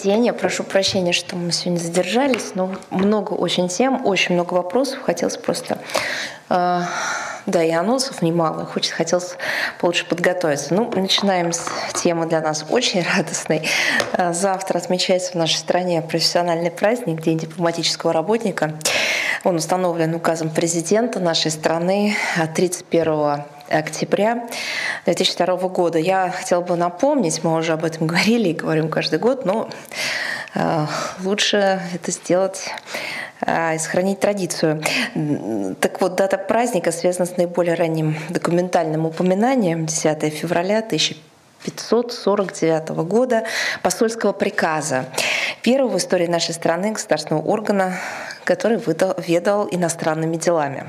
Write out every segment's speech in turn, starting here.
день. Я прошу прощения, что мы сегодня задержались, но много очень тем, очень много вопросов. Хотелось просто, да, и анонсов немало. Хотелось получше подготовиться. Ну, начинаем с темы для нас очень радостной. Завтра отмечается в нашей стране профессиональный праздник, День дипломатического работника. Он установлен указом президента нашей страны 31 октября 2002 года. Я хотела бы напомнить, мы уже об этом говорили и говорим каждый год, но лучше это сделать и сохранить традицию. Так вот, дата праздника связана с наиболее ранним документальным упоминанием 10 февраля 1549 года посольского приказа, первого в истории нашей страны государственного органа, который ведал иностранными делами.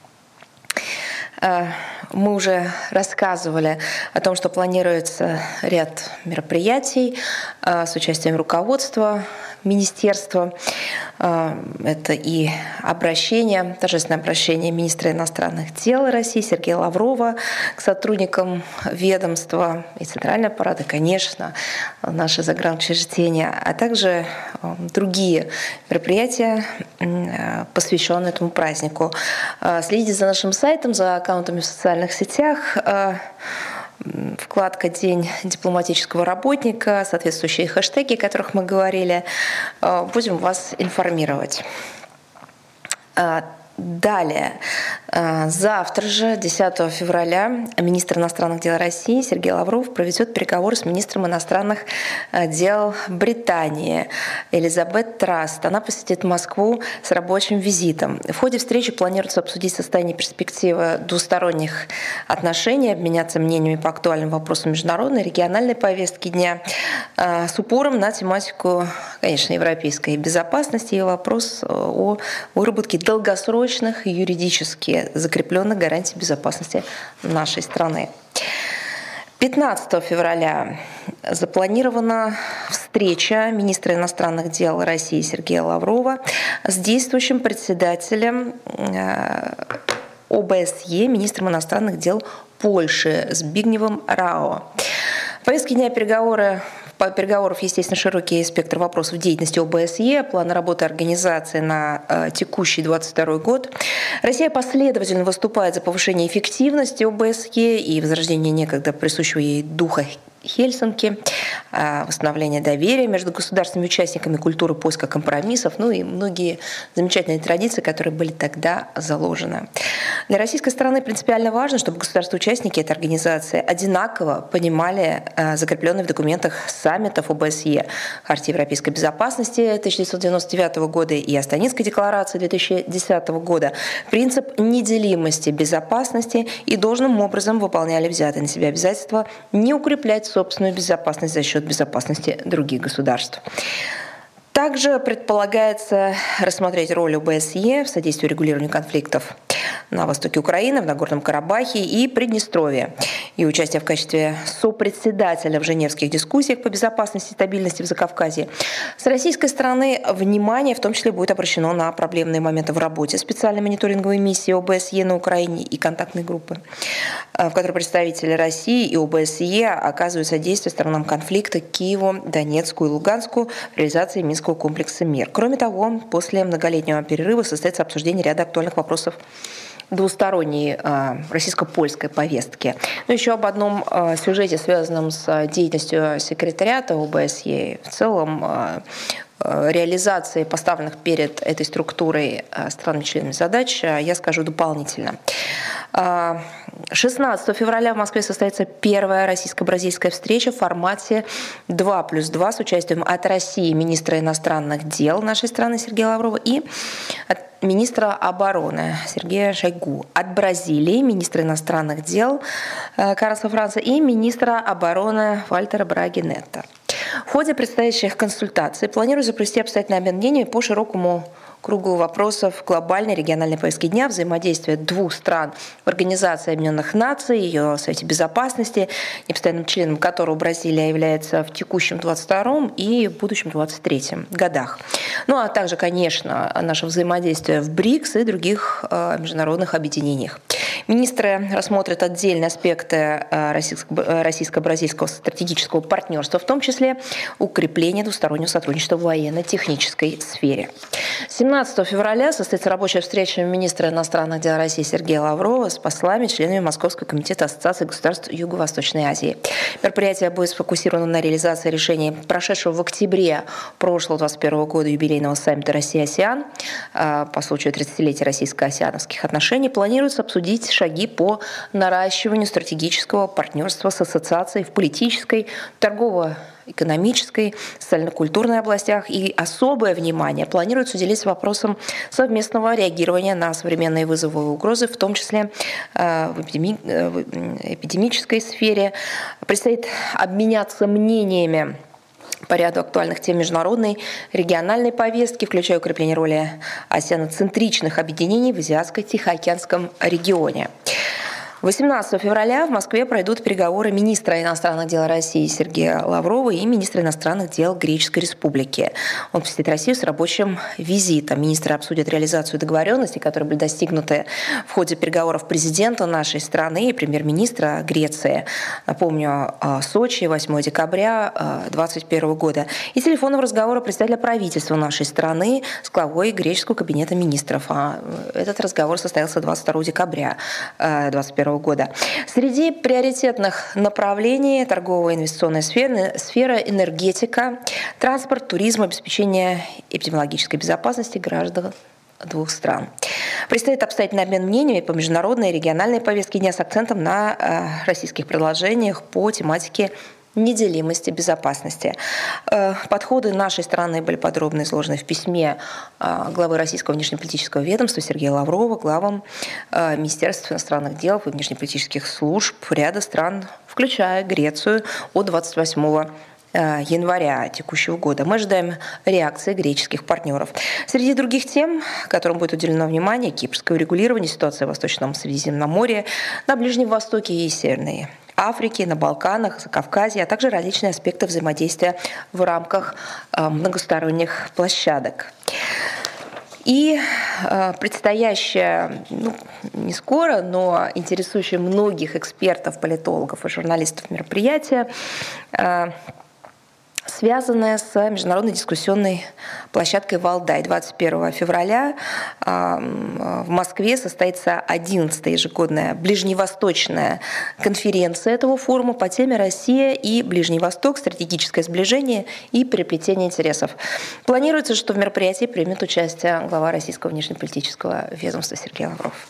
Мы уже рассказывали о том, что планируется ряд мероприятий с участием руководства министерства. Это и торжественное обращение министра иностранных дел России Сергея Лаврова к сотрудникам ведомства и Центрального аппарата, конечно, наши загранучреждения, а также другие мероприятия, посвященные этому празднику. Следите за нашим сайтом, за аккаунтами в социальных сетях. Вкладка «День дипломатического работника», соответствующие хэштеги, о которых мы говорили. Будем вас информировать. Далее, завтра же, 10 февраля, министр иностранных дел России Сергей Лавров проведет переговоры с министром иностранных дел Британии Элизабет Траст. Она посетит Москву с рабочим визитом. В ходе встречи планируется обсудить состояние и перспективы двусторонних отношений, обменяться мнениями по актуальным вопросам международной и региональной повестки дня с упором на тематику, конечно, европейской безопасности и вопрос о выработке долгосрочных и юридически закрепленных гарантий безопасности нашей страны. 15 февраля запланирована встреча министра иностранных дел России Сергея Лаврова с действующим председателем ОБСЕ, министром иностранных дел Польши Збигневом Рао. В повестке дня переговоров, естественно, широкий спектр вопросов деятельности ОБСЕ, плана работы организации на текущий 2022 год. Россия последовательно выступает за повышение эффективности ОБСЕ и возрождение некогда присущего ей духа Хельсинки, восстановление доверия между государственными участниками культуры поиска компромиссов, ну и многие замечательные традиции, которые были тогда заложены. Для российской стороны принципиально важно, чтобы государства-участники этой организации одинаково понимали закрепленные в документах саммитов ОБСЕ, Хартии европейской безопасности 1999 года и Астанинской декларации 2010 года принцип неделимости безопасности и должным образом выполняли взятые на себя обязательства не укреплять собственную безопасность за счет безопасности других государств. Также предполагается рассмотреть роль ОБСЕ в содействии регулированию конфликтов на востоке Украины, в Нагорном Карабахе и Приднестровье, и участие в качестве сопредседателя в женевских дискуссиях по безопасности и стабильности в Закавказье. С российской стороны внимание в том числе будет обращено на проблемные моменты в работе специальной мониторинговой миссии ОБСЕ на Украине и контактной группы, в которой представители России и ОБСЕ оказывают содействие сторонам конфликта Киеву, Донецку и Луганску в реализации Минского комплекса «Мир». Кроме того, после многолетнего перерыва состоится обсуждение ряда актуальных вопросов двусторонней российско-польской повестки. Но еще об одном сюжете, связанном с деятельностью секретариата ОБСЕ, в целом реализации поставленных перед этой структурой странами-членами задач, я скажу дополнительно. 16 февраля в Москве состоится первая российско-бразильская встреча в формате 2+2 с участием от России министра иностранных дел нашей страны Сергея Лаврова и от министра обороны Сергея Шойгу, от Бразилии министра иностранных дел Карлоса Франца и министра обороны Вальтера Браги Нетто. В ходе предстоящих консультаций планируется провести обстоятельный обмен мнениями по широкому кругу вопросов глобальной региональной повестки дня, взаимодействия двух стран в Организации Объединенных Наций, ее Совете Безопасности, непостоянным членом которого Бразилия является в текущем 22-м и в будущем 23-м годах. Ну а также, конечно, наше взаимодействие в БРИКС и других международных объединениях. Министры рассмотрят отдельные аспекты российско-бразильского стратегического партнерства, в том числе укрепление двустороннего сотрудничества в военно-технической сфере. 17 февраля состоится рабочая встреча министра иностранных дел России Сергея Лаврова с послами, членами Московского комитета Ассоциации государств Юго-Восточной Азии. Мероприятие будет сфокусировано на реализации решений прошедшего в октябре прошлого 2021 года юбилейного саммита Россия-АСЕАН по случаю 30-летия российско-асиановских отношений. Планируется обсудить шаги по наращиванию стратегического партнерства с ассоциацией в политической, торгово-экономической, социально-культурной областях, и особое внимание планируется уделить вопросам совместного реагирования на современные вызовы и угрозы, в том числе в эпидемической сфере. Предстоит обменяться мнениями по ряду актуальных тем международной, региональной повестки, включая укрепление роли асианоцентричных объединений в Азиатско-Тихоокеанском регионе. 18 февраля в Москве пройдут переговоры министра иностранных дел России Сергея Лаврова и министра иностранных дел Греческой Республики. Он посетит Россию с рабочим визитом. Министры обсудят реализацию договоренностей, которые были достигнуты в ходе переговоров президента нашей страны и премьер-министра Греции. Напомню, Сочи, 8 декабря 2021 года. И телефонного разговора представителя правительства нашей страны с главой греческого кабинета министров. Этот разговор состоялся 22 декабря 2021 года. Среди приоритетных направлений торговая и инвестиционная сфера, энергетика, транспорт, туризм, обеспечение эпидемиологической безопасности граждан двух стран. Предстоит обстоятельный обмен мнениями по международной и региональной повестке дня с акцентом на российских предложениях по тематике неделимости безопасности. Подходы нашей страны были подробно изложены в письме главы Российского внешнеполитического ведомства Сергея Лаврова, главам Министерств иностранных дел и внешнеполитических служб ряда стран, включая Грецию, от 28 января текущего года. Мы ожидаем реакции греческих партнеров. Среди других тем, которым будет уделено внимание, кипрское урегулирование ситуации в Восточном Средиземноморье, на Ближнем Востоке и Северной Африке, на Балканах, Закавказье, а также различные аспекты взаимодействия в рамках многосторонних площадок. И предстоящее, не скоро, но интересующее многих экспертов, политологов и журналистов мероприятие, связанная с международной дискуссионной площадкой «Валдай». 21 февраля в Москве состоится 11-я ежегодная ближневосточная конференция этого форума по теме «Россия и Ближний Восток. Стратегическое сближение и переплетение интересов». Планируется, что в мероприятии примет участие глава Российского внешнеполитического ведомства Сергей Лавров.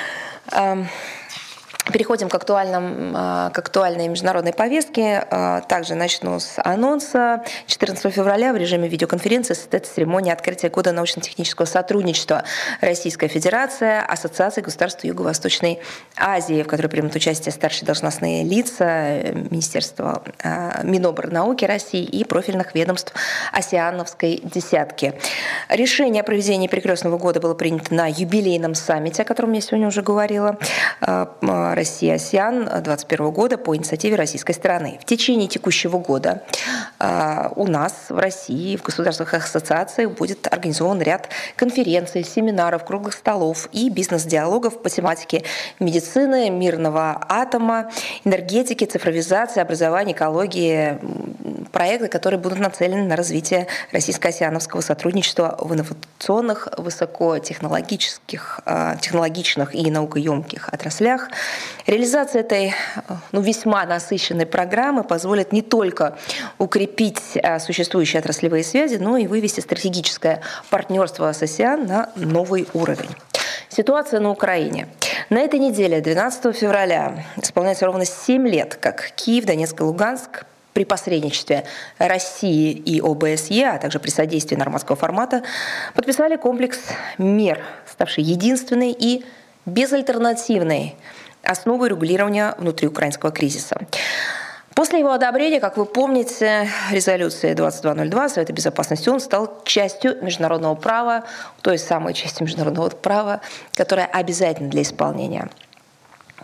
Переходим к актуальной международной повестке. Также начну с анонса. 14 февраля в режиме видеоконференции состоится церемония открытия года научно-технического сотрудничества Российская Федерация, Ассоциации государств Юго-Восточной Азии, в которой примут участие старшие должностные лица Министерства Минобрнауки России и профильных ведомств Асиановской десятки. Решение о проведении перекрестного года было принято на юбилейном саммите, о котором я сегодня уже говорила, Россия-АСЕАН 2021 года по инициативе российской стороны. В течение текущего года у нас в России, в государственных ассоциациях будет организован ряд конференций, семинаров, круглых столов и бизнес-диалогов по тематике медицины, мирного атома, энергетики, цифровизации, образования, экологии, проекты, которые будут нацелены на развитие российско-асиановского сотрудничества в инновационных, высокотехнологичных и наукоемких отраслях. Реализация этой весьма насыщенной программы позволит не только укрепить существующие отраслевые связи, но и вывести стратегическое партнерство с АСЕАН на новый уровень. Ситуация на Украине. На этой неделе, 12 февраля, исполняется ровно 7 лет, как Киев, Донецк и Луганск при посредничестве России и ОБСЕ, а также при содействии нормандского формата, подписали комплекс мер, ставший единственной и безальтернативной основой регулирования внутриукраинского кризиса. После его одобрения, как вы помните, резолюции 2202 Совета Безопасности ООН стал частью международного права, той самой частью международного права, которая обязательна для исполнения.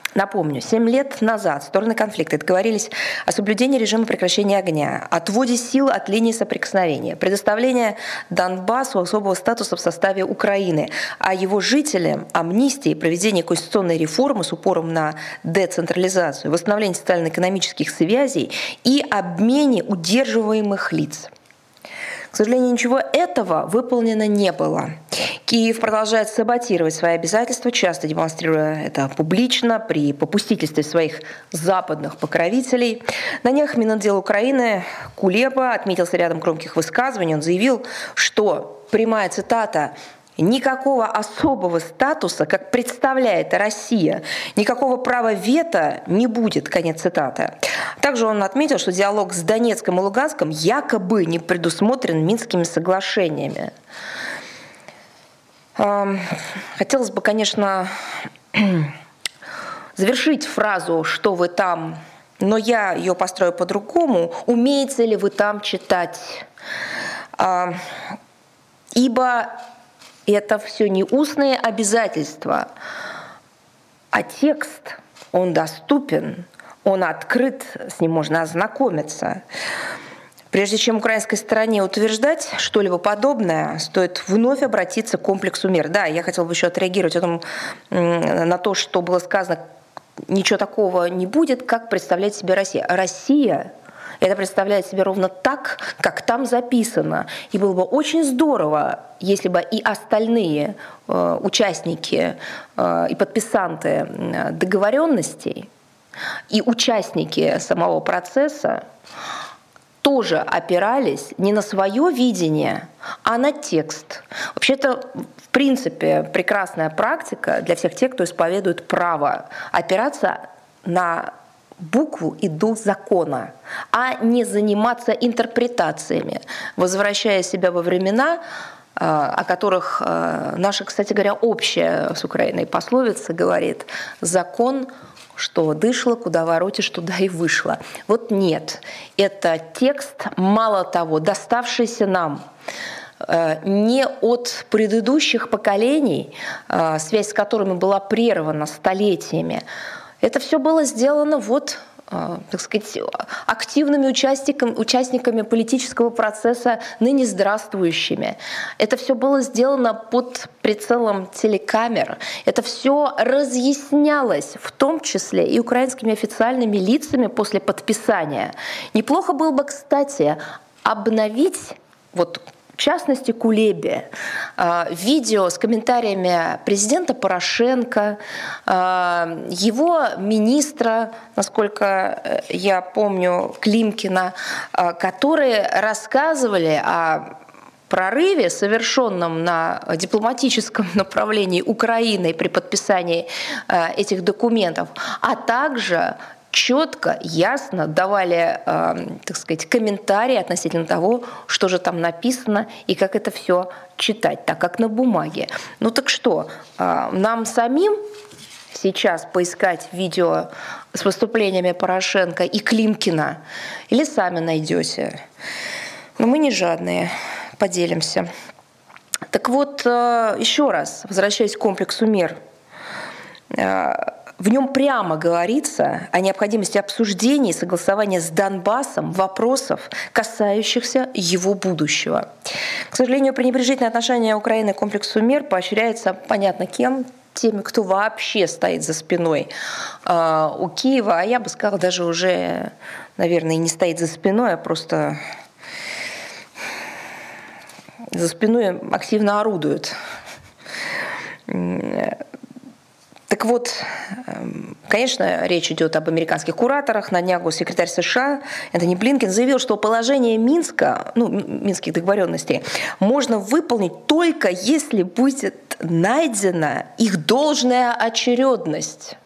Напомню, 7 лет назад стороны конфликта договорились о соблюдении режима прекращения огня, отводе сил от линии соприкосновения, предоставлении Донбассу особого статуса в составе Украины, а его жителям амнистии, проведении конституционной реформы с упором на децентрализацию, восстановлении социально-экономических связей и обмене удерживаемых лиц. К сожалению, ничего этого выполнено не было. Киев продолжает саботировать свои обязательства, часто демонстрируя это публично при попустительстве своих западных покровителей. На днях Минотдел Украины Кулеба отметился рядом громких высказываний. Он заявил, что, прямая цитата, «никакого особого статуса, как представляет Россия, никакого права вето не будет», конец цитаты. Также он отметил, что диалог с Донецком и Луганском якобы не предусмотрен Минскими соглашениями. Хотелось бы, конечно, завершить фразу «что вы там», но я ее построю по-другому. Умеете ли вы там читать? Ибо это все не устные обязательства, а текст, он доступен, он открыт, с ним можно ознакомиться. Прежде чем украинской стороне утверждать что-либо подобное, стоит вновь обратиться к комплексу мер. Да, я хотела бы еще отреагировать на то, что было сказано, ничего такого не будет, как представляет себе Россия. Россия это представляет себе ровно так, как там записано. И было бы очень здорово, если бы и остальные участники и подписанты договоренностей, и участники самого процесса тоже опирались не на свое видение, а на текст. Вообще это, в принципе, прекрасная практика для всех тех, кто исповедует право опираться на букву и дух закона, а не заниматься интерпретациями, возвращая себя во времена, о которых наша, кстати говоря, общая с Украиной пословица говорит: «Закон, что дышло, куда воротишь, туда и вышло». Вот нет, это текст, мало того, доставшийся нам не от предыдущих поколений, связь с которыми была прервана столетиями. Это все было сделано так сказать, активными участниками политического процесса, ныне здравствующими. Это все было сделано под прицелом телекамер. Это все разъяснялось, в том числе и украинскими официальными лицами после подписания. Неплохо было бы, кстати, обновить в частности, Кулебе, видео с комментариями президента Порошенко, его министра, насколько я помню, Климкина, которые рассказывали о прорыве, совершенном на дипломатическом направлении Украины при подписании этих документов, а также четко, ясно давали, так сказать, комментарии относительно того, что же там написано и как это все читать, так как на бумаге. Ну так что, нам самим сейчас поискать видео с выступлениями Порошенко и Климкина или сами найдете? Но мы не жадные, поделимся. Так вот, еще раз, возвращаясь к комплексу мер, в нем прямо говорится о необходимости обсуждения и согласования с Донбассом вопросов, касающихся его будущего. К сожалению, пренебрежительное отношение Украины к комплексу мер поощряется, понятно кем, теми, кто вообще стоит за спиной у Киева, а я бы сказала, даже уже, наверное, не стоит за спиной, а просто за спиной активно орудует. Так вот, конечно, речь идет об американских кураторах. На днях госсекретарь США Энтони Блинкен заявил, что положение Минска, минских договоренностей, можно выполнить только если будет найдена их должная очередность.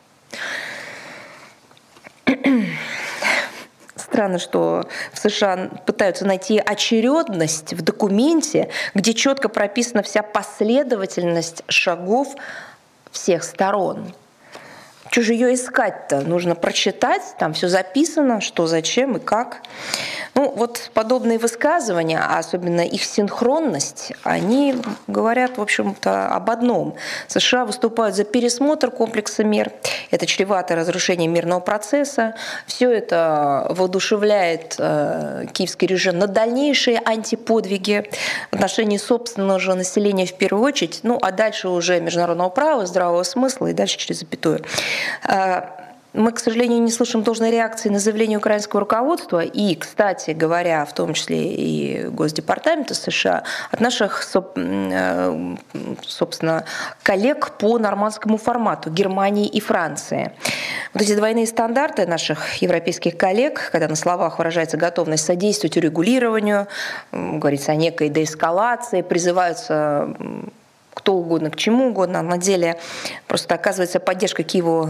Странно, что в США пытаются найти очередность в документе, где четко прописана вся последовательность шагов всех сторон. Что же ее искать-то? Нужно прочитать, там все записано, что, зачем и как. Ну, вот подобные высказывания, а особенно их синхронность, они говорят, в общем-то, об одном. США выступают за пересмотр комплекса мер. Это чревато разрушением мирного процесса. Все это воодушевляет киевский режим на дальнейшие антиподвиги в отношении собственного же населения в первую очередь, ну, а дальше уже международного права, здравого смысла и дальше через запятую. Мы, к сожалению, не слышим должной реакции на заявление украинского руководства и, кстати говоря, в том числе и Госдепартамента США, от наших, собственно, коллег по нормандскому формату Германии и Франции. Вот эти двойные стандарты наших европейских коллег, когда на словах выражается готовность содействовать урегулированию, говорится о некой деэскалации, призываются кто угодно, к чему угодно, а на деле просто оказывается поддержка Киеву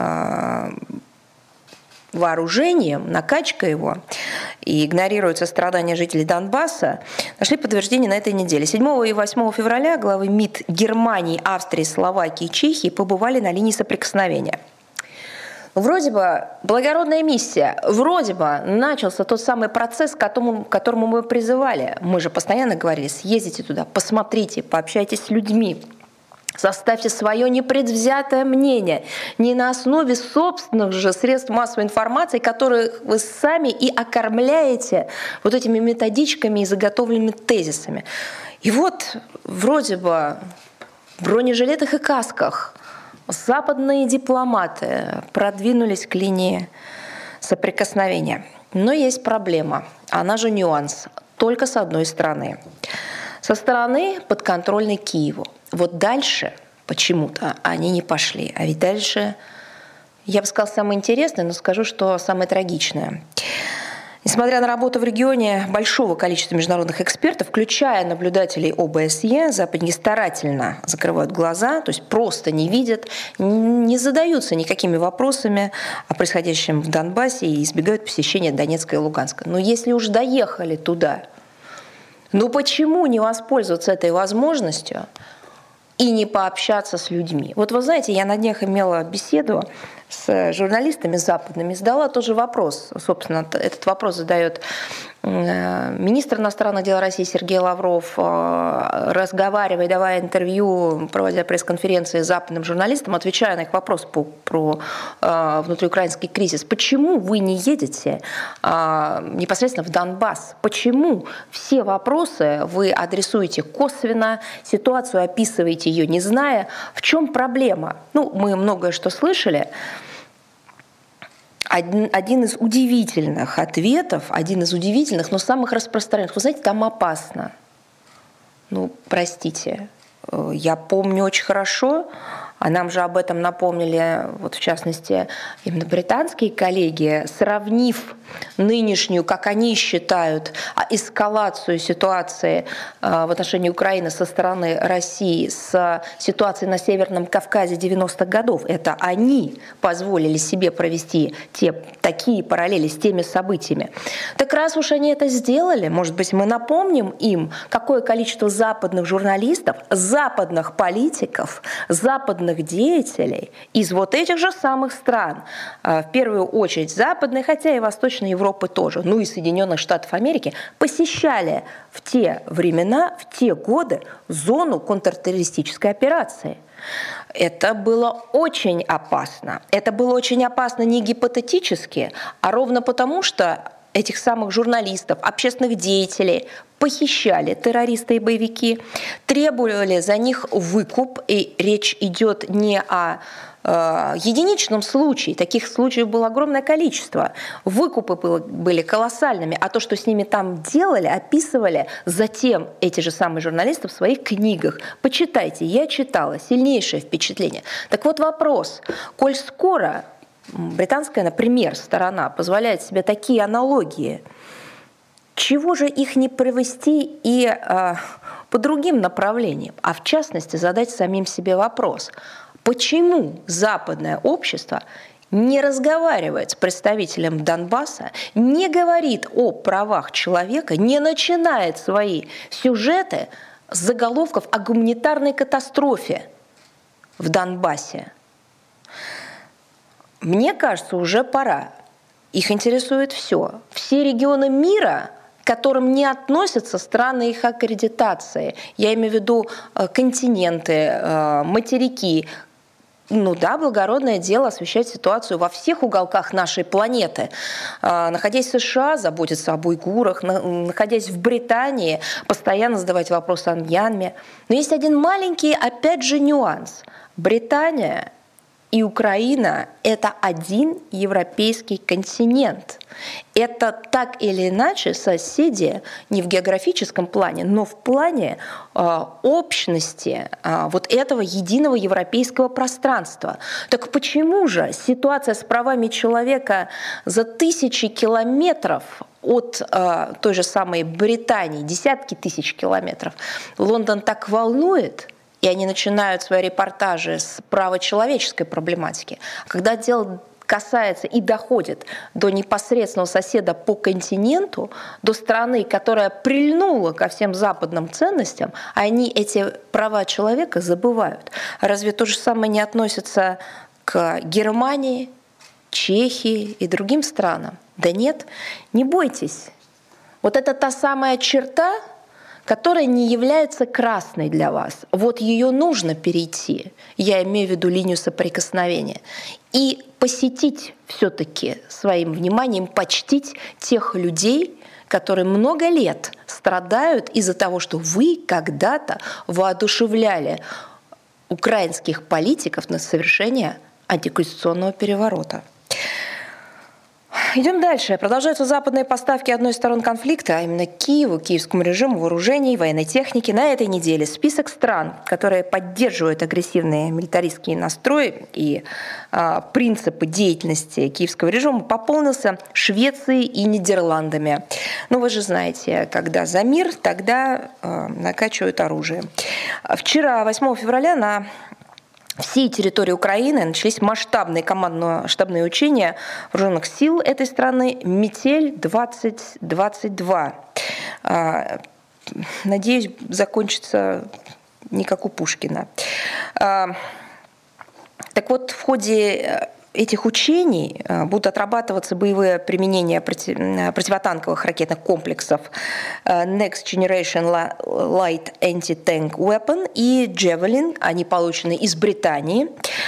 вооружением, накачка его, и игнорируются страдания жителей Донбасса, нашли подтверждение на этой неделе. 7 и 8 февраля главы МИД Германии, Австрии, Словакии и Чехии побывали на линии соприкосновения. Вроде бы благородная миссия, вроде бы начался тот самый процесс, к которому мы призывали. Мы же постоянно говорили, съездите туда, посмотрите, пообщайтесь с людьми, составьте свое непредвзятое мнение, не на основе собственных же средств массовой информации, которые вы сами и окормляете вот этими методичками и заготовленными тезисами. И вот вроде бы в бронежилетах и касках западные дипломаты продвинулись к линии соприкосновения. Но есть проблема, она же нюанс, только с одной стороны. Со стороны подконтрольной Киеву. Вот дальше почему-то они не пошли. А ведь дальше, я бы сказала, самое интересное, но скажу, что самое трагичное. Несмотря на работу в регионе большого количества международных экспертов, включая наблюдателей ОБСЕ, западники старательно закрывают глаза, то есть просто не видят, не задаются никакими вопросами о происходящем в Донбассе и избегают посещения Донецка и Луганска. Но если уж доехали туда, ну почему не воспользоваться этой возможностью и не пообщаться с людьми? Вот вы знаете, я на днях имела беседу с журналистами западными, задала тоже вопрос. Собственно, этот вопрос задает министр иностранных дел России Сергей Лавров, разговаривая, давая интервью, проводя пресс-конференции с западным журналистам, отвечая на их вопрос про внутриукраинский кризис. Почему вы не едете непосредственно в Донбасс? Почему все вопросы вы адресуете косвенно, ситуацию описываете ее, не зная? В чем проблема? Ну, мы многое что слышали. Один из удивительных ответов, один из удивительных, но самых распространенных. Вы знаете, там опасно. Ну, простите, я помню очень хорошо, а нам же об этом напомнили, вот в частности, именно британские коллеги, сравнив нынешнюю, как они считают, эскалацию ситуации в отношении Украины со стороны России с ситуацией на Северном Кавказе 90-х годов. Это они позволили себе провести такие параллели с теми событиями. Так раз уж они это сделали, может быть, мы напомним им, какое количество западных журналистов, западных политиков, западных деятелей из вот этих же самых стран, в первую очередь западной, хотя и Восточной Европы тоже, ну и Соединенных Штатов Америки, посещали в те времена, в те годы зону контртеррористической операции. Это было очень опасно. Это было очень опасно не гипотетически, а ровно потому, что этих самых журналистов, общественных деятелей похищали террористы и боевики, требовали за них выкуп, и речь идет не о единичном случае, таких случаев было огромное количество. Выкупы были колоссальными, а то, что с ними там делали, описывали затем эти же самые журналисты в своих книгах. Почитайте, я читала, сильнейшее впечатление. Так вот вопрос, коль скоро британская, например, сторона позволяет себе такие аналогии, чего же их не провести и по другим направлениям, а в частности задать самим себе вопрос, почему западное общество не разговаривает с представителем Донбасса, не говорит о правах человека, не начинает свои сюжеты с заголовков о гуманитарной катастрофе в Донбассе. Мне кажется, уже пора Их интересует все. Все регионы мира, к которым не относятся страны их аккредитации. Я имею в виду континенты, материки. Ну да, благородное дело освещать ситуацию во всех уголках нашей планеты. Находясь в США, заботиться об уйгурах, находясь в Британии, постоянно задавать вопросы о Мьянме. Но есть один маленький, опять же, нюанс. Британия и Украина – это один европейский континент. Это так или иначе соседи не в географическом плане, но в плане общности вот этого единого европейского пространства. Так почему же ситуация с правами человека за тысячи километров от той же самой Британии, десятки тысяч километров, Лондон так волнует? И они начинают свои репортажи с правочеловеческой проблематики. Когда дело касается и доходит до непосредственного соседа по континенту, до страны, которая прильнула ко всем западным ценностям, они эти права человека забывают. Разве то же самое не относится к Германии, Чехии и другим странам? Да нет, не бойтесь. Вот это та самая черта, которая не является красной для вас. Вот ее нужно перейти, я имею в виду линию соприкосновения, и посетить все-таки своим вниманием, почтить тех людей, которые много лет страдают из-за того, что вы когда-то воодушевляли украинских политиков на совершение антиконституционного переворота. Идем дальше. Продолжаются западные поставки одной из сторон конфликта, а именно Киеву, киевскому режиму, вооружений, военной техники. На этой неделе список стран, которые поддерживают агрессивные милитаристские настрои и принципы деятельности киевского режима, пополнился Швецией и Нидерландами. Ну, вы же знаете, когда за мир, тогда накачивают оружие. Вчера, 8 февраля, на всей территории Украины начались масштабные командно-штабные учения вооруженных сил этой страны «Метель-2022». Надеюсь, закончится не как у Пушкина. Так вот, в ходе этих учений будут отрабатываться боевые применения противотанковых ракетных комплексов Next Generation Light Anti-Tank Weapon и Javelin. Они получены из Британии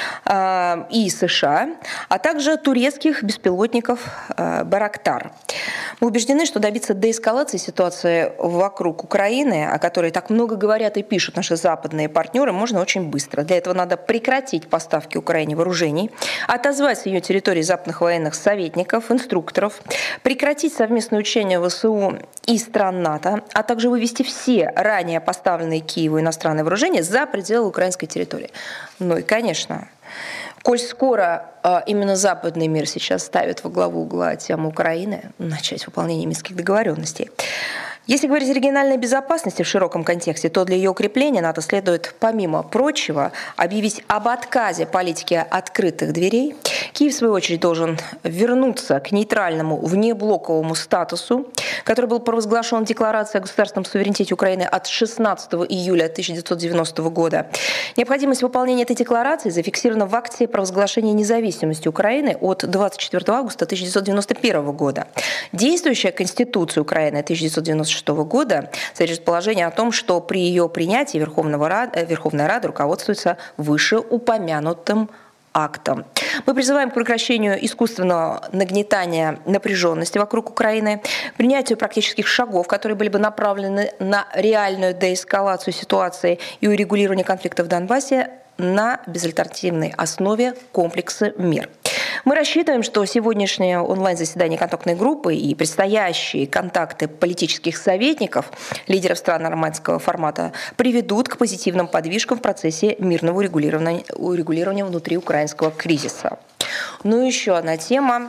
и США, а также турецких беспилотников Байрактар. Мы убеждены, что добиться деэскалации ситуации вокруг Украины, о которой так много говорят и пишут наши западные партнеры, можно очень быстро. Для этого надо прекратить поставки Украине вооружений, отозвать с ее территории западных военных советников, инструкторов, прекратить совместные учения ВСУ и стран НАТО, а также вывести все ранее поставленные Киеву иностранные вооружения за пределы украинской территории. Ну и, конечно, коль скоро именно западный мир сейчас ставит во главу угла тему Украины, начать выполнение Минских договоренностей. Если говорить о региональной безопасности в широком контексте, то для ее укрепления НАТО следует, помимо прочего, объявить об отказе политики открытых дверей. Киев, в свою очередь, должен вернуться к нейтральному внеблоковому статусу, который был провозглашен в Декларации о государственном суверенитете Украины от 16 июля 1990 года. Необходимость выполнения этой декларации зафиксирована в акте провозглашения независимости Украины от 24 августа 1991 года. Действующая Конституция Украины 1996 года содержит положение о том, что при ее принятии Верховная Рада руководствуется вышеупомянутым актом. Мы призываем к прекращению искусственного нагнетания напряженности вокруг Украины, принятию практических шагов, которые были бы направлены на реальную деэскалацию ситуации и урегулирование конфликта в Донбассе на безальтернативной основе комплекса мер. Мы рассчитываем, что сегодняшнее онлайн-заседание контактной группы и предстоящие контакты политических советников, лидеров стран нормандского формата, приведут к позитивным подвижкам в процессе мирного урегулирования внутри украинского кризиса. Ну и еще одна тема,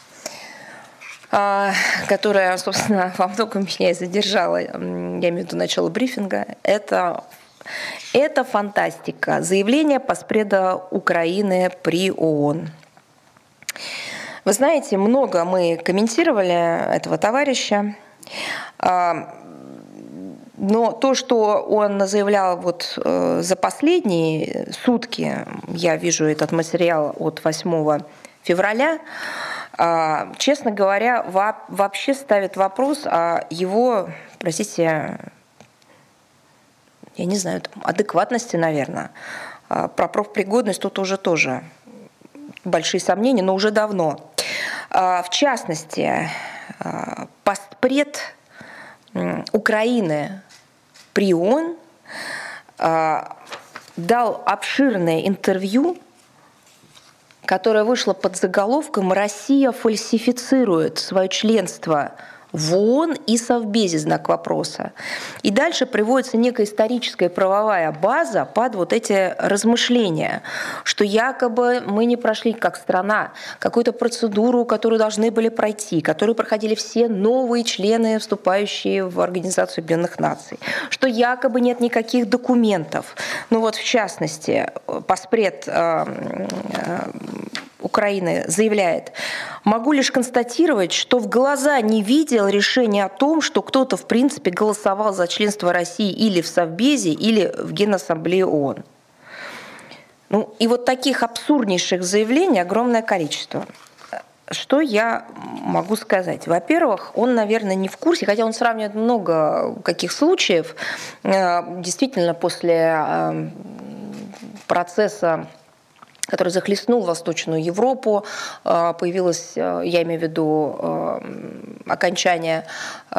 которая, собственно, во многом меня и задержала, я имею в виду начало брифинга, это фантастика. Заявление поспреда Украины при ООН. Вы знаете, много мы комментировали этого товарища, но то, что он заявлял вот за последние сутки, я вижу этот материал от 8 февраля, честно говоря, вообще ставит вопрос о его, простите, я не знаю, адекватности, наверное. Про профпригодность тут уже тоже большие сомнения, но уже давно. В частности, постпред Украины при ООН дал обширное интервью, которое вышло под заголовком «Россия фальсифицирует свое членство в ООН и Совбезе», знак вопроса. И дальше приводится некая историческая правовая база под вот эти размышления, что якобы мы не прошли как страна какую-то процедуру, которую должны были пройти, которую проходили все новые члены, вступающие в Организацию Объединенных Наций, что якобы нет никаких документов. Ну вот в частности, постпред Украины заявляет: «Могу лишь констатировать, что в глаза не видел решения о том, что кто-то в принципе голосовал за членство России или в Совбезе, или в Генассамблее ООН». Ну и вот таких абсурднейших заявлений огромное количество. Что я могу сказать? Во-первых, он, наверное, не в курсе, хотя он сравнивает много каких случаев. Действительно, после процесса, который захлестнул Восточную Европу, появилось, я имею в виду окончание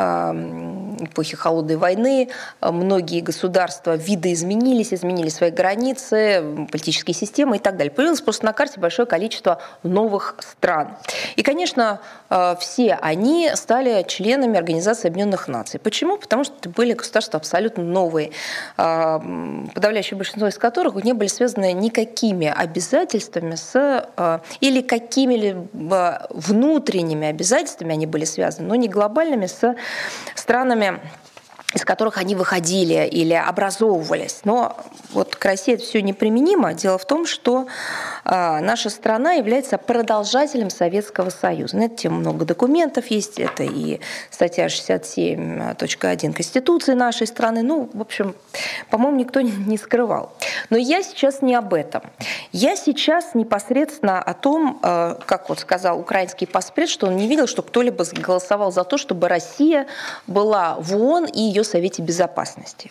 эпохи Холодной войны, многие государства видоизменились, изменили свои границы, политические системы и так далее. Появилось просто на карте большое количество новых стран. И, конечно, все они стали членами Организации Объединенных Наций. Почему? Потому что это были государства абсолютно новые, подавляющее большинство из которых не были связаны никакими обязательствами или какими-либо внутренними обязательствами они были связаны, но не глобальными, с странами, из которых они выходили или образовывались. Но вот к России это все неприменимо. Дело в том, что наша страна является продолжателем Советского Союза. На эту тему много документов есть. Это и статья 67.1 Конституции нашей страны. Ну, в общем, по-моему, никто не скрывал. Но я сейчас не об этом. Я сейчас непосредственно о том, как вот сказал украинский постпред, что он не видел, что кто-либо голосовал за то, чтобы Россия была в ООН и ее Совете Безопасности.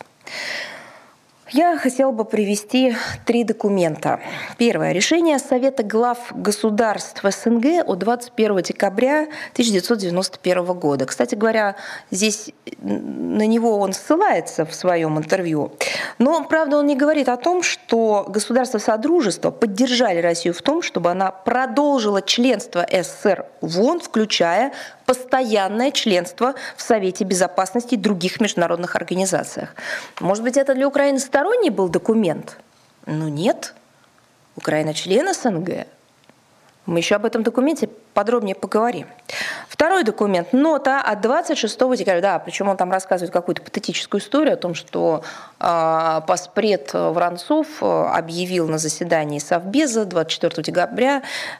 Я хотела бы привести 3 документа. Первое. Решение Совета глав государств СНГ от 21 декабря 1991 года. Кстати говоря, здесь на него он ссылается в своем интервью. Но, правда, он не говорит о том, что государства Содружества поддержали Россию в том, чтобы она продолжила членство СССР в ООН, включая постоянное членство в Совете Безопасности и других международных организациях. Может быть, это для Украины сторонний был документ? Но нет. Украина член СНГ. Мы еще об этом документе подробнее поговорим. Второй документ – нота от 26 декабря. Да, причем он там рассказывает какую-то патетическую историю о том, что постпред Воронцов объявил на заседании Совбеза 24 декабря,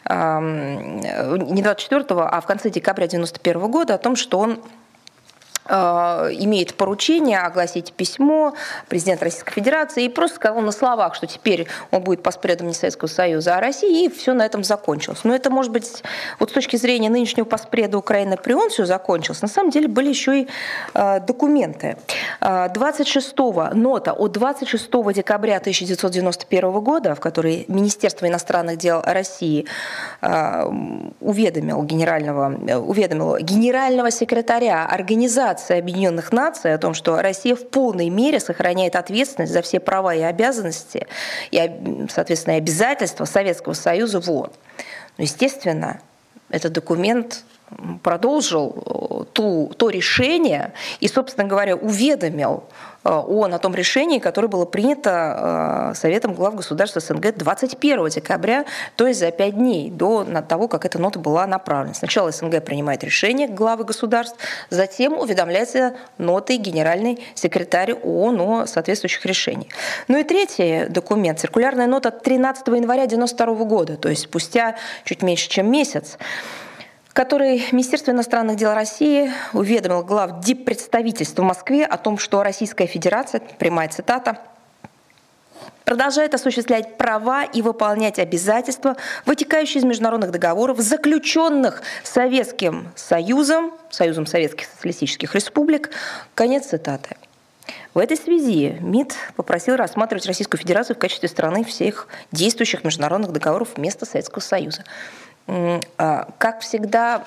не 24, а в конце декабря 1991 года о том, что он имеет поручение огласить письмо президента Российской Федерации и просто сказал на словах, что теперь он будет постпредом не Советского Союза, а России, и все на этом закончилось. Но это, может быть, вот с точки зрения нынешнего постпреда Украины при ООН все закончилось. На самом деле были еще и документы. 26-го нота от 26 декабря 1991 года, в которой Министерство иностранных дел России уведомило генерального секретаря Организации Объединенных Наций о том, что Россия в полной мере сохраняет ответственность за все права и обязанности и, соответственно, обязательства Советского Союза в ООН. Но, естественно, этот документ продолжил то решение и, собственно говоря, уведомил ООН о том решении, которое было принято Советом глав государств СНГ 21 декабря, то есть за 5 дней до того, как эта нота была направлена. Сначала СНГ принимает решение главы государств, затем уведомляется нотой генеральный секретарь ООН о соответствующих решениях. Ну и третий документ, циркулярная нота от 13 января 1992 года, то есть спустя чуть меньше, чем месяц, который Министерство иностранных дел России уведомило глав диппредставительств в Москве о том, что Российская Федерация, прямая цитата, продолжает осуществлять права и выполнять обязательства, вытекающие из международных договоров, заключенных Советским Союзом, Союзом Советских Социалистических Республик. Конец цитаты. В этой связи МИД попросил рассматривать Российскую Федерацию в качестве страны всех действующих международных договоров вместо Советского Союза. Как всегда,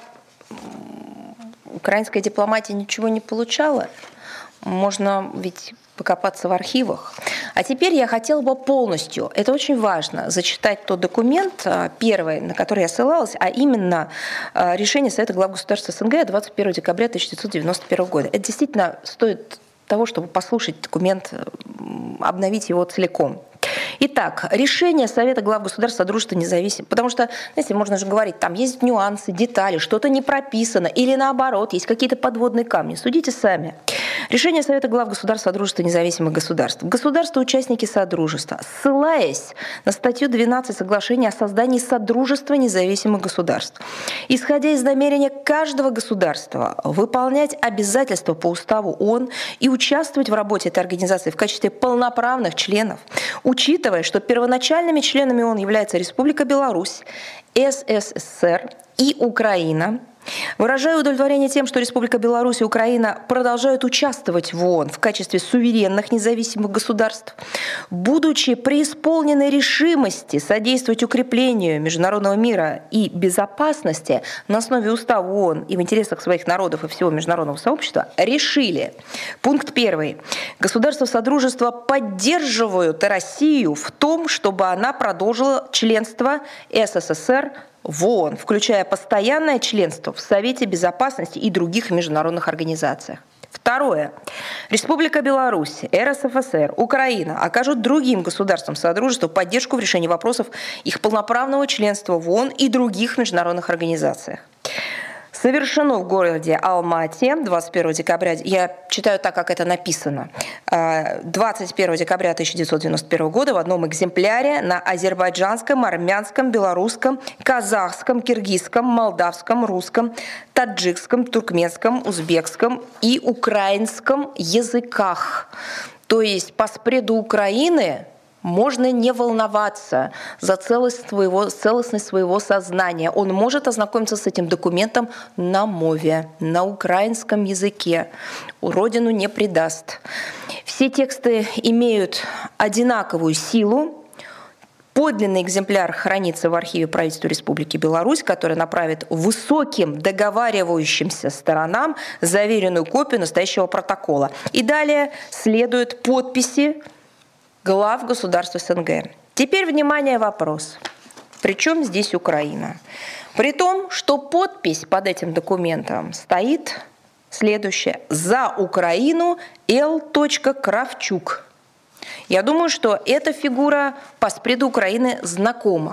украинская дипломатия ничего не получала. Можно ведь покопаться в архивах. А теперь я хотела бы полностью, это очень важно, зачитать тот документ, первый, на который я ссылалась, а именно решение Совета глав государств СНГ 21 декабря 1991 года. Это действительно стоит того, чтобы послушать документ, обновить его целиком. Итак, решение Совета глав государств Содружества независимых, потому что, знаете, можно же говорить, там есть нюансы, детали, что-то не прописано, или наоборот, есть какие-то подводные камни. Судите сами. Решение Совета глав государств Содружества независимых государств. Государства-участники Содружества, ссылаясь на статью 12 Соглашения о создании Содружества независимых государств, исходя из намерения каждого государства выполнять обязательства по уставу ООН и участвовать в работе этой организации в качестве полноправных членов, учитывая, что первоначальными членами ООН являются Республика Беларусь, СССР и Украина, выражаю удовлетворение тем, что Республика Беларусь и Украина продолжают участвовать в ООН в качестве суверенных независимых государств, будучи преисполнены решимости содействовать укреплению международного мира и безопасности на основе Устава ООН и в интересах своих народов и всего международного сообщества, решили. Пункт 1. Государства Содружества поддерживают Россию в том, чтобы она продолжила членство СССР в ООН, включая постоянное членство в Совете Безопасности и других международных организациях. Второе. Республика Беларусь, РСФСР, Украина окажут другим государствам Содружества поддержку в решении вопросов их полноправного членства в ООН и других международных организациях. Совершено в городе Алма-Ате 21 декабря, я читаю так, как это написано, 21 декабря 1991 года в одном экземпляре на азербайджанском, армянском, белорусском, казахском, киргизском, молдавском, русском, таджикском, туркменском, узбекском и украинском языках. То есть по спреду Украины можно не волноваться за целостность своего сознания. Он может ознакомиться с этим документом на мове, на украинском языке. Родину не предаст. Все тексты имеют одинаковую силу. Подлинный экземпляр хранится в архиве правительства Республики Беларусь, который направит высоким договаривающимся сторонам заверенную копию настоящего протокола. И далее следуют подписи глав государств СНГ. Теперь, внимание, вопрос. Причем здесь Украина? При том, что подпись под этим документом стоит следующее. За Украину Л. Кравчук. Я думаю, что эта фигура по спреду Украины знакома.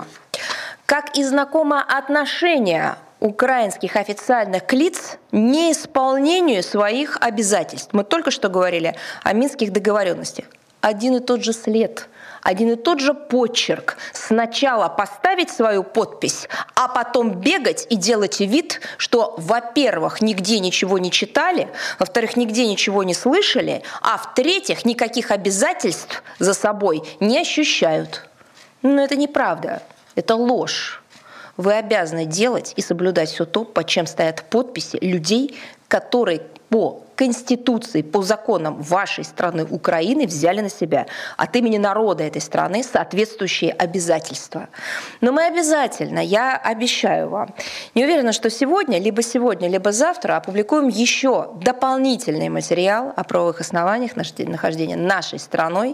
Как и знакомо отношение украинских официальных лиц к неисполнению своих обязательств. Мы только что говорили о минских договоренностях. Один и тот же след, один и тот же почерк. Сначала поставить свою подпись, а потом бегать и делать вид, что, во-первых, нигде ничего не читали, во-вторых, нигде ничего не слышали, а в-третьих, никаких обязательств за собой не ощущают. Но это неправда, это ложь. Вы обязаны делать и соблюдать все то, под чем стоят подписи людей, которые по Конституции, по законам вашей страны Украины взяли на себя от имени народа этой страны соответствующие обязательства. Но мы обязательно, я обещаю вам, не уверена, что сегодня, либо завтра опубликуем еще дополнительный материал о правовых основаниях нахождения нашей страны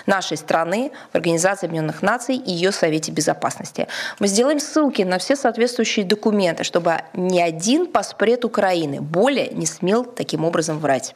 в Организации Объединенных Наций и ее Совете Безопасности. Мы сделаем ссылки на все соответствующие документы, чтобы ни один поспред Украины более не смел таким образом врать.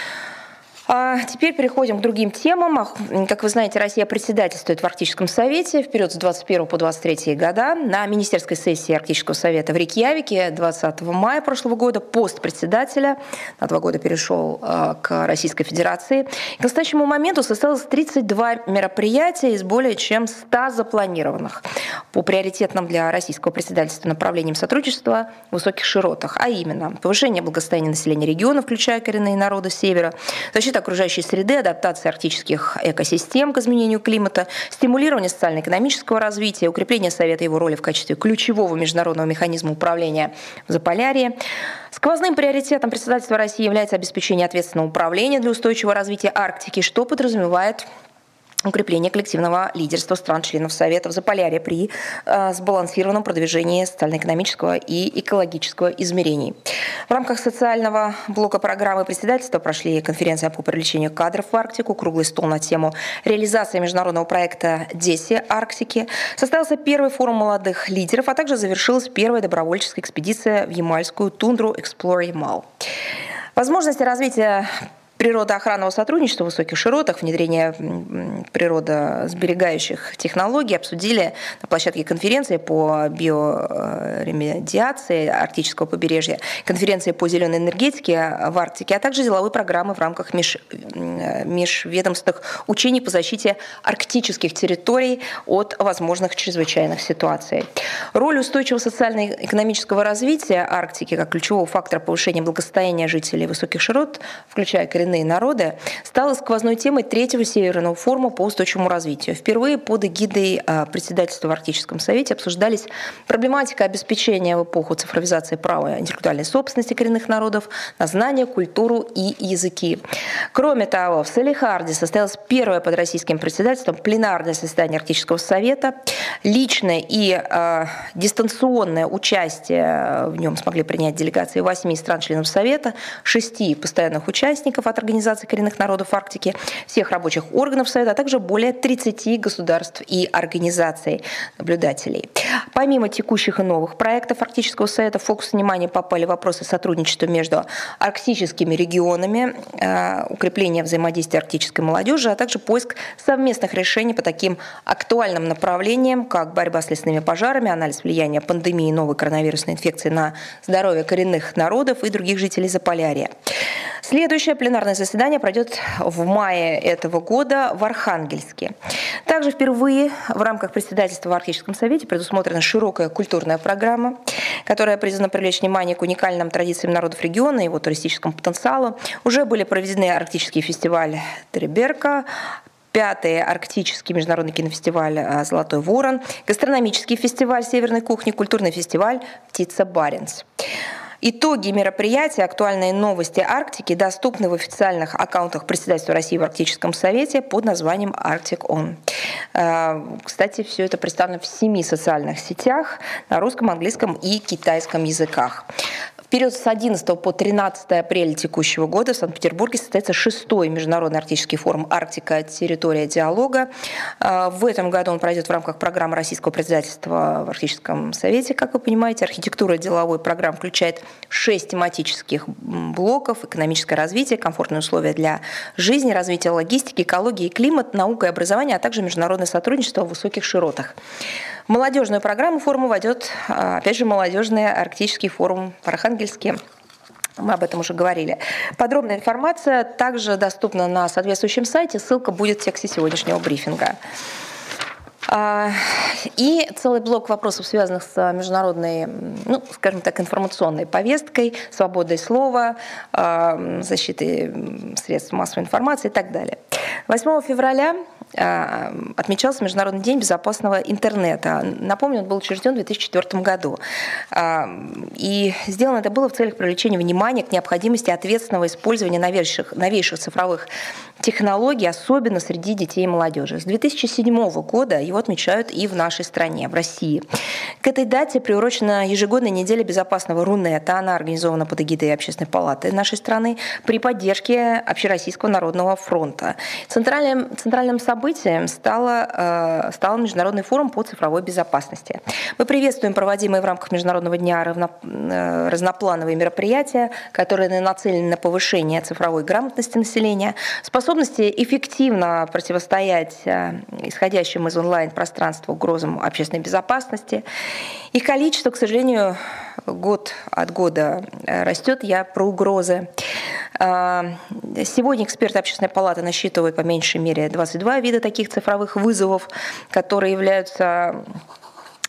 А теперь переходим к другим темам. Как вы знаете, Россия председательствует в Арктическом совете в период с 21 по 23 года. На министерской сессии Арктического совета в Рейкьявике 20 мая прошлого года пост председателя на 2 года перешел к Российской Федерации. К настоящему моменту состоялось 32 мероприятия из более чем 100 запланированных. по приоритетным для российского председательства направлениям сотрудничества в высоких широтах, а именно повышение благосостояния населения региона, включая коренные народы Севера, защита окружающей среды, адаптация арктических экосистем к изменению климата, стимулирование социально-экономического развития, укрепление Совета и его роли в качестве ключевого международного механизма управления в Заполярье. Сквозным приоритетом председательства России является обеспечение ответственного управления для устойчивого развития Арктики, что подразумевает укрепление коллективного лидерства стран-членов Совета в Заполярье при сбалансированном продвижении социально-экономического и экологического измерений. В рамках социального блока программы председательства прошли конференция по привлечению кадров в Арктику, круглый стол на тему реализации международного проекта «Деси Арктики». Состоялся первый форум молодых лидеров, а также завершилась первая добровольческая экспедиция в ямальскую тундру «Explore Ямал». Возможности развития природоохранного сотрудничества в высоких широтах, внедрение природосберегающих технологий обсудили на площадке конференции по биоремедиации арктического побережья, конференции по зеленой энергетике в Арктике, а также деловые программы в рамках межведомственных учений по защите арктических территорий от возможных чрезвычайных ситуаций. Роль устойчивого социально-экономического развития Арктики как ключевого фактора повышения благосостояния жителей высоких широт, включая коренные народы, стала сквозной темой третьего Северного форума по устойчивому развитию. Впервые под эгидой председательства в Арктическом совете обсуждались проблематика обеспечения в эпоху цифровизации права интеллектуальной собственности коренных народов на знания, культуру и языки. Кроме того, в Салехарде состоялось первое под российским председательством пленарное заседание Арктического совета. Личное и дистанционное участие в нем смогли принять делегации 8 стран-членов Совета, 6 постоянных участников от Организации коренных народов Арктики, всех рабочих органов Совета, а также более 30 государств и организаций наблюдателей. Помимо текущих и новых проектов Арктического совета, в фокус внимания попали вопросы сотрудничества между арктическими регионами, укрепление взаимодействия арктической молодежи, а также поиск совместных решений по таким актуальным направлениям, как борьба с лесными пожарами, анализ влияния пандемии новой коронавирусной инфекции на здоровье коренных народов и других жителей Заполярья. Следующее пленарное заседание пройдет в мае этого года в Архангельске. Также впервые в рамках председательства в Арктическом совете предусмотрена широкая культурная программа, которая призвана привлечь внимание к уникальным традициям народов региона и его туристическому потенциалу. Уже были проведены арктический фестиваль Тереберка, 5-й арктический международный кинофестиваль «Золотой ворон», гастрономический фестиваль северной кухни, культурный фестиваль «Птица Баренц». Итоги мероприятия, актуальные новости Арктики доступны в официальных аккаунтах председательства России в Арктическом совете под названием Arctic On. Кстати, все это представлено в 7 социальных сетях на русском, английском и китайском языках. В период с 11 по 13 апреля текущего года в Санкт-Петербурге состоится 6-й международный арктический форум «Арктика. Территория диалога». В этом году он пройдет в рамках программы российского председательства в Арктическом совете. Как вы понимаете, архитектура деловой программы включает 6 тематических блоков: экономическое развитие, комфортные условия для жизни, развитие логистики, экологии и климат, наука и образование, а также международное сотрудничество в высоких широтах. В молодежную программу форума войдет, опять же, молодежный арктический форум в Архангельске. Мы об этом уже говорили. Подробная информация также доступна на соответствующем сайте. Ссылка будет в тексте сегодняшнего брифинга. И целый блок вопросов, связанных с международной, скажем так, информационной повесткой, свободой слова, защитой средств массовой информации и так далее. 8 февраля отмечался Международный день безопасного интернета. Напомню, он был учрежден в 2004 году. И сделано это было в целях привлечения внимания к необходимости ответственного использования новейших цифровых технологий, особенно среди детей и молодежи. С 2007 года его отмечают и в нашей стране, в России. К этой дате приурочена ежегодная неделя безопасного Рунета. Она организована под эгидой Общественной палаты нашей страны при поддержке Общероссийского народного фронта. Центральным событием стал Международный форум по цифровой безопасности. Мы приветствуем проводимые в рамках Международного дня разноплановые мероприятия, которые нацелены на повышение цифровой грамотности населения, способности эффективно противостоять исходящим из онлайн-пространства угрозам общественной безопасности. Их количество, к сожалению, год от года растет. Я про угрозы. Сегодня эксперты Общественной палаты насчитывают по меньшей мере 22 вида таких цифровых вызовов, которые являются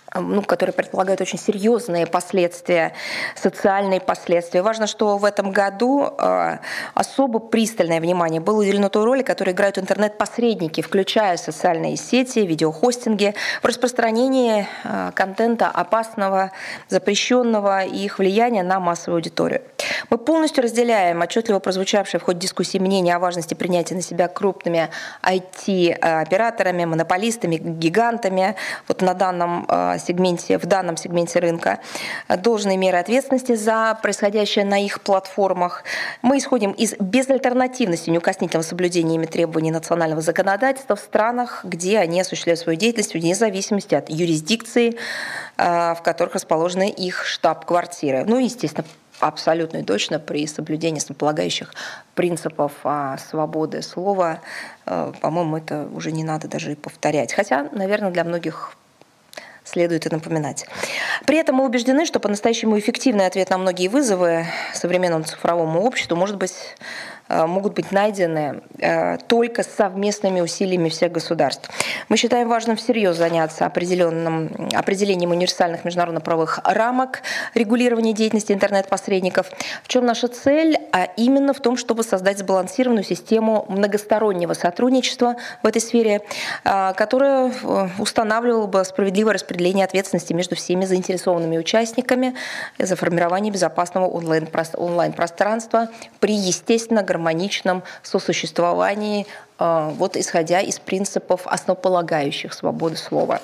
которые предполагают очень серьезные последствия, социальные последствия. Важно, что в этом году особо пристальное внимание было уделено той роли, которую играют интернет-посредники, включая социальные сети, видеохостинги, в распространении контента опасного, запрещенного и их влияния на массовую аудиторию. Мы полностью разделяем отчетливо прозвучавшее в ходе дискуссии мнение о важности принятия на себя крупными IT-операторами, монополистами, гигантами в данном сегменте рынка должные меры ответственности за происходящее на их платформах. Мы исходим из безальтернативности неукоснительного соблюдения ими требований национального законодательства в странах, где они осуществляют свою деятельность вне зависимости от юрисдикции, в которых расположены их штаб-квартиры. Естественно, абсолютно и точно при соблюдении основополагающих принципов свободы слова. По-моему, это уже не надо даже и повторять. Хотя, наверное, для многих следует и напоминать. При этом мы убеждены, что по-настоящему эффективный ответ на многие вызовы современному цифровому обществу могут быть найдены только совместными усилиями всех государств. Мы считаем важным всерьез заняться определением универсальных международно-правовых рамок регулирования деятельности интернет-посредников. В чем наша цель? А именно в том, чтобы создать сбалансированную систему многостороннего сотрудничества в этой сфере, которая устанавливала бы справедливое распределение ответственности между всеми заинтересованными участниками за формирование безопасного онлайн-пространства при, естественно, гармоничном сосуществовании, исходя из принципов, основополагающих свободы слова.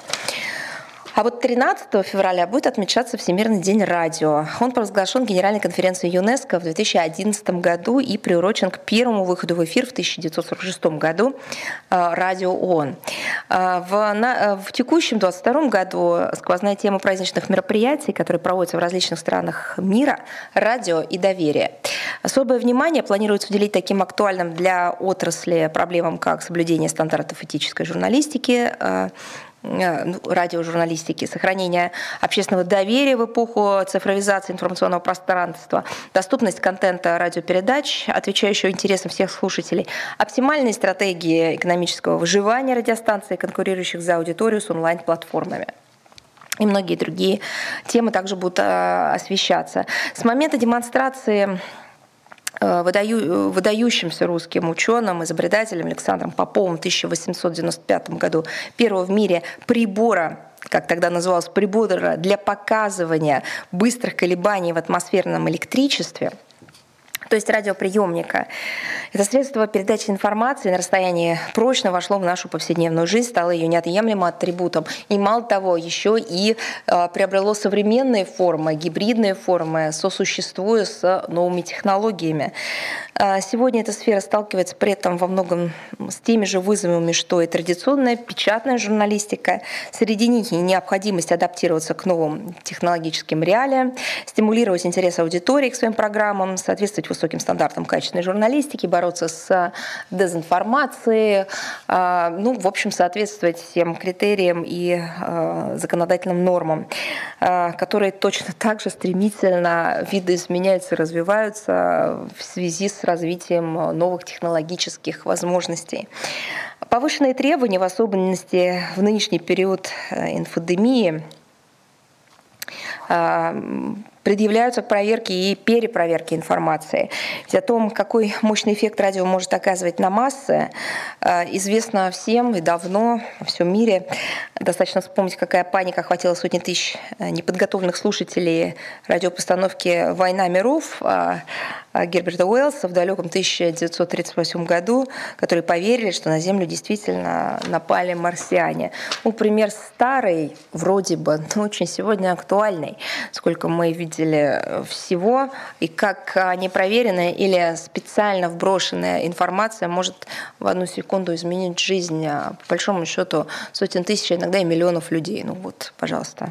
13 февраля будет отмечаться Всемирный день радио. Он провозглашен Генеральной конференцией ЮНЕСКО в 2011 году и приурочен к первому выходу в эфир в 1946 году радио ООН. В текущем 2022 году сквозная тема праздничных мероприятий, которые проводятся в различных странах мира, радио и доверие. Особое внимание планируется уделить таким актуальным для отрасли проблемам, как соблюдение стандартов этической журналистики, радиожурналистики, сохранение общественного доверия в эпоху цифровизации информационного пространства, доступность контента радиопередач, отвечающего интересам всех слушателей, оптимальные стратегии экономического выживания радиостанций, конкурирующих за аудиторию с онлайн-платформами. И многие другие темы также будут освещаться. С момента демонстрации выдающимся русским ученым, изобретателем Александром Поповым в 1895 году первого в мире прибора, как тогда называлось, прибора для показывания быстрых колебаний в атмосферном электричестве, то есть радиоприемника. Это средство передачи информации на расстоянии прочно вошло в нашу повседневную жизнь, стало ее неотъемлемым атрибутом. И мало того, еще и приобрело современные формы, гибридные формы, сосуществуя с новыми технологиями. Сегодня эта сфера сталкивается при этом во многом с теми же вызовами, что и традиционная печатная журналистика. Среди них необходимость адаптироваться к новым технологическим реалиям, стимулировать интерес аудитории к своим программам, соответствовать высоким стандартам качественной журналистики, бороться с дезинформацией, в общем, соответствовать всем критериям и законодательным нормам, которые точно так же стремительно видоизменяются и развиваются в связи с развитием новых технологических возможностей. Повышенные требования, в особенности в нынешний период инфодемии, предъявляются к проверке и перепроверке информации. Ведь о том, какой мощный эффект радио может оказывать на массы, известно всем и давно во всем мире. Достаточно вспомнить, какая паника охватила сотни тысяч неподготовленных слушателей радиопостановки «Война миров» Герберта Уэллса в далеком 1938 году, которые поверили, что на Землю действительно напали марсиане. Пример старый, вроде бы, но очень сегодня актуальный. Сколько мы видели всего, и как непроверенная или специально вброшенная информация может в одну секунду изменить жизнь, по большому счету, сотен тысяч, иногда и миллионов людей. Пожалуйста.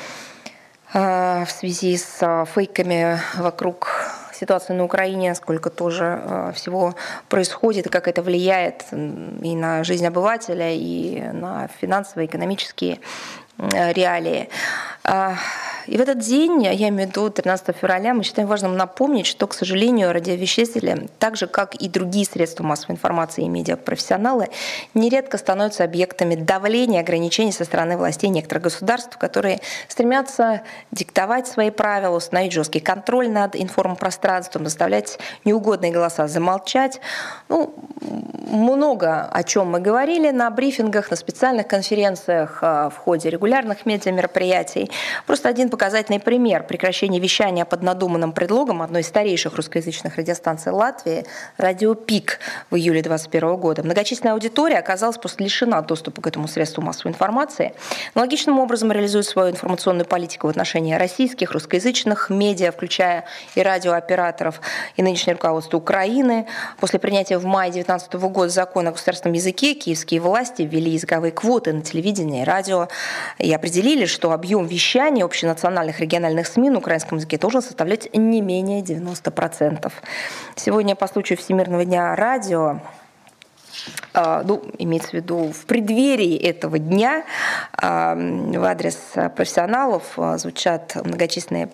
В связи с фейками вокруг ситуации на Украине, сколько тоже всего происходит, и как это влияет и на жизнь обывателя, и на финансовые, экономические реалии. И в этот день, я имею в виду 13 февраля, мы считаем важным напомнить, что, к сожалению, радиовещатели, так же, как и другие средства массовой информации и медиапрофессионалы, нередко становятся объектами давления и ограничений со стороны властей некоторых государств, которые стремятся диктовать свои правила, установить жесткий контроль над информпространством, заставлять неугодные голоса замолчать. Много о чем мы говорили на брифингах, на специальных конференциях, в ходе регулярных медиамероприятий. Просто один показательный пример прекращения вещания под надуманным предлогом одной из старейших русскоязычных радиостанций Латвии, радио «Пик» в июле 2021 года. Многочисленная аудитория оказалась просто лишена доступа к этому средству массовой информации. Аналогичным образом реализует свою информационную политику в отношении российских, русскоязычных медиа, включая и радиооператоров, и нынешнее руководство Украины. После принятия в мае 2019 года закона о государственном языке киевские власти ввели языковые квоты на телевидении и радио и определили, что объем вещания общенациональных региональных СМИ на украинском языке должен составлять не менее 90%. Сегодня по случаю Всемирного дня радио, имеется в виду в преддверии этого дня, в адрес профессионалов звучат многочисленные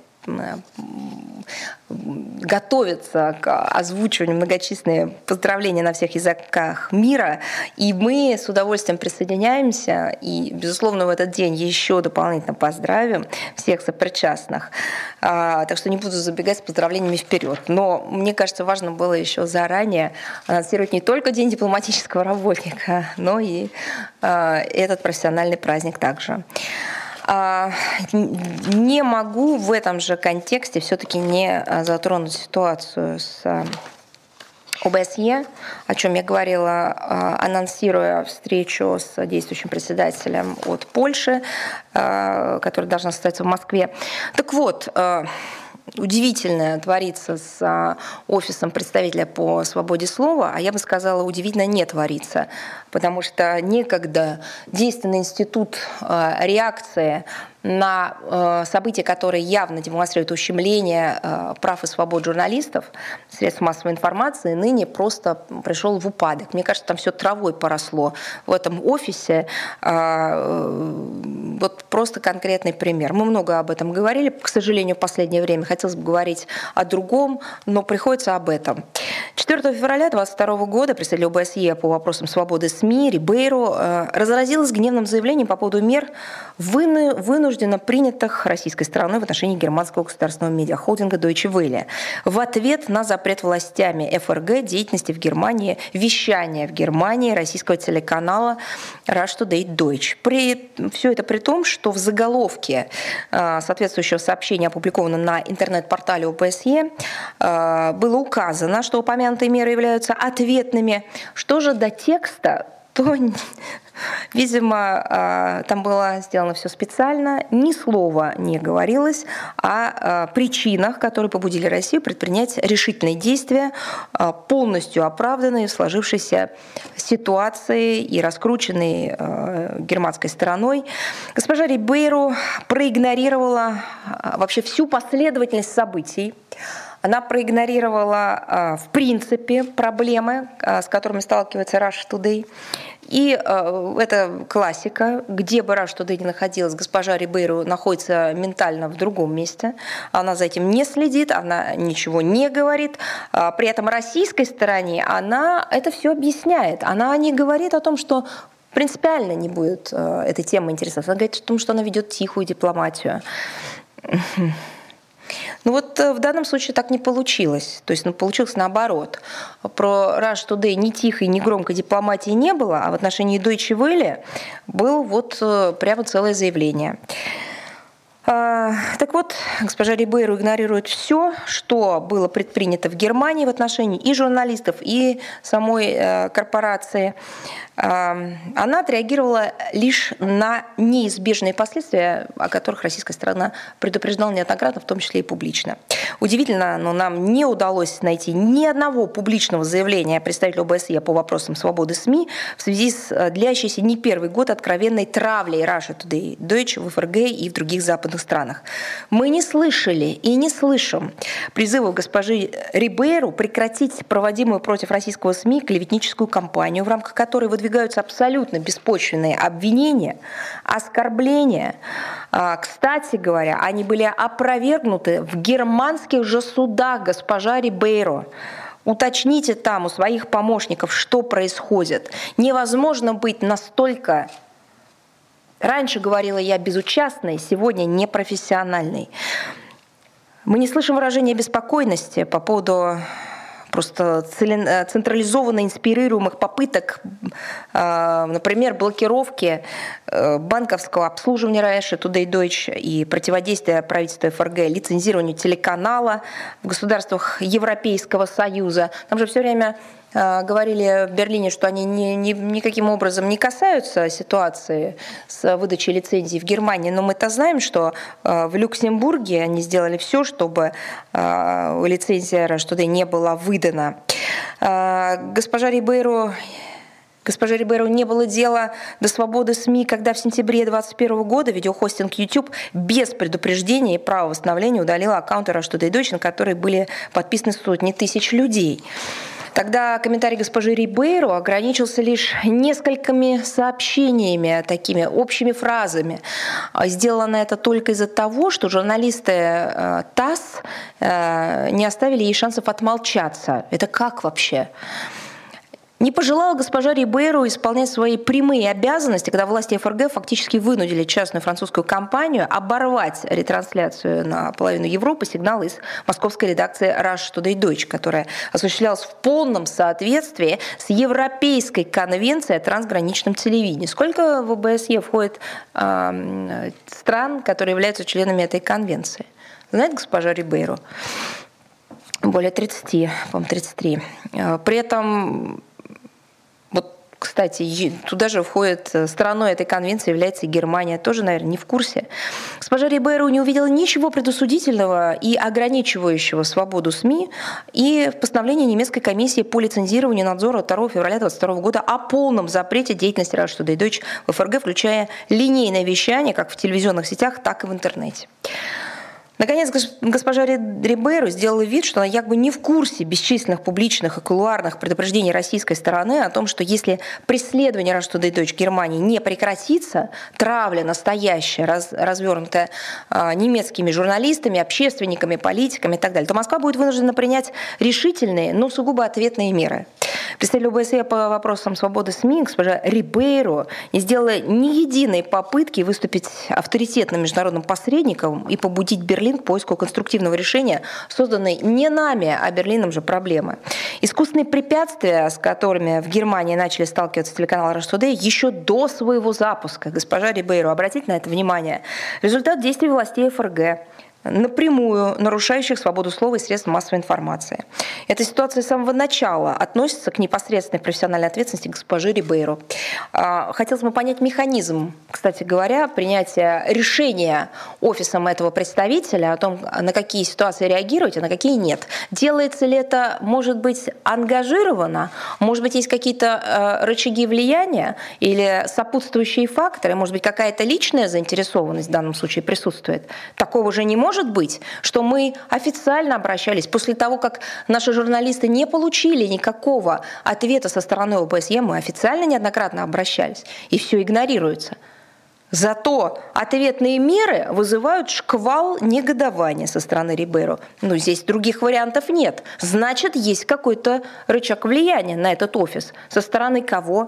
готовятся к озвучиванию многочисленные поздравления на всех языках мира, и мы с удовольствием присоединяемся и, безусловно, в этот день еще дополнительно поздравим всех сопричастных. Так что не буду забегать с поздравлениями вперед. Но мне кажется, важно было еще заранее анонсировать не только День дипломатического работника, но и этот профессиональный праздник также. Не могу в этом же контексте все-таки не затронуть ситуацию с ОБСЕ, о чем я говорила, анонсируя встречу с действующим председателем от Польши, которая должна состояться в Москве. Так вот, удивительное творится с офисом представителя по свободе слова, а я бы сказала, удивительно не творится, потому что некогда действенный институт реакции на события, которые явно демонстрируют ущемление прав и свобод журналистов, средств массовой информации, ныне просто пришел в упадок. Мне кажется, там все травой поросло в этом офисе. Вот просто конкретный пример. Мы много об этом говорили, к сожалению, в последнее время. Хотелось бы говорить о другом, но приходится об этом. 4 февраля 2022 года представитель ОБСЕ по вопросам свободы СМИ Рибейру разразилась гневным заявлением по поводу мер, вынужденно принятых российской стороной в отношении германского государственного медиахолдинга Deutsche Welle в ответ на запрет властями ФРГ деятельности в Германии, вещания в Германии российского телеканала Russia Today Deutsch. Все это при том, что в заголовке соответствующего сообщения, опубликованного на интернет-портале ОБСЕ, было указано, что упомянутые меры являются ответными. Что же до текста, то, видимо, там было сделано все специально, ни слова не говорилось о причинах, которые побудили Россию предпринять решительные действия, полностью оправданные в сложившейся ситуации и раскрученные германской стороной. Госпожа Рибейру проигнорировала вообще всю последовательность событий. Она проигнорировала, в принципе, проблемы, с которыми сталкивается Russia Today. И это классика. Где бы Russia Today ни находилась, госпожа Рибейру находится ментально в другом месте. Она за этим не следит, она ничего не говорит. При этом российской стороне она это все объясняет. Она не говорит о том, что принципиально не будет этой темой интересоваться. Она говорит о том, что она ведет тихую дипломатию. Ну вот в данном случае так не получилось. То есть получилось наоборот. Про Russia Today ни тихой, ни громкой дипломатии не было, а в отношении Deutsche Welle было вот прямо целое заявление. Так вот, госпожа Рибейру игнорирует все, что было предпринято в Германии в отношении и журналистов, и самой корпорации. Она отреагировала лишь на неизбежные последствия, о которых российская сторона предупреждала неоднократно, в том числе и публично. Удивительно, но нам не удалось найти ни одного публичного заявления представителя ОБСЕ по вопросам свободы СМИ в связи с длящейся не первый год откровенной травлей Russia Today Deutsch в ФРГ и в других западных странах. Мы не слышали и не слышим призывов госпожи Рибейро прекратить проводимую против российского СМИ клеветническую кампанию, в рамках которой выдвигаются абсолютно беспочвенные обвинения, оскорбления. Кстати говоря, они были опровергнуты в германских же судах, госпожа Рибейро. Уточните там у своих помощников, что происходит. Невозможно быть настолько, раньше говорила я, безучастной, сегодня непрофессиональной. Мы не слышим выражения беспокойности по поводу просто централизованно инспирируемых попыток, например, блокировки банковского обслуживания Russia Today Deutsch и противодействия правительства ФРГ лицензированию телеканала в государствах Европейского Союза. Там же все время говорили в Берлине, что они никаким образом не касаются ситуации с выдачей лицензий в Германии, но мы-то знаем, что в Люксембурге они сделали все, чтобы лицензия Russia Today не была выдана. Госпожа Рибейро не было дела до свободы СМИ, когда в сентябре 2021 года видеохостинг YouTube без предупреждения и права восстановления удалил аккаунты Russia Today Deutsch, на которые были подписаны сотни тысяч людей. Тогда комментарий госпожи Рибейро ограничился лишь несколькими сообщениями, такими общими фразами. Сделано это только из-за того, что журналисты ТАСС не оставили ей шансов отмолчаться. Это как вообще? Не пожелала госпожа Рибейро исполнять свои прямые обязанности, когда власти ФРГ фактически вынудили частную французскую компанию оборвать ретрансляцию на половину Европы сигнала из московской редакции Russia Today Deutsch, которая осуществлялась в полном соответствии с Европейской конвенцией о трансграничном телевидении. Сколько в ОБСЕ входит стран, которые являются членами этой конвенции? Знает госпожа Рибейро? Более 30, по-моему, 33. При этом, кстати, туда же входит, стороной этой конвенции является и Германия, тоже, наверное, не в курсе. Госпожа Рибейро не увидела ничего предосудительного и ограничивающего свободу СМИ и в постановлении немецкой комиссии по лицензированию и надзору от 2 февраля 2022 года о полном запрете деятельности Russia Today Deutsch в ФРГ, включая линейное вещание как в телевизионных сетях, так и в интернете. Наконец, госпожа Рибейро сделала вид, что она якобы не в курсе бесчисленных публичных и кулуарных предупреждений российской стороны о том, что если преследование Russia Today Deutsch в Германии не прекратится, травля настоящая, развернутая немецкими журналистами, общественниками, политиками и так далее, то Москва будет вынуждена принять решительные, но сугубо ответные меры. Представитель ОБСЕ по вопросам свободы СМИ госпожа Рибейро не сделала ни единой попытки выступить авторитетным международным посредником и побудить Берлин к поиску конструктивного решения, созданной не нами, а Берлином же проблемы. Искусственные препятствия, с которыми в Германии начали сталкиваться телеканалы Russia Today еще до своего запуска, госпожа Рибейро, обратите на это внимание, результат действий властей ФРГ, напрямую нарушающих свободу слова и средств массовой информации. Эта ситуация с самого начала относится к непосредственной профессиональной ответственности госпожи Рибейро. Хотелось бы понять механизм, кстати говоря, принятия решения офисом этого представителя о том, на какие ситуации реагировать, а на какие нет. Делается ли это, может быть, ангажированно? Может быть, есть какие-то рычаги влияния или сопутствующие факторы? Может быть, какая-то личная заинтересованность в данном случае присутствует? Такого же не может быть, что мы официально обращались после того, как наши журналисты не получили никакого ответа со стороны ОБСЕ, мы официально неоднократно обращались, и все игнорируется. Зато ответные меры вызывают шквал негодования со стороны Рибейро. Но здесь других вариантов нет. Значит, есть какой-то рычаг влияния на этот офис. Со стороны кого?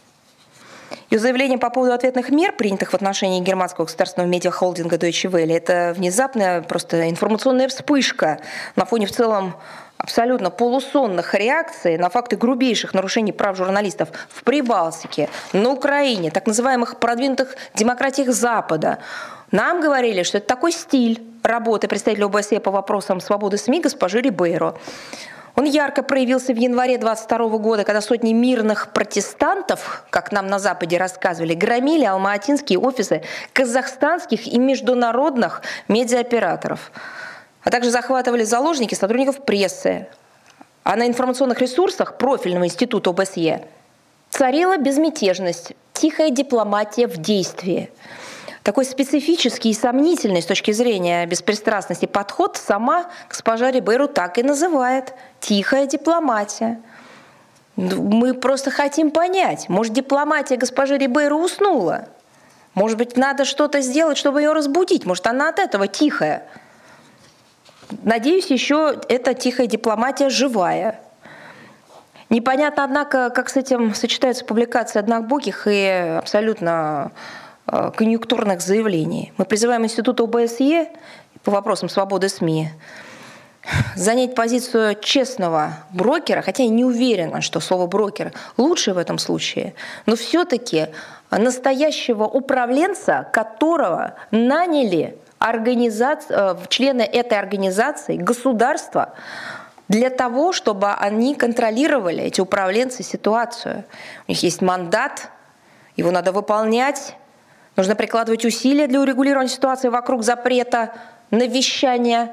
Ее заявление по поводу ответных мер, принятых в отношении германского государственного медиахолдинга Deutsche Welle, это внезапная просто информационная вспышка на фоне в целом абсолютно полусонных реакций на факты грубейших нарушений прав журналистов в Прибалтике, на Украине, так называемых продвинутых демократиях Запада. Нам говорили, что это такой стиль работы представителя ОБСЕ по вопросам свободы СМИ госпожи Рибейро. Он ярко проявился в январе 2022 года, когда сотни мирных протестантов, как нам на Западе рассказывали, громили алматинские офисы казахстанских и международных медиаоператоров. а также захватывали в заложники сотрудников прессы. А на информационных ресурсах профильного института ОБСЕ царила безмятежность, тихая дипломатия в действии. Такой специфический и сомнительный с точки зрения беспристрастности подход сама госпожа Рибейру так и называет – тихая дипломатия. Мы просто хотим понять, может, дипломатия госпожи Рибейру уснула? Может быть, надо что-то сделать, чтобы ее разбудить? Может, она от этого тихая? Надеюсь, еще эта тихая дипломатия живая. Непонятно, однако, как с этим сочетаются публикации однобоких и абсолютно конъюнктурных заявлений. Мы призываем Институт ОБСЕ по вопросам свободы СМИ занять позицию честного брокера, хотя я не уверена, что слово «брокер» лучше в этом случае, но все-таки настоящего управленца, которого наняли члены этой организации, государства, для того, чтобы они контролировали, эти управленцы, ситуацию. У них есть мандат, его надо выполнять, нужно прикладывать усилия для урегулирования ситуации вокруг запрета на вещание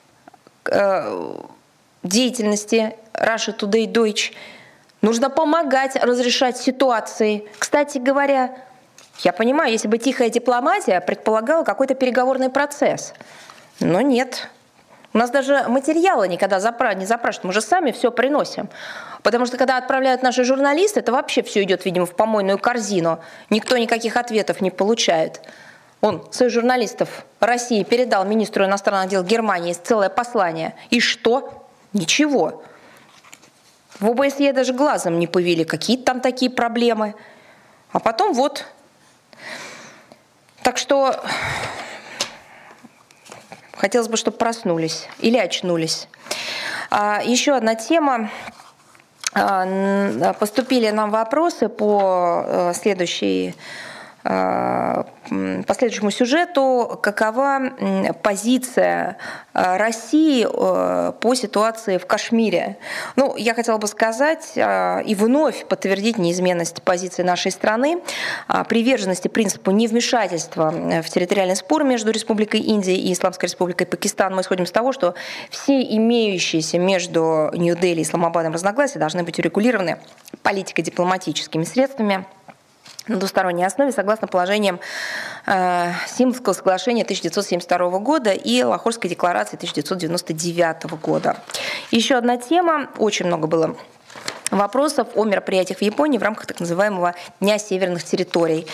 деятельности Russia Today Deutsch. Нужно помогать разрешать ситуации. Кстати говоря, я понимаю, если бы тихая дипломатия предполагала какой-то переговорный процесс. Но нет. У нас даже материалы никогда не запрашивают. Мы же сами все приносим. Потому что когда отправляют наши журналисты, это вообще все идет, видимо, в помойную корзину. Никто никаких ответов не получает. Он своих журналистов России передал министру иностранных дел Германии целое послание. И что? Ничего. В ОБСЕ даже глазом не повели, какие там такие проблемы. А потом вот. Так что хотелось бы, чтобы проснулись или очнулись. Еще одна тема. Поступили нам вопросы по следующему сюжету. Какова позиция России по ситуации в Кашмире? Ну, я хотела бы сказать и вновь подтвердить неизменность позиции нашей страны, приверженности принципу невмешательства в территориальный спор между Республикой Индия и Исламской Республикой Пакистан. Мы исходим из того, что все имеющиеся между Нью-Дели и Исламабадом разногласия должны быть урегулированы политико-дипломатическими средствами на двусторонней основе согласно положениям Симского соглашения 1972 года и Лахорской декларации 1999 года. Еще одна тема. Очень много было вопросов о мероприятиях в Японии в рамках так называемого Дня северных территорий.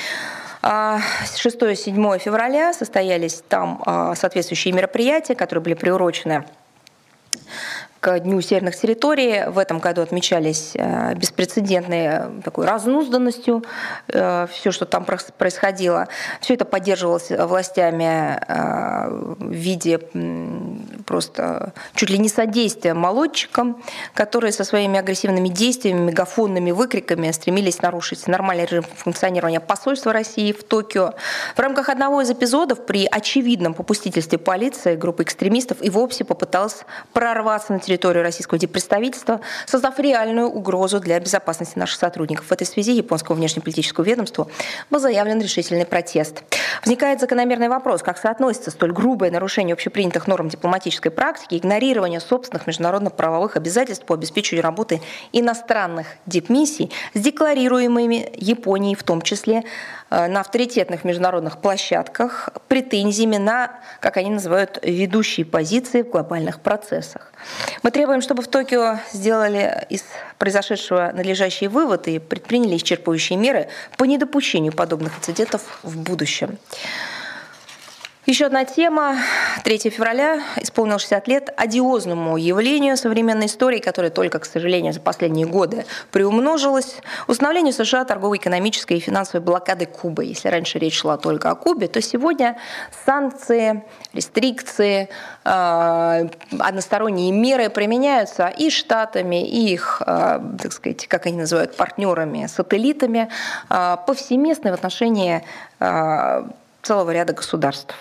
6-7 февраля состоялись там соответствующие мероприятия, которые были приурочены к Дню северных территорий. В этом году отмечались беспрецедентной такой разнузданностью все, что там происходило. Все это поддерживалось властями в виде просто чуть ли не содействия молодчикам, которые со своими агрессивными действиями, мегафонными выкриками стремились нарушить нормальный режим функционирования посольства России в Токио. В рамках одного из эпизодов при очевидном попустительстве полиции группа экстремистов и вовсе попыталась прорваться на территорию российского диппредставительства, создав реальную угрозу для безопасности наших сотрудников. В этой связи японскому внешнеполитическому ведомству был заявлен решительный протест. Возникает закономерный вопрос, как соотносится столь грубое нарушение общепринятых норм дипломатической практики, игнорирование собственных международно-правовых обязательств по обеспечению работы иностранных дипмиссий с декларируемыми Японией, в том числе на авторитетных международных площадках, претензиями на, как они называют, ведущие позиции в глобальных процессах. Мы требуем, чтобы в Токио сделали из произошедшего надлежащие выводы и предприняли исчерпывающие меры по недопущению подобных инцидентов в будущем. Еще одна тема. 3 февраля исполнилось 60 лет одиозному явлению современной истории, которое только, к сожалению, за последние годы приумножилось, установлению США торговой, экономической и финансовой блокады Кубы. Если раньше речь шла только о Кубе, то сегодня санкции, рестрикции, односторонние меры применяются и Штатами, и их, так сказать, как они называют, партнерами, сателлитами, повсеместно в отношении целого ряда государств.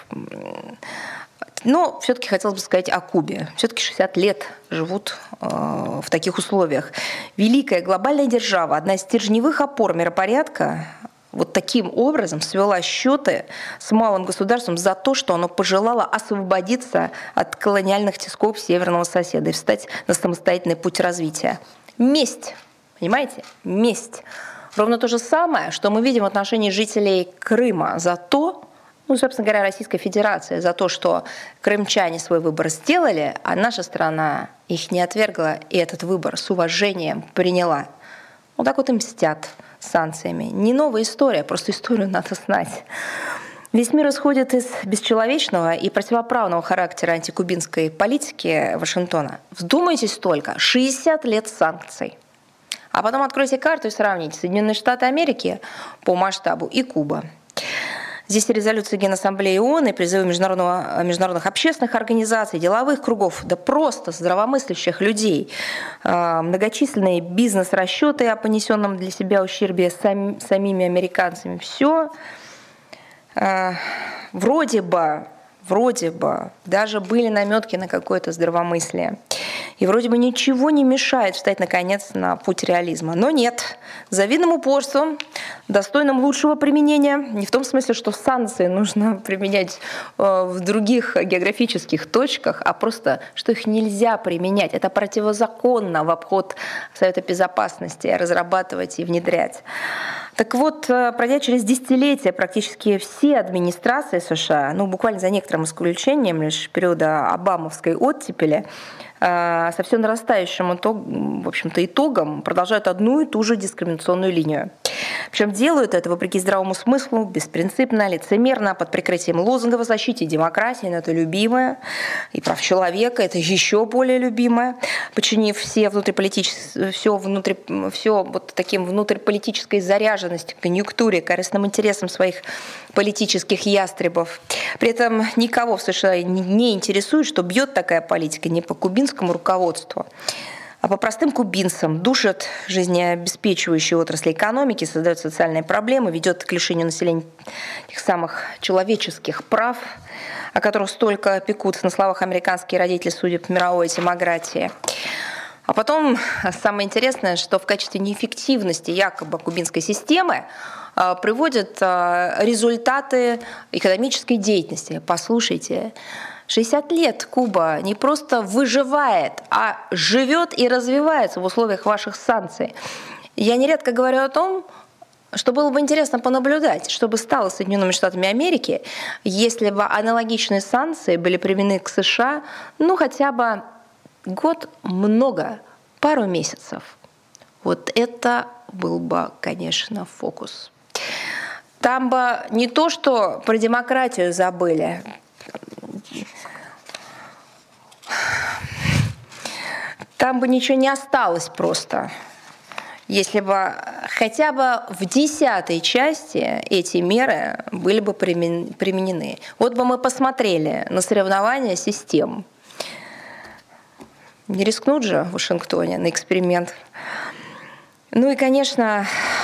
Но все-таки хотелось бы сказать о Кубе. Все-таки 60 лет живут в таких условиях. Великая глобальная держава, одна из стержневых опор миропорядка, вот таким образом свела счеты с малым государством за то, что оно пожелало освободиться от колониальных тисков северного соседа и встать на самостоятельный путь развития. Месть, понимаете? Месть. Ровно то же самое, что мы видим в отношении жителей Крыма за то, собственно говоря, Российской Федерации, за то, что крымчане свой выбор сделали, а наша страна их не отвергла и этот выбор с уважением приняла. Вот так вот и мстят санкциями. Не новая история, просто историю надо знать. Весь мир исходит из бесчеловечного и противоправного характера антикубинской политики Вашингтона. Вдумайтесь только, 60 лет санкций. А потом откройте карту и сравните Соединенные Штаты Америки по масштабу и Куба. Здесь резолюции Генассамблеи ООН и призывы международных общественных организаций, деловых кругов, да просто здравомыслящих людей, многочисленные бизнес-расчеты о понесенном для себя ущербе самими американцами. Все вроде бы даже были наметки на какое-то здравомыслие. И вроде бы ничего не мешает встать, наконец, на путь реализма. Но нет. С завидным упорством, достойным лучшего применения, не в том смысле, что санкции нужно применять в других географических точках, а просто, что их нельзя применять. Это противозаконно в обход Совета Безопасности разрабатывать и внедрять. Так вот, пройдя через десятилетия, практически все администрации США, буквально за некоторым исключением лишь периода обамовской оттепели, со все нарастающим итогом продолжают одну и ту же дискриминационную линию. Причем делают это вопреки здравому смыслу, беспринципно, лицемерно, под прикрытием лозунгов о защите демократии, это любимое, и прав человека, это еще более любимое, подчинив все вот таким внутриполитической заряженности, конъюнктуре, корыстным интересам своих политических ястребов. При этом никого в США не интересует, что бьет такая политика не по кубинскому руководству, а по простым кубинцам, душат жизнеобеспечивающие отрасли экономики, создают социальные проблемы, ведет к лишению населения тех самых человеческих прав, о которых столько пекутся на словах американские родители, судя по мировой демократии. А потом самое интересное, что в качестве неэффективности якобы кубинской системы приводят результаты экономической деятельности. Послушайте, 60 лет Куба не просто выживает, а живет и развивается в условиях ваших санкций. Я нередко говорю о том, что было бы интересно понаблюдать, что бы стало с Соединенными Штатами Америки, если бы аналогичные санкции были применены к США, хотя бы год, пару месяцев. Вот это был бы, конечно, фокус. Там бы не то, что про демократию забыли, там бы ничего не осталось просто, если бы хотя бы в 10-й части эти меры были бы применены. Вот бы мы посмотрели на соревнования систем. Не рискнут же в Вашингтоне на эксперимент. И, конечно,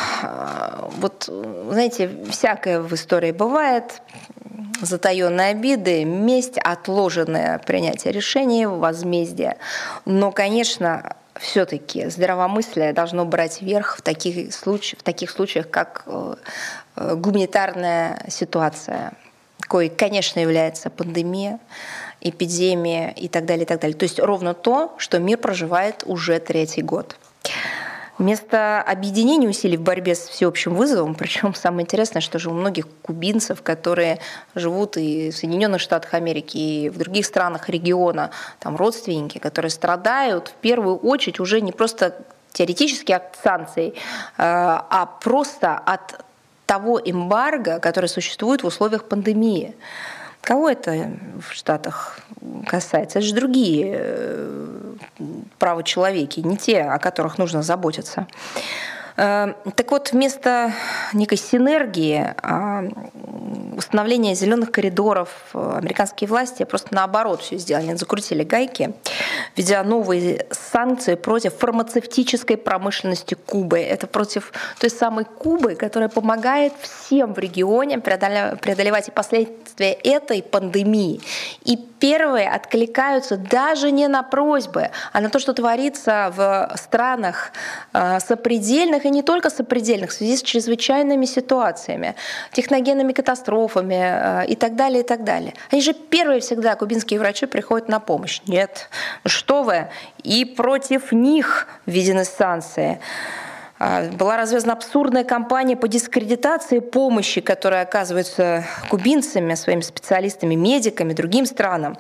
знаете, всякое в истории бывает. Затаённые обиды, месть, отложенное принятие решений, возмездие. Но, конечно, все-таки здравомыслие должно брать верх в таких случаях, как гуманитарная ситуация, коей, конечно, является пандемия, эпидемия и так далее, и так далее. То есть ровно то, что мир проживает уже 3-й год. Вместо объединения усилий в борьбе с всеобщим вызовом, причем самое интересное, что же у многих кубинцев, которые живут и в Соединенных Штатах Америки, и в других странах региона, там родственники, которые страдают в первую очередь уже не просто теоретически от санкций, а просто от того эмбарго, которое существует в условиях пандемии. Кого это в Штатах касается? Это же другие права человека, не те, о которых нужно заботиться. Так вот, вместо некой синергии, установления зеленых коридоров, американские власти просто наоборот все сделали. Они закрутили гайки, введя новые санкции против фармацевтической промышленности Кубы. Это против той самой Кубы, которая помогает всем в регионе преодолевать и последствия этой пандемии, и первые откликаются даже не на просьбы, а на то, что творится в странах сопредельных и не только сопредельных в связи с чрезвычайными ситуациями, техногенными катастрофами и так далее, и так далее. Они же первые всегда, кубинские врачи, приходят на помощь. Нет, что вы, и против них введены санкции. Была развязана абсурдная кампания по дискредитации помощи, которая оказывается кубинцами, своими специалистами, медиками, другим странам.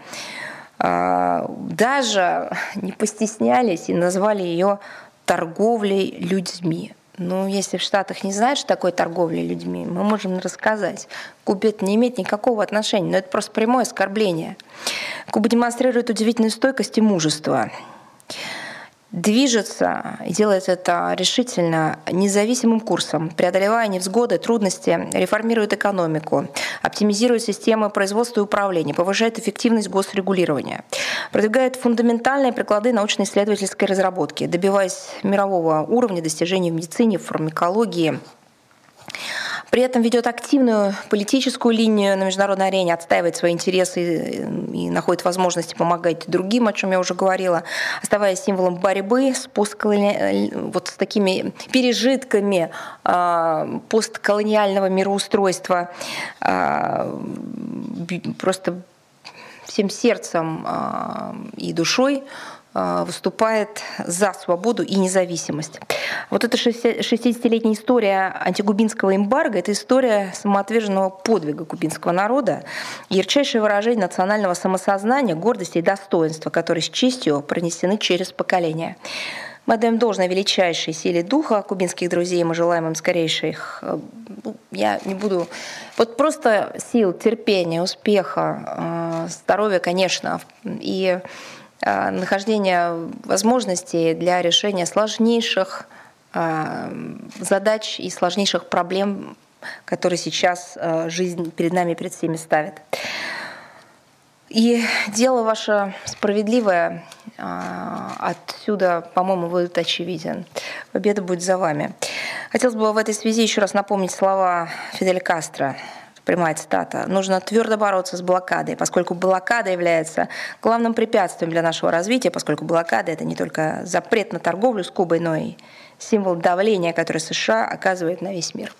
Даже не постеснялись и назвали ее торговлей людьми. Ну, если в Штатах не знают, что такое торговля людьми, мы можем рассказать. Куба это не имеет никакого отношения, но это просто прямое оскорбление. Куба демонстрирует удивительную стойкость и мужество. Движется и делает это решительно независимым курсом, преодолевая невзгоды, трудности, реформирует экономику, оптимизирует системы производства и управления, повышает эффективность госрегулирования, продвигает фундаментальные прикладные научно-исследовательской разработки, добиваясь мирового уровня достижений в медицине, в фармакологии. При этом ведет активную политическую линию на международной арене, отстаивает свои интересы и находит возможности помогать другим, о чем я уже говорила, оставаясь символом борьбы с вот с такими пережитками постколониального мироустройства, просто всем сердцем и душой выступает за свободу и независимость. Вот эта 60-летняя история антикубинского эмбарго – это история самоотверженного подвига кубинского народа, ярчайшее выражение национального самосознания, гордости и достоинства, которые с честью пронесены через поколения. Мы отдаем должное величайшей силе духа кубинских друзей, мы желаем им скорейших, я не буду, вот просто сил, терпения, успеха, здоровья, конечно, и нахождение возможностей для решения сложнейших задач и сложнейших проблем, которые сейчас жизнь перед нами, перед всеми ставит. И дело ваше справедливое, отсюда, по-моему, будет очевиден. Победа будет за вами. Хотелось бы в этой связи еще раз напомнить слова Фиделя Кастро. Прямая цитата. «Нужно твердо бороться с блокадой, поскольку блокада является главным препятствием для нашего развития, поскольку блокада – это не только запрет на торговлю с Кубой, но и символ давления, которое США оказывает на весь мир».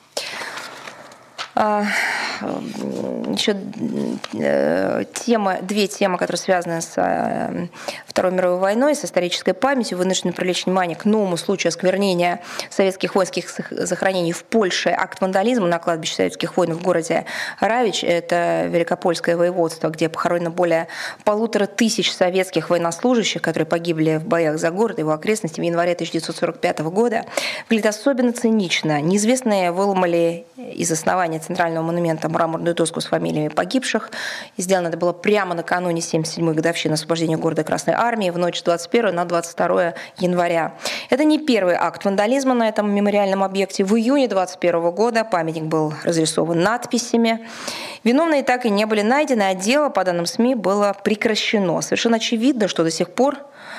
Еще две темы, которые связаны с Второй мировой войной, с исторической памятью, вынуждены привлечь внимание к новому случаю осквернения советских воинских захоронений в Польше. Акт вандализма на кладбище советских воинов в городе Равич, это Великопольское воеводство, где похоронено более 1500 советских военнослужащих, которые погибли в боях за город и его окрестности в январе 1945 года, выглядит особенно цинично. Неизвестные выломали из основания центрального монумента мраморную доску с фамилиями погибших. И сделано это было прямо накануне 77-й годовщины освобождения города Красной Армии в ночь с 21 на 22 января. Это не первый акт вандализма на этом мемориальном объекте. В июне 21 года памятник был разрисован надписями. Виновные так и не были найдены, а дело, по данным СМИ, было прекращено. Совершенно очевидно, что до сих пор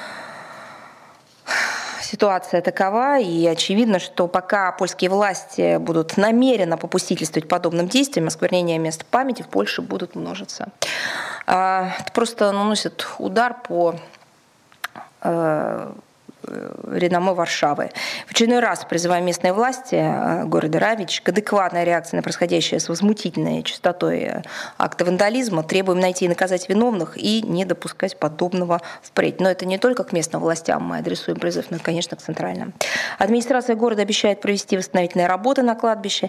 ситуация такова, и очевидно, что пока польские власти будут намеренно попустительствовать подобным действиям, осквернения мест памяти в Польше будут множиться. Это просто наносит удар по реноме Варшавы. В очередной раз призываем местные власти города Равич к адекватной реакции на происходящее с возмутительной частотой акта вандализма. Требуем найти и наказать виновных и не допускать подобного впредь. Но это не только к местным властям мы адресуем призыв, но и, конечно, к центральным. Администрация города обещает провести восстановительные работы на кладбище.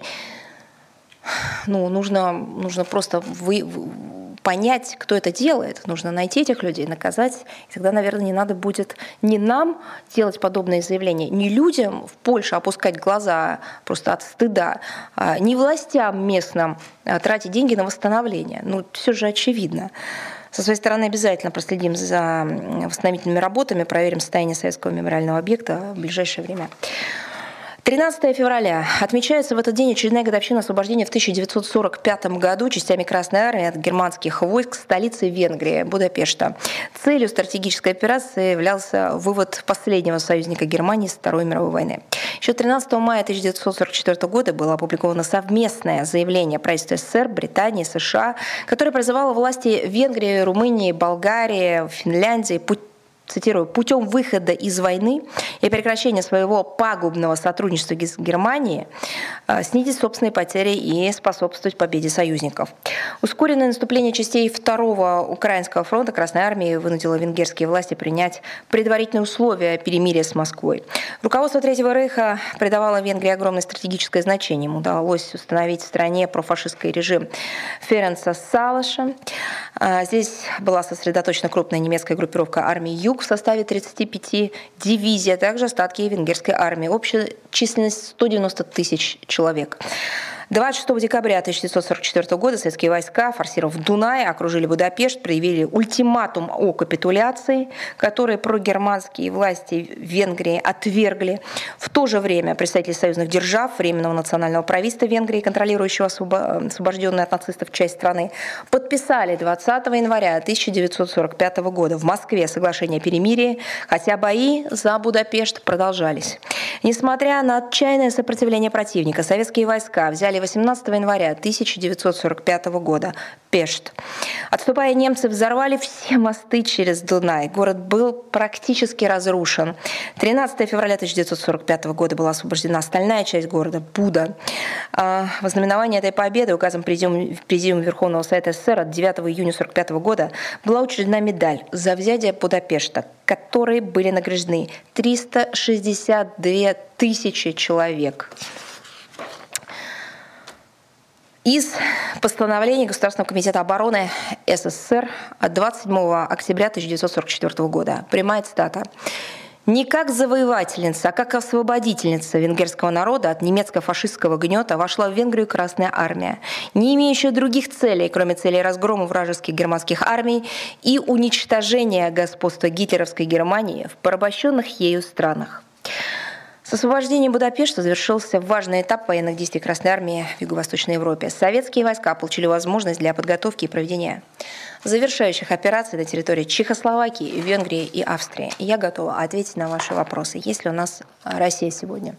Нужно просто понять, кто это делает. Нужно найти этих людей, наказать. И тогда, наверное, не надо будет не нам делать подобные заявления, не людям в Польше опускать глаза просто от стыда, не властям местным тратить деньги на восстановление. Все же очевидно. Со своей стороны обязательно проследим за восстановительными работами, проверим состояние советского мемориального объекта в ближайшее время. 13 февраля. Отмечается в этот день очередная годовщина освобождения в 1945 году частями Красной Армии от германских войск столицы Венгрии, Будапешта. Целью стратегической операции являлся вывод последнего союзника Германии с Второй мировой войны. Еще 13 мая 1944 года было опубликовано совместное заявление правительства СССР, Британии, США, которое призывало власти Венгрии, Румынии, Болгарии, Финляндии цитирую, «путем выхода из войны и прекращения своего пагубного сотрудничества с Германией снизить собственные потери и способствовать победе союзников». Ускоренное наступление частей Второго Украинского фронта Красной Армии вынудило венгерские власти принять предварительные условия перемирия с Москвой. Руководство Третьего Рейха придавало Венгрии огромное стратегическое значение. Ему удалось установить в стране профашистский режим Ференца Салаша. Здесь была сосредоточена крупная немецкая группировка армии «Юг» в составе 35 дивизий, а также остатки венгерской армии. Общая численность 190 тысяч человек. 26 декабря 1944 года советские войска, форсировав Дунай, окружили Будапешт, проявили ультиматум о капитуляции, который прогерманские власти Венгрии отвергли. В то же время представители союзных держав, Временного национального правительства Венгрии, контролирующего освобожденную от нацистов часть страны, подписали 20 января 1945 года в Москве соглашение о перемирии, хотя бои за Будапешт продолжались. Несмотря на отчаянное сопротивление противника, советские войска взяли 18 января 1945 года Пешт. Отступая, немцы взорвали все мосты через Дунай. Город был практически разрушен. 13 февраля 1945 года была освобождена остальная часть города Буда. В знаменование этой победы указом Президиума Верховного Совета СССР от 9 июня 1945 года была учреждена медаль за взятие Будапешта, которой были награждены 362 тысячи человек. Из постановления Государственного комитета обороны СССР от 27 октября 1944 года. Прямая цитата. «Не как завоевательница, а как освободительница венгерского народа от немецко-фашистского гнета вошла в Венгрию Красная Армия, не имеющая других целей, кроме целей разгрома вражеских германских армий и уничтожения господства гитлеровской Германии в порабощенных ею странах». С освобождением Будапешта завершился важный этап военных действий Красной Армии в Юго-Восточной Европе. Советские войска получили возможность для подготовки и проведения завершающих операций на территории Чехословакии, Венгрии и Австрии. И я готова ответить на ваши вопросы. Есть ли у нас Россия сегодня?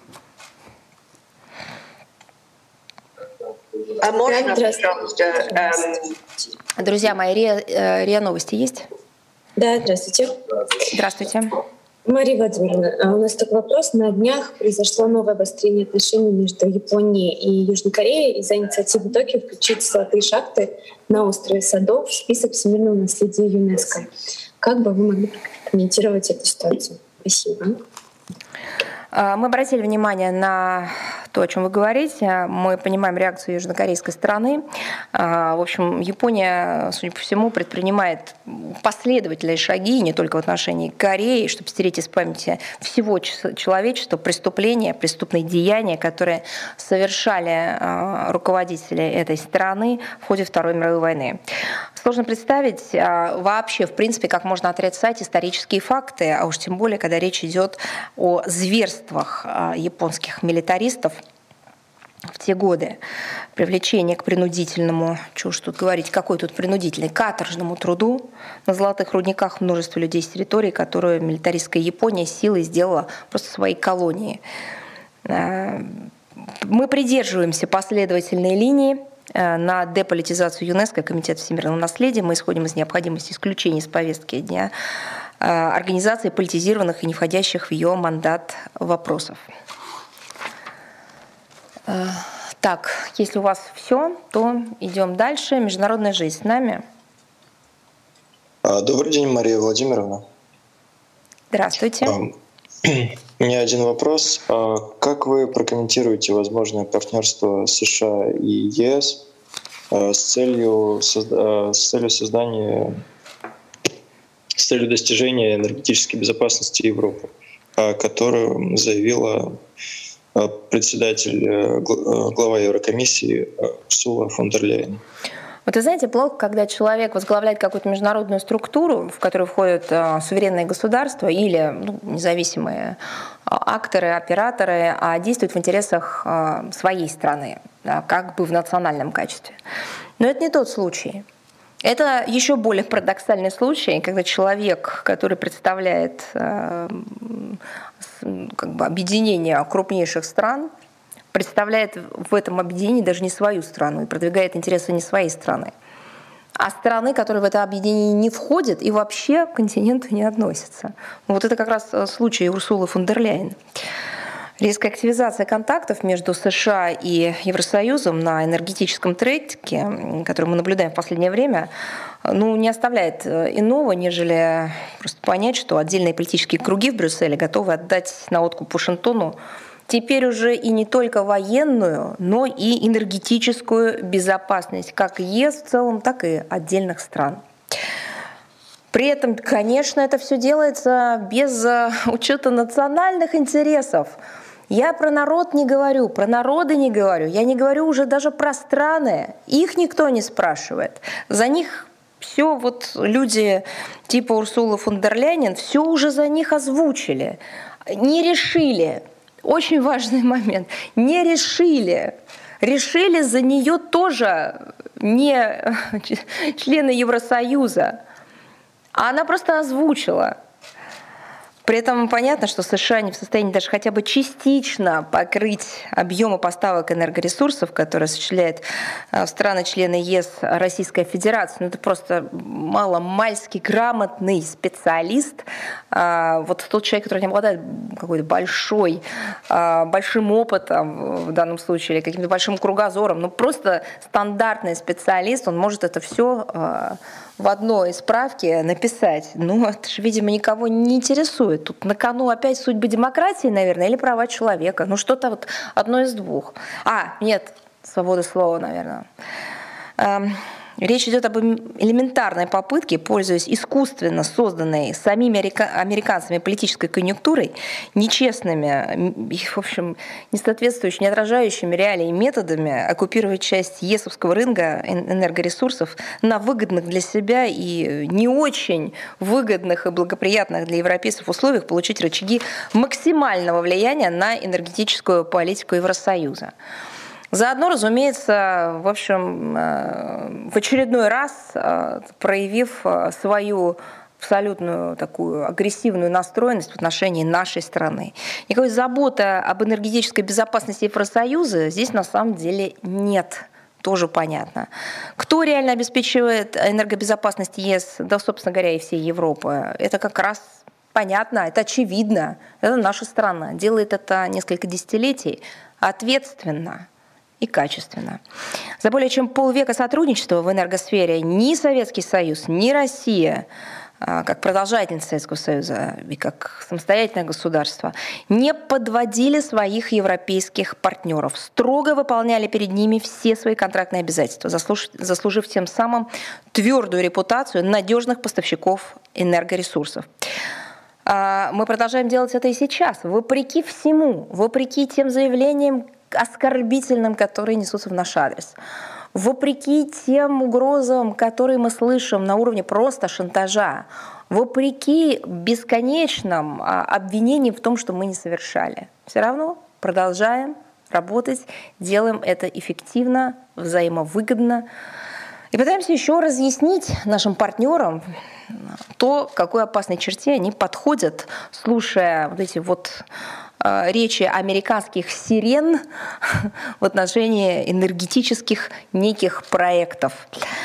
А можно, пожалуйста? Друзья мои, РИА Новости есть? Да, здравствуйте. Здравствуйте. Мария Владимировна, у нас такой вопрос. На днях произошло новое обострение отношений между Японией и Южной Кореей из-за инициативы Токио включить золотые шахты на острове Садов в список всемирного наследия ЮНЕСКО. Как бы вы могли прокомментировать эту ситуацию? Спасибо. Мы обратили внимание на то, о чем вы говорите. Мы понимаем реакцию южнокорейской стороны. В общем, Япония, судя по всему, предпринимает последовательные шаги, не только в отношении Кореи, чтобы стереть из памяти всего человечества преступления, преступные деяния, которые совершали руководители этой страны в ходе Второй мировой войны. Сложно представить вообще, в принципе, как можно отрицать исторические факты, а уж тем более, когда речь идет о зверствах японских милитаристов в те годы. Привлечение к принудительному, что уж тут говорить, какой тут принудительный, каторжному труду на золотых рудниках множество людей с территории, которую милитаристская Япония силой сделала просто своей колонией. Мы придерживаемся последовательной линии на деполитизацию ЮНЕСКО, Комитет всемирного наследия. Мы исходим из необходимости исключения из повестки дня организаций политизированных и не входящих в ее мандат вопросов. Так, если у вас все, то идем дальше. Международная жизнь с нами. Добрый день, Мария Владимировна. Здравствуйте. У меня один вопрос. Как вы прокомментируете возможное партнерство США и ЕС с целью достижения энергетической безопасности Европы, о которой заявила глава Еврокомиссии Урсула фон дер Ляйен? Вот вы знаете, плохо, когда человек возглавляет какую-то международную структуру, в которую входят суверенные государства или независимые акторы, операторы, а действует в интересах своей страны, да, как бы в национальном качестве. Но это не тот случай. Это еще более парадоксальный случай, когда человек, который представляет объединение крупнейших стран, представляет в этом объединении даже не свою страну и продвигает интересы не своей страны, а страны, которые в это объединение не входят и вообще к континенту не относятся. Вот это как раз случай Урсулы фон дер Ляйен. Резкая активизация контактов между США и Евросоюзом на энергетическом треке, который мы наблюдаем в последнее время, не оставляет иного, нежели просто понять, что отдельные политические круги в Брюсселе готовы отдать на откуп Вашингтону теперь уже и не только военную, но и энергетическую безопасность как ЕС в целом, так и отдельных стран. При этом, конечно, это все делается без учета национальных интересов. Я про народ не говорю, про народы не говорю, я не говорю уже даже про страны. Их никто не спрашивает. За них все люди типа Урсулы фон дер Ляйен все уже за них озвучили, не решили. Очень важный момент. Не решили. Решили за нее тоже не члены Евросоюза. А она просто озвучила. При этом понятно, что США не в состоянии даже хотя бы частично покрыть объемы поставок энергоресурсов, которые осуществляет в страны-члены ЕС Российская Федерация. Это просто маломальски грамотный специалист. Вот тот человек, который не обладает какой-то большим опытом в данном случае или каким-то большим кругозором, просто стандартный специалист, он может это все в одной справке написать. Это же, видимо, никого не интересует. Тут на кону опять судьбы демократии, наверное, или права человека. Что-то одно из двух. Нет, свобода слова, наверное. Речь идет об элементарной попытке, пользуясь искусственно созданной самими американцами политической конъюнктурой, нечестными, в общем, не соответствующими, не отражающими реалии методами, оккупировать часть ЕСовского рынка энергоресурсов на выгодных для себя и не очень выгодных и благоприятных для европейцев условиях, получить рычаги максимального влияния на энергетическую политику Евросоюза. Заодно, разумеется, в очередной раз проявив свою абсолютную такую агрессивную настроенность в отношении нашей страны. Никакой заботы об энергетической безопасности Евросоюза здесь на самом деле нет. Тоже понятно. Кто реально обеспечивает энергобезопасность ЕС, да, собственно говоря, и всей Европы, это как раз понятно, это очевидно. Это наша страна. Делает это несколько десятилетий ответственно и качественно. За более чем полвека сотрудничества в энергосфере ни Советский Союз, ни Россия, как продолжательница Советского Союза и как самостоятельное государство, не подводили своих европейских партнеров, строго выполняли перед ними все свои контрактные обязательства, заслужив тем самым твердую репутацию надежных поставщиков энергоресурсов. Мы продолжаем делать это и сейчас, вопреки всему, вопреки тем заявлениям оскорбительным, которые несутся в наш адрес. Вопреки тем угрозам, которые мы слышим на уровне просто шантажа, вопреки бесконечным обвинениям в том, что мы не совершали. Все равно продолжаем работать, делаем это эффективно, взаимовыгодно и пытаемся еще разъяснить нашим партнерам то, к какой опасной черте они подходят, слушая эти речи американских сирен в отношении энергетических неких проектов.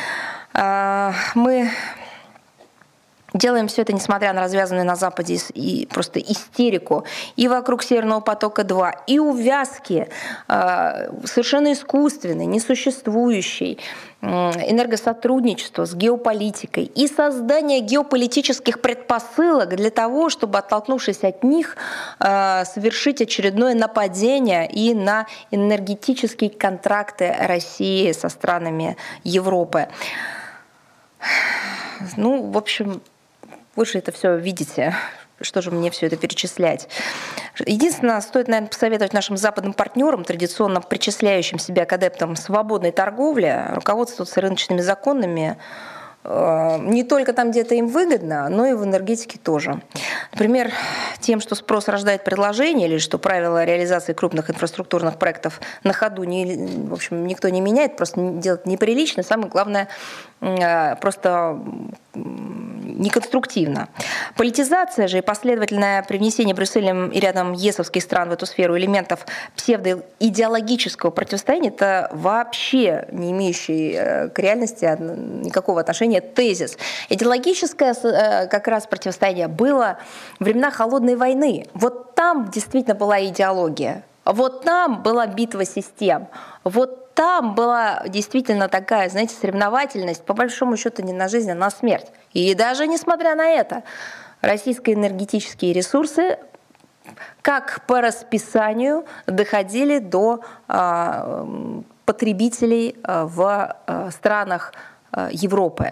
Мы делаем все это, несмотря на развязанную на Западе и просто истерику и вокруг Северного потока-2, и увязки совершенно искусственной, несуществующей, энергосотрудничества с геополитикой и создание геополитических предпосылок для того, чтобы, оттолкнувшись от них, совершить очередное нападение и на энергетические контракты России со странами Европы. В общем, вы же это все видите, что же мне все это перечислять? Единственное, стоит, наверное, посоветовать нашим западным партнерам, традиционно причисляющим себя к адептам свободной торговли, руководствоваться рыночными законами не только там, где это им выгодно, но и в энергетике тоже. Например, тем, что спрос рождает предложение, или что правила реализации крупных инфраструктурных проектов на ходу в общем, никто не меняет, просто делать неприлично. Самое главное, просто неконструктивно. Политизация же и последовательное привнесение Брюсселем и рядом ЕСовских стран в эту сферу элементов псевдоидеологического противостояния — это вообще не имеющий к реальности никакого отношения тезис. Идеологическое как раз противостояние было во времена Холодной войны. Вот там действительно была идеология. Вот там была битва систем. Вот там была действительно такая, знаете, соревновательность, по большому счету, не на жизнь, а на смерть. И даже несмотря на это, российские энергетические ресурсы, как по расписанию, доходили до потребителей в странах Европы.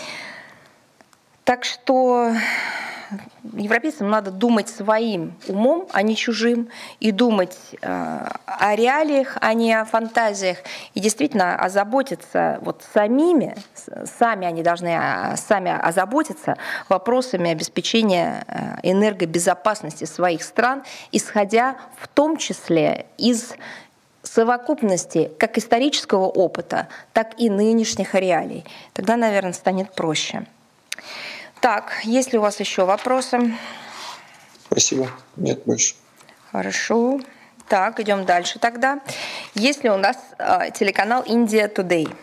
Так что европейцам надо думать своим умом, а не чужим, и думать о реалиях, а не о фантазиях, и действительно озаботиться сами они должны сами озаботиться вопросами обеспечения энергобезопасности своих стран, исходя в том числе из совокупности как исторического опыта, так и нынешних реалий. Тогда, наверное, станет проще. Так, есть ли у вас еще вопросы? Спасибо. Нет больше. Хорошо. Так, идем дальше тогда. Есть ли у нас телеканал India Today?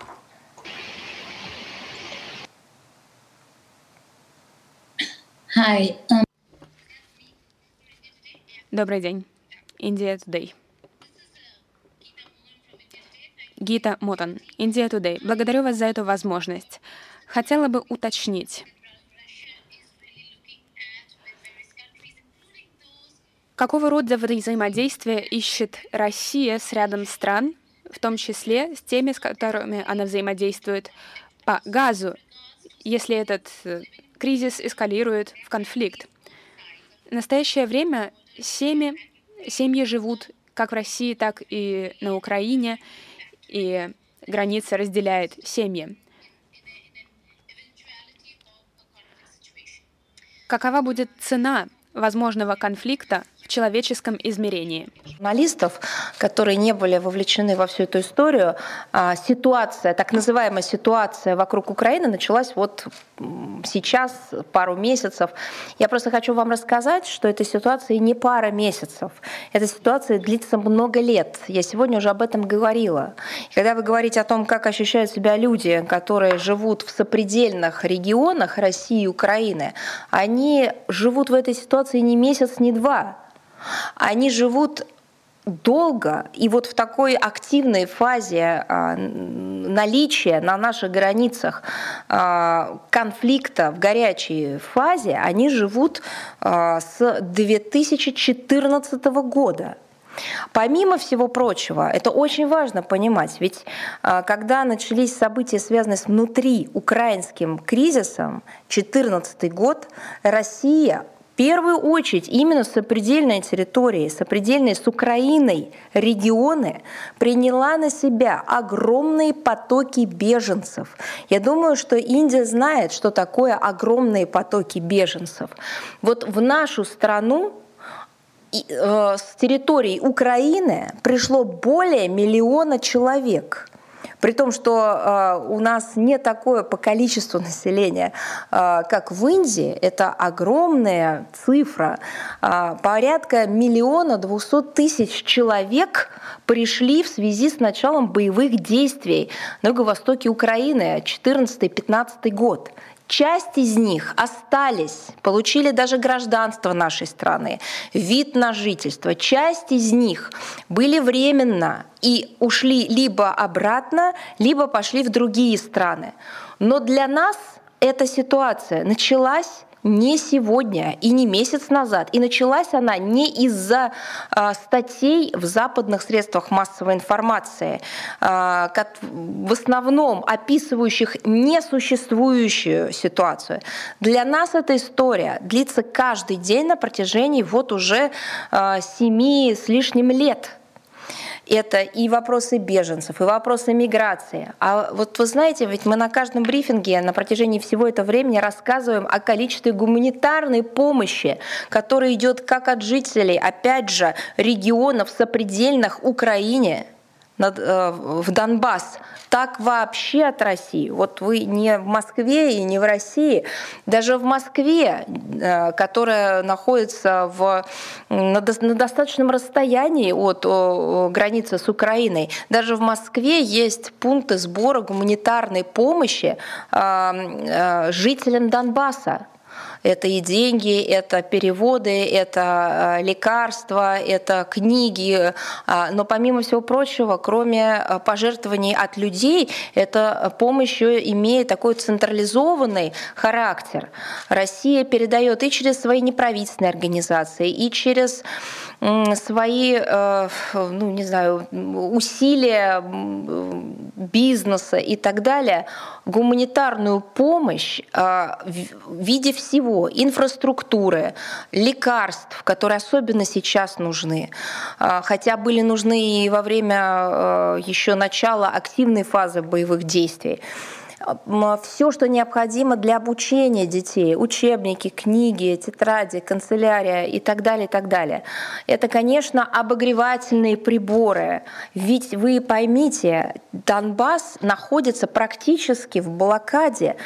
Hi. Добрый день. India Today. Гита Мотан, India Today. Благодарю вас за эту возможность. Хотела бы уточнить, какого рода взаимодействие ищет Россия с рядом стран, в том числе с теми, с которыми она взаимодействует по газу, если этот кризис эскалирует в конфликт? В настоящее время семьи живут как в России, так и на Украине, и граница разделяет семьи. Какова будет цена возможного конфликта в человеческом измерении? Журналистов, которые не были вовлечены во всю эту историю, так называемая ситуация вокруг Украины началась вот сейчас, пару месяцев. Я просто хочу вам рассказать, что эта ситуация не пара месяцев. Эта ситуация длится много лет. Я сегодня уже об этом говорила. И когда вы говорите о том, как ощущают себя люди, которые живут в сопредельных регионах России и Украины, они живут в этой ситуации не месяц, не два. Они живут долго, и вот в такой активной фазе наличия на наших границах конфликта, в горячей фазе, они живут с 2014 года. Помимо всего прочего, это очень важно понимать, ведь когда начались события, связанные с внутриукраинским кризисом, 2014 год, Россия в первую очередь именно сопредельные территории, сопредельные с Украиной регионы приняла на себя огромные потоки беженцев. Я думаю, что Индия знает, что такое огромные потоки беженцев. Вот в нашу страну с территории Украины пришло более 1 миллиона человек. При том, что у нас не такое по количеству населения, как в Индии, это огромная цифра. Порядка 1 200 000 человек пришли в связи с началом боевых действий на юго-востоке Украины 2014-2015 год. Часть из них остались, получили даже гражданство нашей страны, вид на жительство. Часть из них были временно и ушли либо обратно, либо пошли в другие страны. Но для нас эта ситуация началась не сегодня и не месяц назад. И началась она не из-за статей в западных средствах массовой информации, в основном описывающих несуществующую ситуацию. Для нас эта история длится каждый день на протяжении вот уже 7 с лишним лет. Это и вопросы беженцев, и вопросы миграции. А вот вы знаете, ведь мы на каждом брифинге на протяжении всего этого времени рассказываем о количестве гуманитарной помощи, которая идет как от жителей, опять же, регионов сопредельных Украине, в Донбасс, так вообще от России. Вот вы не в Москве и не в России, даже в Москве, которая находится на достаточном расстоянии от границы с Украиной, даже в Москве есть пункты сбора гуманитарной помощи жителям Донбасса. Это и деньги, это переводы, это лекарства, это книги. Но помимо всего прочего, кроме пожертвований от людей, эта помощь имеет такой централизованный характер. Россия передает и через свои неправительственные организации, и через свои, усилия бизнеса и так далее, гуманитарную помощь в виде всего, инфраструктуры, лекарств, которые особенно сейчас нужны, хотя были нужны и во время еще начала активной фазы боевых действий. Все, что необходимо для обучения детей, учебники, книги, тетради, канцелярия и так далее, и так далее. Это, конечно, обогревательные приборы. Ведь вы поймите, Донбасс находится практически в блокаде.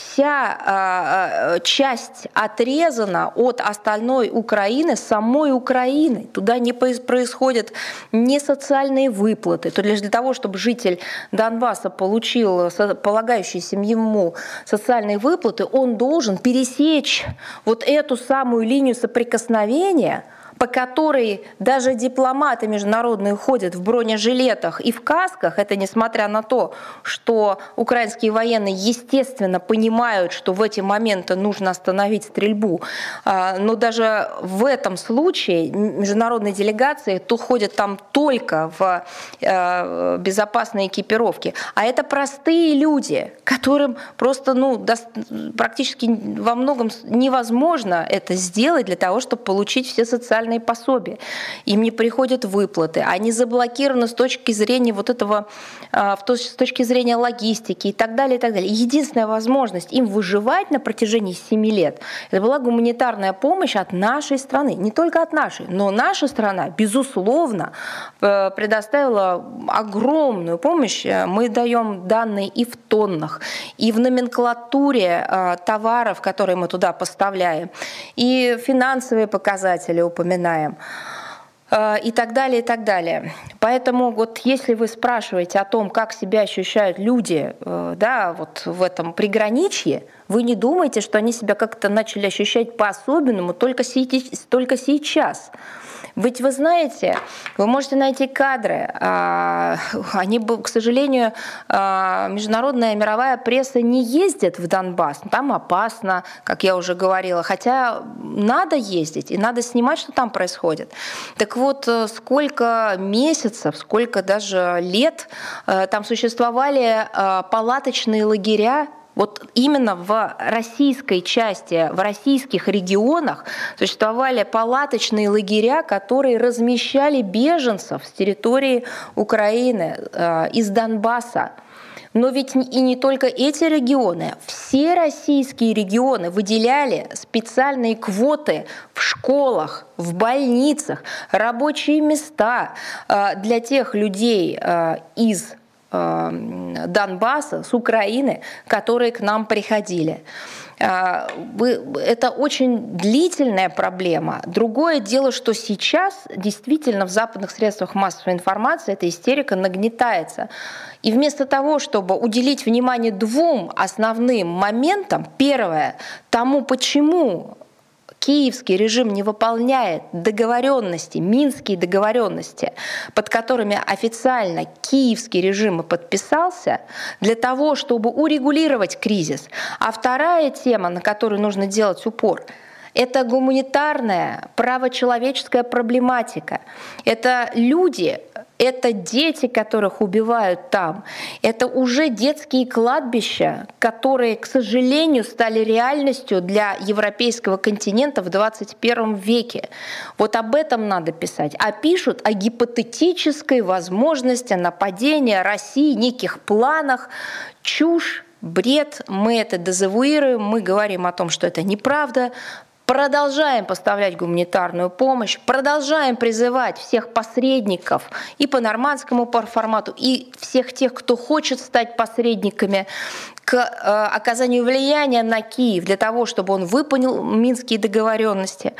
Вся часть отрезана от остальной Украины, самой Украины. Туда не происходят ни социальные выплаты. То лишь для того, чтобы житель Донбасса получил полагающиеся ему социальные выплаты, он должен пересечь вот эту самую линию соприкосновения, по которой даже дипломаты международные ходят в бронежилетах и в касках. Это несмотря на то, что украинские военные, естественно, понимают, что в эти моменты нужно остановить стрельбу. Но даже в этом случае международные делегации ходят там только в безопасной экипировке. А это простые люди, которым просто практически во многом невозможно это сделать для того, чтобы получить все социальные пособия. Им не приходят выплаты, они заблокированы с точки зрения вот этого, с точки зрения логистики и так далее, и так далее. Единственная возможность им выживать на протяжении 7 лет — это была гуманитарная помощь от нашей страны. Не только от нашей, но наша страна, безусловно, предоставила огромную помощь. Мы даем данные и в тоннах, и в номенклатуре товаров, которые мы туда поставляем, и финансовые показатели упоминаем, и так далее, и так далее. Поэтому вот если вы спрашиваете о том, как себя ощущают люди, вот в этом приграничье, вы не думайте, что они себя как-то начали ощущать по-особенному только сейчас. Ведь вы знаете, вы можете найти кадры, они, к сожалению, международная мировая пресса не ездит в Донбасс, там опасно, как я уже говорила, хотя надо ездить и надо снимать, что там происходит. Так вот, сколько месяцев, сколько даже лет там существовали палаточные лагеря. Вот именно в российской части, в российских регионах существовали палаточные лагеря, которые размещали беженцев с территории Украины, из Донбасса. Но ведь и не только эти регионы, все российские регионы выделяли специальные квоты в школах, в больницах, рабочие места для тех людей из Донбасса, с Украины, которые к нам приходили. Это очень длительная проблема. Другое дело, что сейчас действительно в западных средствах массовой информации эта истерика нагнетается. И вместо того, чтобы уделить внимание 2 основным моментам, первое, тому, почему киевский режим не выполняет договоренности, минские договоренности, под которыми официально киевский режим и подписался, для того, чтобы урегулировать кризис. А вторая тема, на которую нужно делать упор, это гуманитарная, правочеловеческая проблематика. Это люди, это дети, которых убивают там. Это уже детские кладбища, которые, к сожалению, стали реальностью для европейского континента в 21 веке. Вот об этом надо писать. А пишут о гипотетической возможности нападения России, неких планах. Чушь, бред. Мы это дезавуируем, мы говорим о том, что это неправда. Продолжаем поставлять гуманитарную помощь, продолжаем призывать всех посредников и по нормандскому формату, и всех тех, кто хочет стать посредниками, к оказанию влияния на Киев для того, чтобы он выполнил минские договоренности.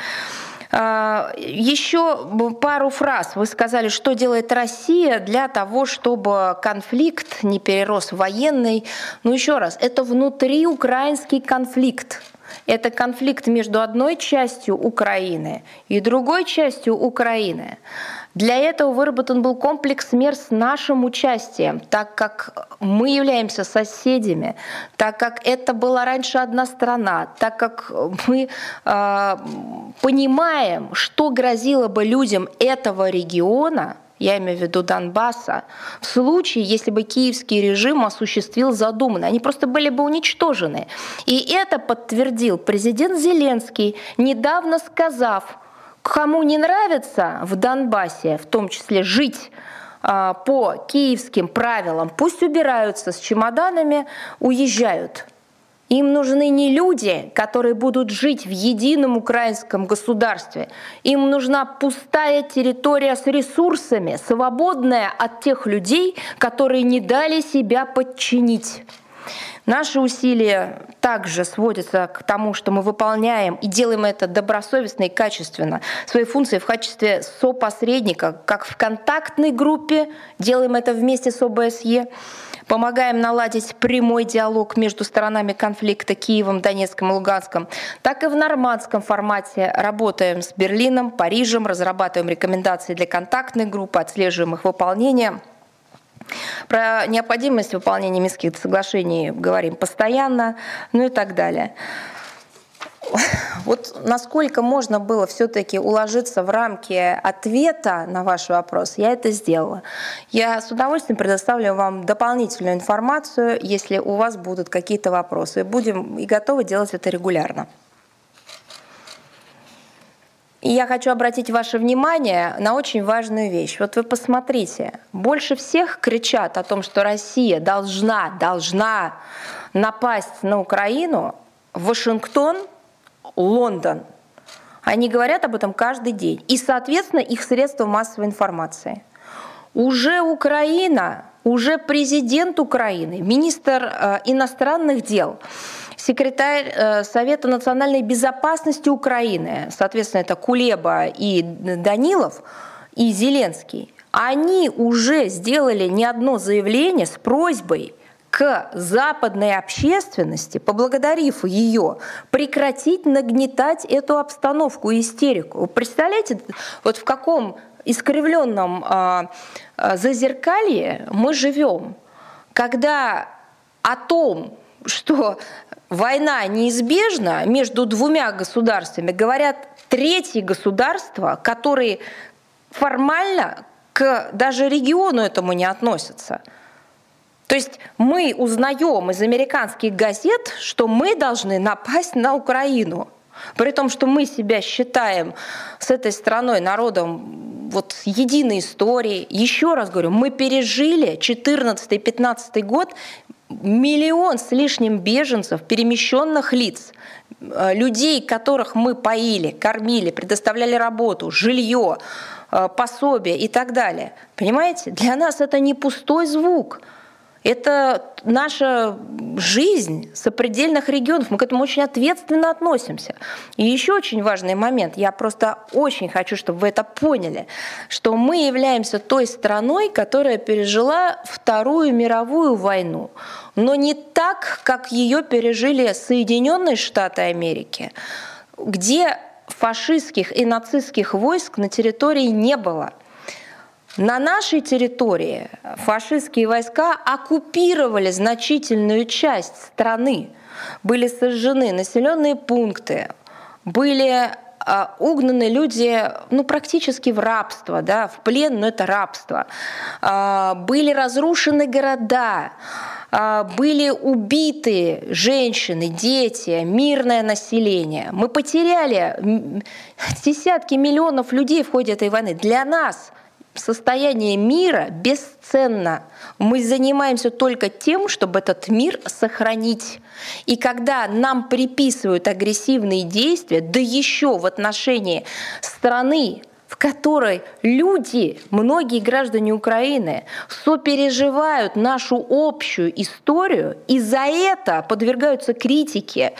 Еще пару фраз. Вы сказали, что делает Россия для того, чтобы конфликт не перерос в военный. Ну еще раз, это внутриукраинский конфликт. Это конфликт между одной частью Украины и другой частью Украины. Для этого выработан был комплекс мер с нашим участием, так как мы являемся соседями, так как это была раньше одна страна, так как мы понимаем, что грозило бы людям этого региона, я имею в виду Донбасса, в случае, если бы киевский режим осуществил задуманное. Они просто были бы уничтожены. И это подтвердил президент Зеленский, недавно сказав, кому не нравится в Донбассе, в том числе жить по киевским правилам, пусть убираются с чемоданами, уезжают. Им нужны не люди, которые будут жить в едином украинском государстве. Им нужна пустая территория с ресурсами, свободная от тех людей, которые не дали себя подчинить. Наши усилия также сводятся к тому, что мы выполняем и делаем это добросовестно и качественно. Свои функции в качестве сопосредника, как в контактной группе, делаем это вместе с ОБСЕ, помогаем наладить прямой диалог между сторонами конфликта Киевом, Донецком и Луганском, так и в нормандском формате работаем с Берлином, Парижем, разрабатываем рекомендации для контактной группы, отслеживаем их выполнение. Про необходимость выполнения Минских соглашений говорим постоянно, ну и так далее. Вот насколько можно было все-таки уложиться в рамки ответа на ваш вопрос, я это сделала. Я с удовольствием предоставлю вам дополнительную информацию, если у вас будут какие-то вопросы. Будем и готовы делать это регулярно. И я хочу обратить ваше внимание на очень важную вещь. Вот вы посмотрите, больше всех кричат о том, что Россия должна напасть на Украину, Вашингтон, Лондон. Они говорят об этом каждый день. И, соответственно, их средства массовой информации. Уже Украина, уже президент Украины, министр иностранных дел, секретарь Совета национальной безопасности Украины, соответственно, это Кулеба и Данилов, и Зеленский, они уже сделали не одно заявление с просьбой к западной общественности, поблагодарив ее, прекратить нагнетать эту обстановку и истерику. Вы представляете, вот в каком искривленном зазеркалье мы живем, когда о том, что война неизбежна между двумя государствами, говорят третьи государства, которые формально к даже региону этому не относятся. То есть мы узнаем из американских газет, что мы должны напасть на Украину. При том, что мы себя считаем с этой страной, народом вот, с единой историей. Еще раз говорю, мы пережили 14-15 год, 1 миллион с лишним беженцев, перемещенных лиц, людей, которых мы поили, кормили, предоставляли работу, жилье, пособие и так далее. Понимаете? Для нас это не пустой звук. Это наша жизнь сопредельных регионов. Мы к этому очень ответственно относимся. И еще очень важный момент. Я просто очень хочу, чтобы вы это поняли, что мы являемся той страной, которая пережила Вторую мировую войну. Но не так, как ее пережили Соединенные Штаты Америки, где фашистских и нацистских войск на территории не было. На нашей территории фашистские войска оккупировали значительную часть страны. Были сожжены населенные пункты, были угнаны люди практически в рабство, да, в плен, но это рабство. Были разрушены города, были убиты женщины, дети, мирное население. Мы потеряли десятки миллионов людей в ходе этой войны. Для нас состояние мира бесценно. Мы занимаемся только тем, чтобы этот мир сохранить. И когда нам приписывают агрессивные действия, да еще в отношении страны, в которой люди, многие граждане Украины, сопереживают нашу общую историю, и за это подвергаются критике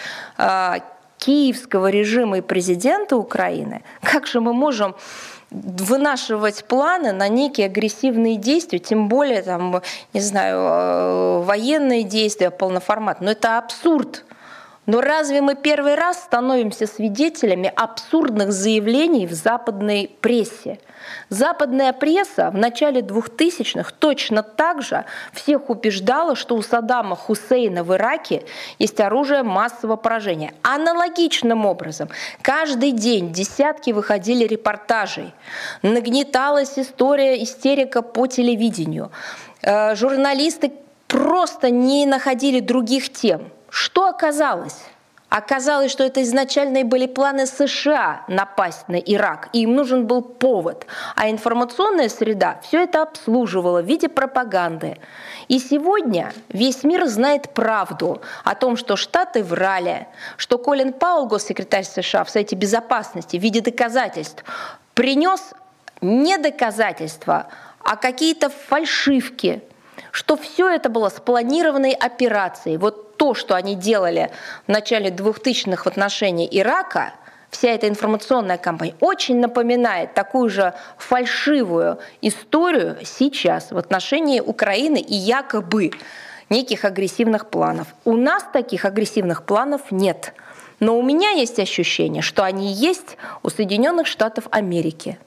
киевского режима и президента Украины, как же мы можем вынашивать планы на некие агрессивные действия, тем более там, не знаю, военные действия полноформатные. Но это абсурд. Но разве мы первый раз становимся свидетелями абсурдных заявлений в западной прессе? Западная пресса в начале 2000-х точно так же всех убеждала, что у Саддама Хусейна в Ираке есть оружие массового поражения. Аналогичным образом каждый день десятки выходили репортажей, нагнеталась истерика по телевидению. Журналисты просто не находили других тем. Что оказалось? Оказалось, что это изначально были планы США напасть на Ирак, и им нужен был повод. А информационная среда все это обслуживала в виде пропаганды. И сегодня весь мир знает правду о том, что Штаты врали, что Колин Пауэлл, госсекретарь США в Совете Безопасности, в виде доказательств принес не доказательства, а какие-то фальшивки, что все это было спланированной операцией. Вот то, что они делали в начале 2000-х в отношении Ирака, вся эта информационная кампания очень напоминает такую же фальшивую историю сейчас в отношении Украины и якобы неких агрессивных планов. У нас таких агрессивных планов нет. Но у меня есть ощущение, что они есть у Соединенных Штатов Америки.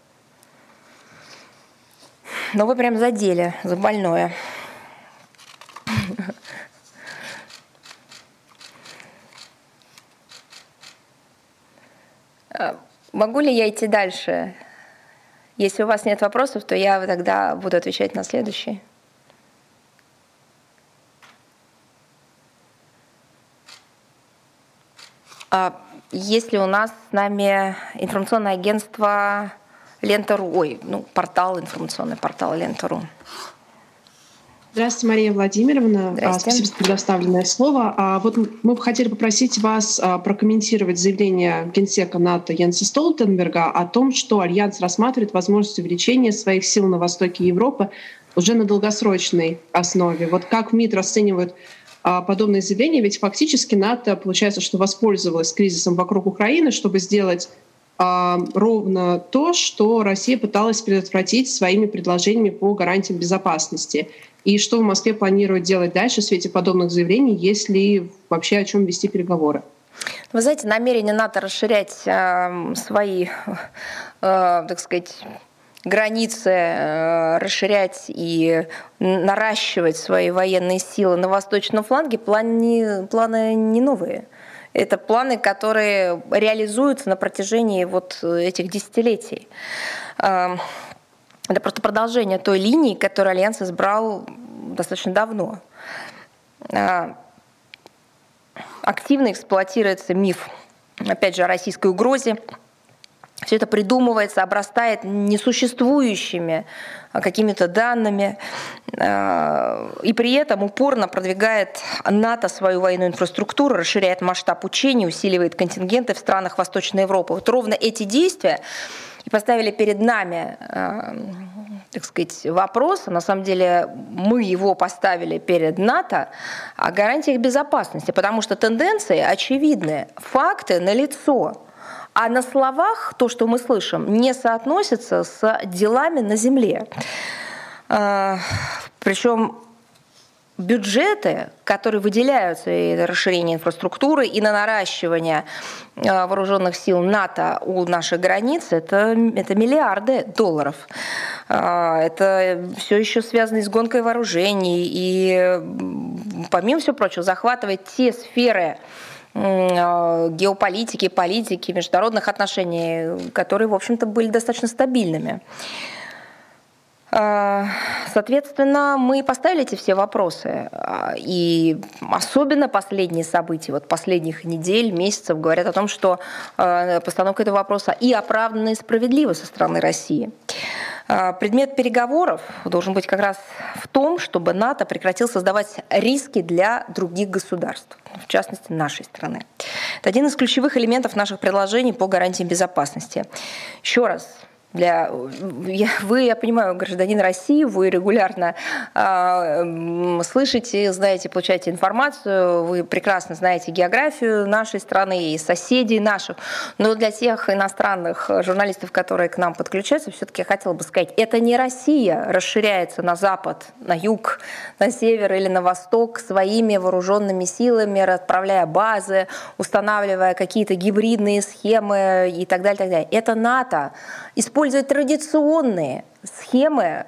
Но вы прям задели за больное. Могу ли я идти дальше? Если у вас нет вопросов, то я тогда буду отвечать на следующий. Есть ли у нас с нами информационное агентство Лента.ру, портал, информационный портал Лента.ру? Здравствуйте, Мария Владимировна. Спасибо за предоставленное слово. Вот мы бы хотели попросить вас прокомментировать заявление генсека НАТО Йенса Столтенберга о том, что Альянс рассматривает возможность увеличения своих сил на востоке Европы уже на долгосрочной основе. Вот как МИД расценивает подобные заявления? Ведь фактически НАТО, получается, что воспользовалась кризисом вокруг Украины, чтобы сделать ровно то, что Россия пыталась предотвратить своими предложениями по гарантиям безопасности. И что в Москве планирует делать дальше в свете подобных заявлений, если вообще о чем вести переговоры? Вы знаете, намерение НАТО расширять свои, так сказать, границы, расширять и наращивать свои военные силы на восточном фланге планы не новые. Это планы, которые реализуются на протяжении вот этих десятилетий. Это просто продолжение той линии, которую Альянс избрал достаточно давно. Активно эксплуатируется миф, опять же, о российской угрозе. Все это придумывается, обрастает несуществующими какими-то данными, и при этом упорно продвигает НАТО свою военную инфраструктуру, расширяет масштаб учений, усиливает контингенты в странах Восточной Европы. Вот ровно эти действия и поставили перед нами, так сказать, вопрос, на самом деле мы его поставили перед НАТО, о гарантиях безопасности, потому что тенденции очевидны, факты налицо. А на словах то, что мы слышим, не соотносится с делами на земле. Причем бюджеты, которые выделяются и на расширение инфраструктуры, и на наращивание вооруженных сил НАТО у наших границ, это миллиарды долларов. Это все еще связано и с гонкой вооружений, и, помимо всего прочего, захватывает те сферы геополитики, политики, международных отношений, которые, в общем-то, были достаточно стабильными. Соответственно, мы поставили эти все вопросы, и особенно последние события, вот последних недель, месяцев говорят о том, что постановка этого вопроса и оправдана, и справедлива со стороны России. Предмет переговоров должен быть как раз в том, чтобы НАТО прекратил создавать риски для других государств, в частности, нашей страны. Это один из ключевых элементов наших предложений по гарантиям безопасности. Еще раз, вы, я понимаю, гражданин России, вы регулярно слышите, знаете, получаете информацию, вы прекрасно знаете географию нашей страны и соседей наших, но для тех иностранных журналистов, которые к нам подключаются, все-таки я хотела бы сказать, это не Россия расширяется на запад, на юг, на север или на восток своими вооруженными силами, отправляя базы, устанавливая какие-то гибридные схемы и так далее, так далее. Это НАТО использует традиционные схемы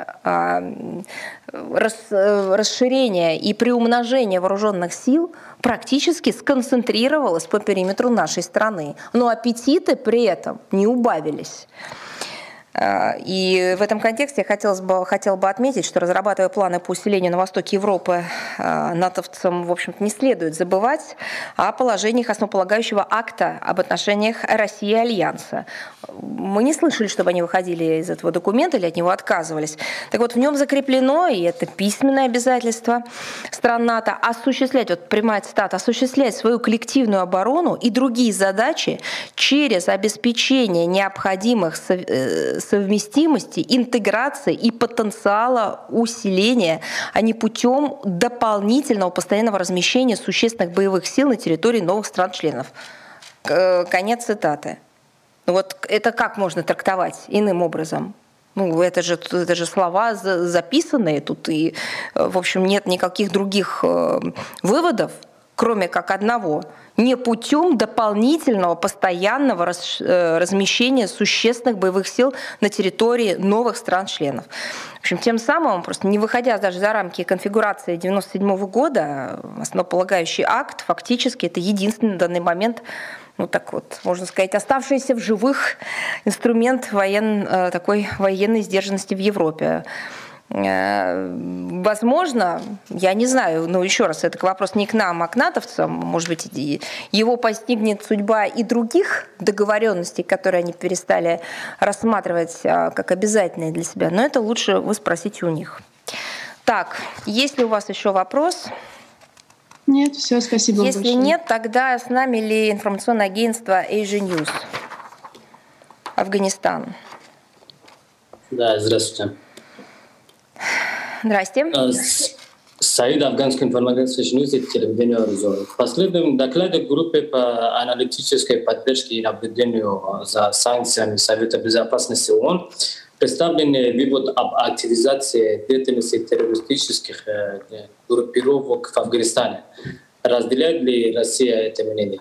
расширения и приумножения вооруженных сил, практически сконцентрировалось по периметру нашей страны. Но аппетиты при этом не убавились. И в этом контексте я хотела бы отметить, что, разрабатывая планы по усилению на востоке Европы, натовцам, в общем-то, не следует забывать о положениях основополагающего акта об отношениях России и Альянса. Мы не слышали, чтобы они выходили из этого документа или от него отказывались. Так вот, в нем закреплено, и это письменное обязательство стран НАТО, осуществлять, вот прямая цитата, осуществлять свою коллективную оборону и другие задачи через обеспечение необходимых совместимости, интеграции и потенциала усиления, а не путем дополнительного постоянного размещения существенных боевых сил на территории новых стран-членов. Конец цитаты. Вот это как можно трактовать иным образом? Это же слова записанные тут, и, в общем, нет никаких других выводов, кроме как одного – не путем дополнительного постоянного размещения существенных боевых сил на территории новых стран-членов. В общем, тем самым, просто не выходя даже за рамки конфигурации 1997 года, основополагающий акт фактически это единственный на данный момент, можно сказать, оставшийся в живых инструмент такой военной сдержанности в Европе. Возможно, я не знаю, но еще раз, это вопрос не к нам, а к натовцам, может быть, его постигнет судьба и других договоренностей, которые они перестали рассматривать как обязательные для себя, но это лучше вы спросите у них. Так, есть ли у вас еще вопрос? Нет, все, спасибо Если большое. Нет, тогда с нами ли информационное агентство Asia News, Афганистан? Да, здравствуйте. Здрасте. Саид, Афганская информационная агентство телевидения «Орзо». В последнем докладе группы по аналитической поддержке и наблюдению за санкциями Совета Безопасности ООН представлен вывод об активизации деятельности террористических группировок в Афганистане. Разделяет ли Россия это мнение?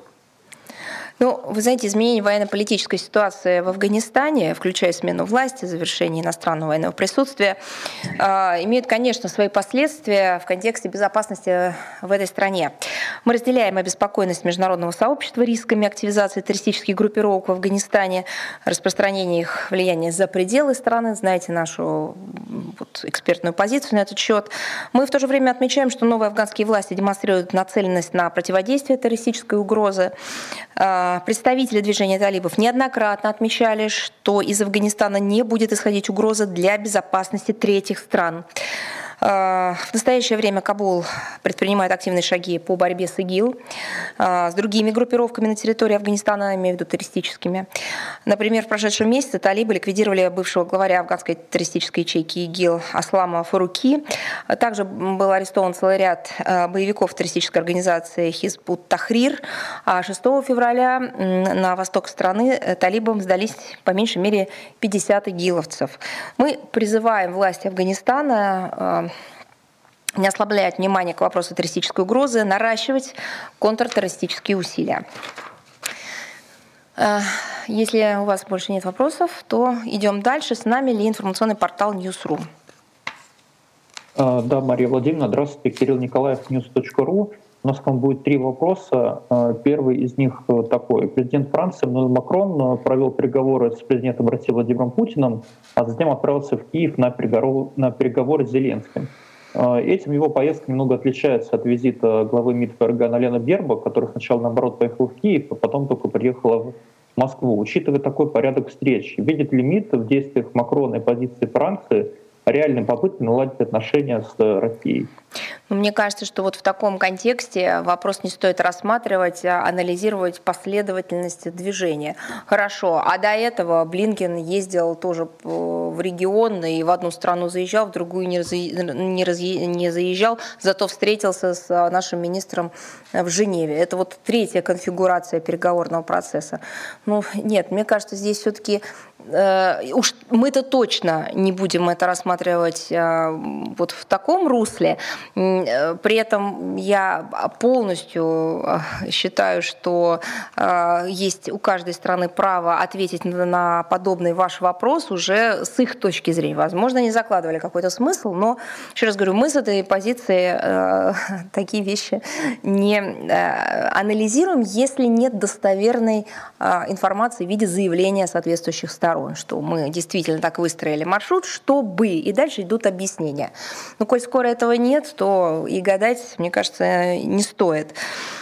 Вы знаете, изменение военно-политической ситуации в Афганистане, включая смену власти, завершение иностранного военного присутствия, имеют, конечно, свои последствия в контексте безопасности в этой стране. Мы разделяем обеспокоенность международного сообщества рисками активизации террористических группировок в Афганистане, распространения их влияния за пределы страны, знаете нашу экспертную позицию на этот счет. Мы в то же время отмечаем, что новые афганские власти демонстрируют нацеленность на противодействие террористической угрозе. Представители движения талибов неоднократно отмечали, что из Афганистана не будет исходить угроза для безопасности третьих стран. В настоящее время Кабул предпринимает активные шаги по борьбе с ИГИЛ, с другими группировками на территории Афганистана, я имею в виду террористическими. Например, в прошедшем месяце талибы ликвидировали бывшего главаря афганской террористической ячейки ИГИЛ Аслама Фаруки. Также был арестован целый ряд боевиков террористической организации Хизбут Тахрир. А 6 февраля на восток страны талибам сдались по меньшей мере 50 игиловцев. Мы призываем власти Афганистана не ослаблять внимание к вопросу террористической угрозы, наращивать контртеррористические усилия. Если у вас больше нет вопросов, то идем дальше. С нами ли информационный портал News.ru? Да, Мария Владимировна, здравствуйте. Кирилл Николаев, news.ru. У нас к вам будет 3 вопроса. Первый из них такой. Президент Франции Эммануэль Макрон провел переговоры с президентом России Владимиром Путиным, а затем отправился в Киев на переговоры с Зеленским. Этим его поездка немного отличается от визита главы МИД ФРГ Анналены Бербок, который сначала, наоборот, поехал в Киев, а потом только приехала в Москву. Учитывая такой порядок встреч, видит ли МИД в действиях Макрона и позиции Франции реальные попытки наладить отношения с Россией? Мне кажется, что вот в таком контексте вопрос не стоит рассматривать, а анализировать последовательность движения. Хорошо, а до этого Блинкен ездил тоже в регион и в одну страну заезжал, в другую не заезжал, зато встретился с нашим министром в Женеве. Это вот 3-я конфигурация переговорного процесса. Ну, нет, мне кажется, здесь все-таки уж мы-то точно не будем это рассматривать вот в таком русле. При этом я полностью считаю, что есть у каждой страны право ответить на подобный ваш вопрос уже с их точки зрения. Возможно, они закладывали какой-то смысл, но, еще раз говорю, мы с этой позиции такие вещи не анализируем, если нет достоверной информации в виде заявления соответствующих сторон, что мы действительно так выстроили маршрут, чтобы, и дальше идут объяснения. Но коль скоро этого нет, то и гадать, мне кажется, не стоит.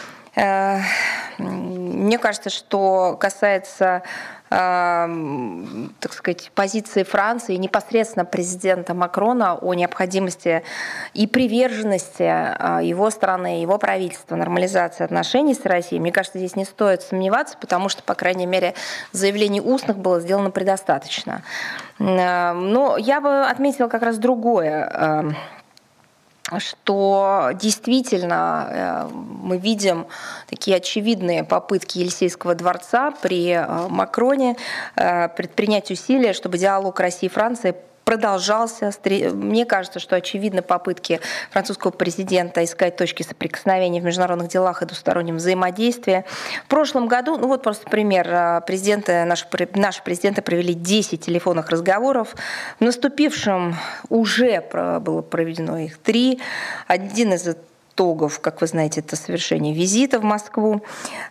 Мне кажется, что касается, так сказать, позиции Франции, непосредственно президента Макрона о необходимости и приверженности его страны, его правительства нормализации отношений с Россией, мне кажется, здесь не стоит сомневаться, потому что, по крайней мере, заявлений устных было сделано предостаточно. Но я бы отметила как раз другое, что действительно мы видим такие очевидные попытки Елисейского дворца при Макроне предпринять усилия, чтобы диалог России и Франции продолжался. Мне кажется, что очевидны попытки французского президента искать точки соприкосновения в международных делах и двустороннем взаимодействии. В прошлом году, ну вот просто пример, наши президенты провели 10 телефонных разговоров. В наступившем уже было проведено их 3. Один из итогов, как вы знаете, это совершение визита в Москву.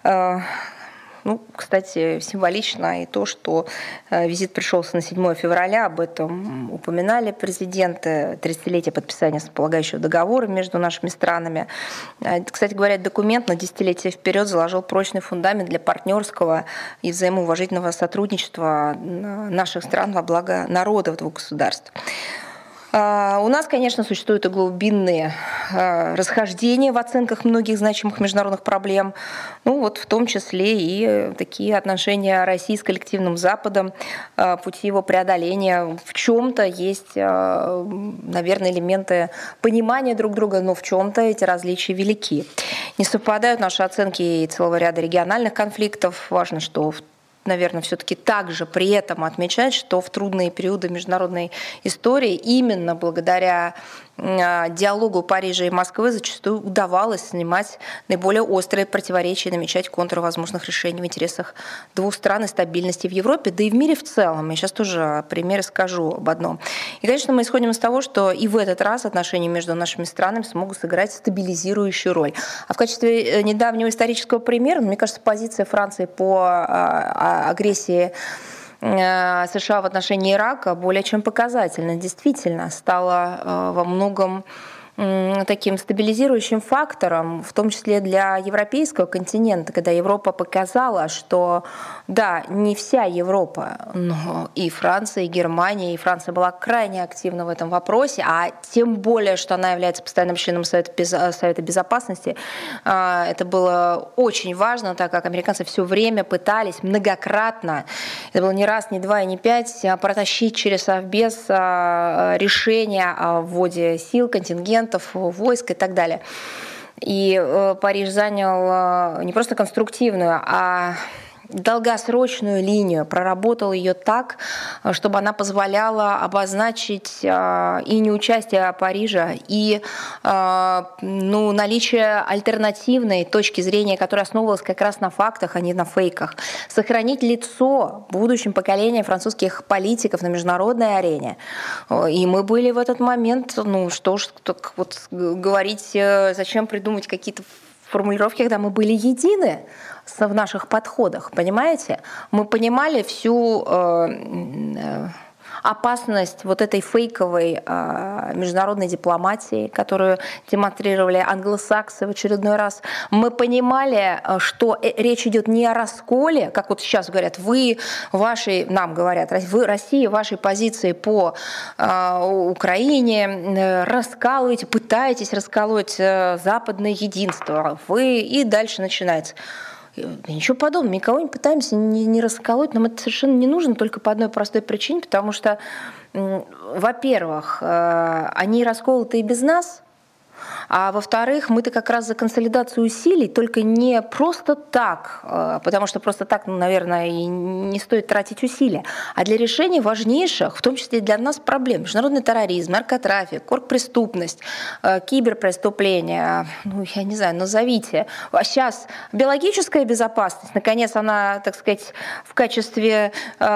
Ну, кстати, символично и то, что визит пришелся на 7 февраля, об этом упоминали президенты, 30-летие подписания основополагающего договора между нашими странами. Кстати говоря, документ на десятилетие вперед заложил прочный фундамент для партнерского и взаимоуважительного сотрудничества наших стран во благо народов двух государств. У нас, конечно, существуют и глубинные расхождения в оценках многих значимых международных проблем, ну вот в том числе и такие отношения России с коллективным Западом, пути его преодоления. В чем-то есть, наверное, элементы понимания друг друга, но в чем-то эти различия велики. Не совпадают наши оценки и целого ряда региональных конфликтов. Важно, что наверное, все-таки также при этом отмечать, что в трудные периоды международной истории именно благодаря диалогу Парижа и Москвы зачастую удавалось снимать наиболее острые противоречия и намечать контуры возможных решений в интересах двух стран и стабильности в Европе, да и в мире в целом. Я сейчас тоже примеры скажу об одном. И, конечно, мы исходим из того, что и в этот раз отношения между нашими странами смогут сыграть стабилизирующую роль. А в качестве недавнего исторического примера, мне кажется, позиция Франции по агрессии США в отношении Ирака более чем показательна. Действительно, стала во многом таким стабилизирующим фактором, в том числе для европейского континента, когда Европа показала, что да, не вся Европа, но и Франция, и Германия, и Франция была крайне активна в этом вопросе, а тем более, что она является постоянным членом Совета Безопасности. Это было очень важно, так как американцы все время пытались многократно, это было не раз, не два и не пять, протащить через Совбез решение о вводе сил, контингентов, войск и так далее. И Париж занял не просто конструктивную, а долгосрочную линию, проработал ее так, чтобы она позволяла обозначить и неучастие Парижа, и наличие альтернативной точки зрения, которая основывалась как раз на фактах, а не на фейках. Сохранить лицо будущим поколениям французских политиков на международной арене. И мы были в этот момент, что ж так вот говорить, зачем придумать какие-то формулировки, когда мы были едины в наших подходах, понимаете? Мы понимали всю опасность вот этой фейковой международной дипломатии, которую демонстрировали англосаксы в очередной раз. Мы понимали, что речь идет не о расколе, как вот сейчас говорят, нам говорят, вы, Россия, вашей позиции по Украине раскалываете, пытаетесь расколоть западное единство. И дальше начинается. Да ничего подобного, никого не пытаемся не расколоть, нам это совершенно не нужно только по одной простой причине, потому что, во-первых, они расколоты и без нас, а во-вторых, мы-то как раз за консолидацию усилий, только не просто так, потому что просто так, наверное, и не стоит тратить усилия, а для решения важнейших, в том числе для нас, проблем. Международный терроризм, наркотрафик, оргпреступность, киберпреступления, я не знаю, назовите. А сейчас биологическая безопасность, наконец, она, так сказать, в качестве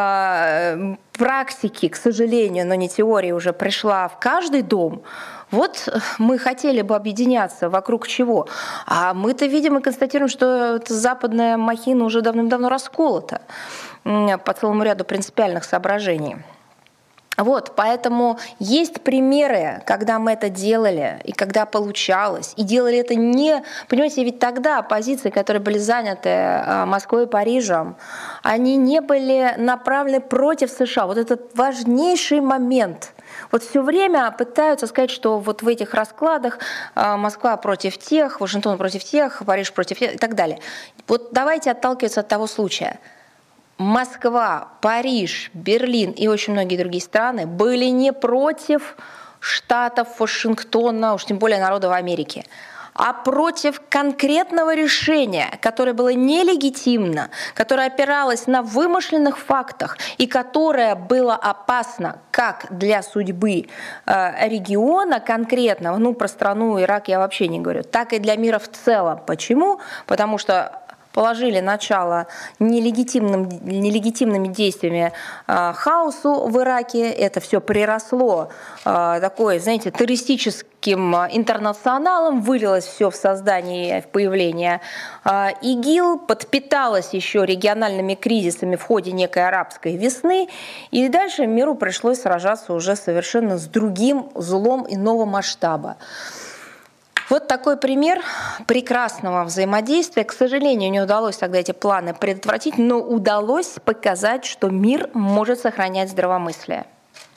практики, к сожалению, но не теории, уже пришла в каждый дом. Вот мы хотели бы объединяться вокруг чего? А мы-то видим и констатируем, что эта западная махина уже давным-давно расколота по целому ряду принципиальных соображений. Вот, поэтому есть примеры, когда мы это делали, и когда получалось, и делали это не... Понимаете, ведь тогда позиции, которые были заняты Москвой и Парижем, они не были направлены против США. Вот этот важнейший момент. Вот все время пытаются сказать, что вот в этих раскладах Москва против тех, Вашингтон против тех, Париж против тех и так далее. Вот давайте отталкиваться от того случая. Москва, Париж, Берлин и очень многие другие страны были не против штатов Вашингтона, уж тем более народов Америки, а против конкретного решения, которое было нелегитимно, которое опиралось на вымышленных фактах и которое было опасно как для судьбы региона конкретного, про страну Ирак я вообще не говорю, так и для мира в целом. Почему? Потому что положили начало нелегитимными действиями хаосу в Ираке. Это все приросло такой, знаете, террористическим интернационалом, вылилось все в создание, в появление ИГИЛ, подпиталось еще региональными кризисами в ходе некой арабской весны, и дальше миру пришлось сражаться уже совершенно с другим злом иного масштаба. Вот такой пример прекрасного взаимодействия. К сожалению, не удалось тогда эти планы предотвратить, но удалось показать, что мир может сохранять здравомыслие.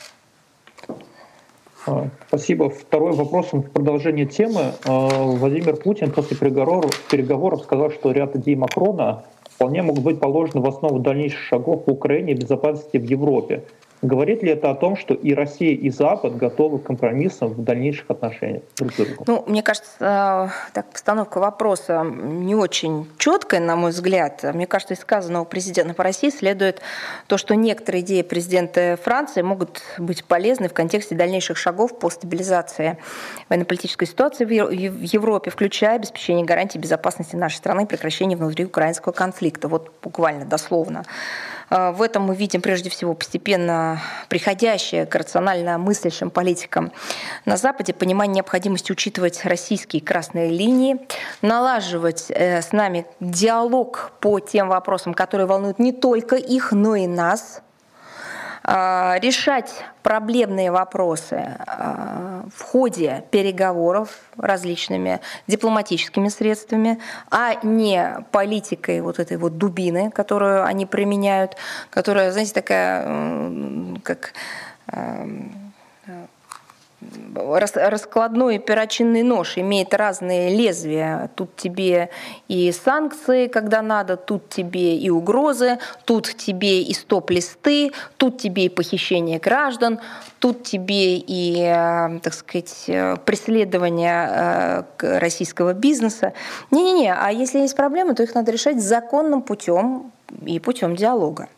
Спасибо. Второй вопрос в продолжение темы. Владимир Путин после переговоров сказал, что ряд идей Макрона вполне могут быть положены в основу дальнейших шагов по Украине и безопасности в Европе. Говорит ли это о том, что и Россия, и Запад готовы к компромиссам в дальнейших отношениях друг с другом? Мне кажется, постановка вопроса не очень четкая, на мой взгляд. Мне кажется, из сказанного президента по России следует то, что некоторые идеи президента Франции могут быть полезны в контексте дальнейших шагов по стабилизации военно-политической ситуации в Европе, включая обеспечение гарантий безопасности нашей страны и прекращение внутриукраинского конфликта. Вот буквально дословно. В этом мы видим прежде всего постепенно приходящее к рационально мыслящим политикам на Западе понимание необходимости учитывать российские красные линии, налаживать с нами диалог по тем вопросам, которые волнуют не только их, но и нас, решать проблемные вопросы в ходе переговоров различными дипломатическими средствами, а не политикой вот этой вот дубины, которую они применяют, которая, знаете, такая, как раскладной перочинный нож имеет разные лезвия. Тут тебе и санкции, когда надо, тут тебе и угрозы, тут тебе и стоп-листы, тут тебе и похищение граждан, тут тебе и, так сказать, преследование российского бизнеса. Не-не-не, а если есть проблемы, то их надо решать законным путем и путем диалога.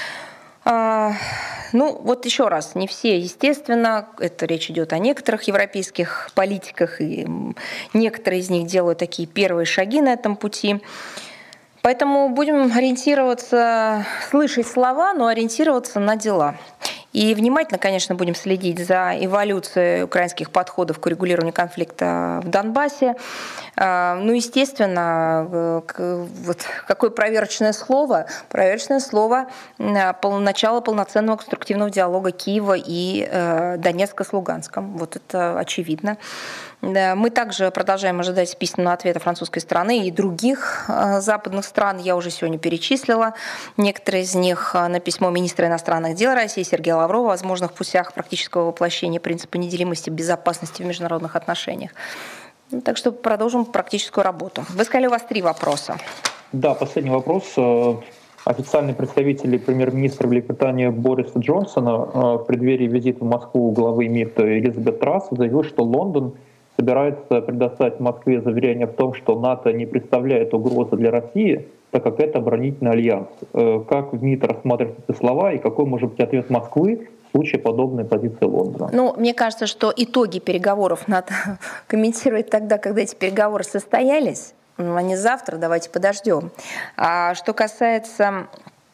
Ну, вот еще раз, не все, естественно, это речь идет о некоторых европейских политиках, и некоторые из них делают такие первые шаги на этом пути. Поэтому будем ориентироваться, слышать слова, но ориентироваться на дела. И внимательно, конечно, будем следить за эволюцией украинских подходов к урегулированию конфликта в Донбассе. Ну, естественно, вот какое проверочное слово? Проверочное слово начала полноценного конструктивного диалога Киева и Донецка с Луганском. Вот это очевидно. Мы также продолжаем ожидать письменного ответа французской стороны и других западных стран. Я уже сегодня перечислила некоторые из них на письмо министра иностранных дел России Сергея Лаврова о возможных путях практического воплощения принципа неделимости безопасности в международных отношениях. Так что продолжим практическую работу. Вы сказали, у вас 3 вопроса. Да, последний вопрос. Официальный представитель премьер-министра Великобритании Бориса Джонсона в преддверии визита в Москву главы МИД Элизабет Трасс заявил, что Лондон собирается предоставить Москве заверение в том, что НАТО не представляет угрозы для России, так как это оборонительный альянс. Как в МИД рассматривать эти слова и какой может быть ответ Москвы в случае подобной позиции Лондона? Ну, мне кажется, что итоги переговоров надо комментировать тогда, когда эти переговоры состоялись, а не завтра, давайте подождем. А что касается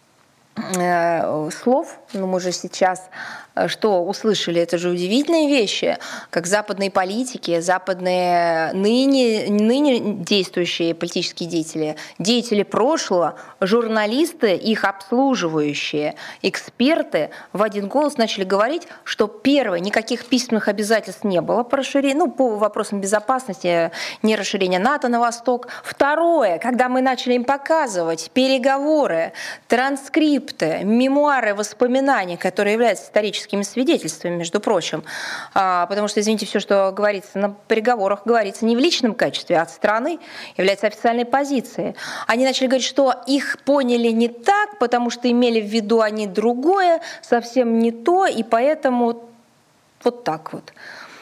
слов, ну мы же сейчас что услышали, это же удивительные вещи, как западные политики, западные ныне действующие политические деятели, деятели прошлого, журналисты, их обслуживающие, эксперты в один голос начали говорить, что первое, никаких письменных обязательств не было по расширению, ну, по вопросам безопасности, не расширения НАТО на восток. Второе, когда мы начали им показывать переговоры, транскрипты, мемуары, воспоминания, которые являются историческими свидетельствами, между прочим, потому что, извините, все, что говорится на переговорах, говорится не в личном качестве, а от страны, является официальной позицией. Они начали говорить, что их поняли не так, потому что имели в виду они другое, совсем не то, и поэтому вот так вот.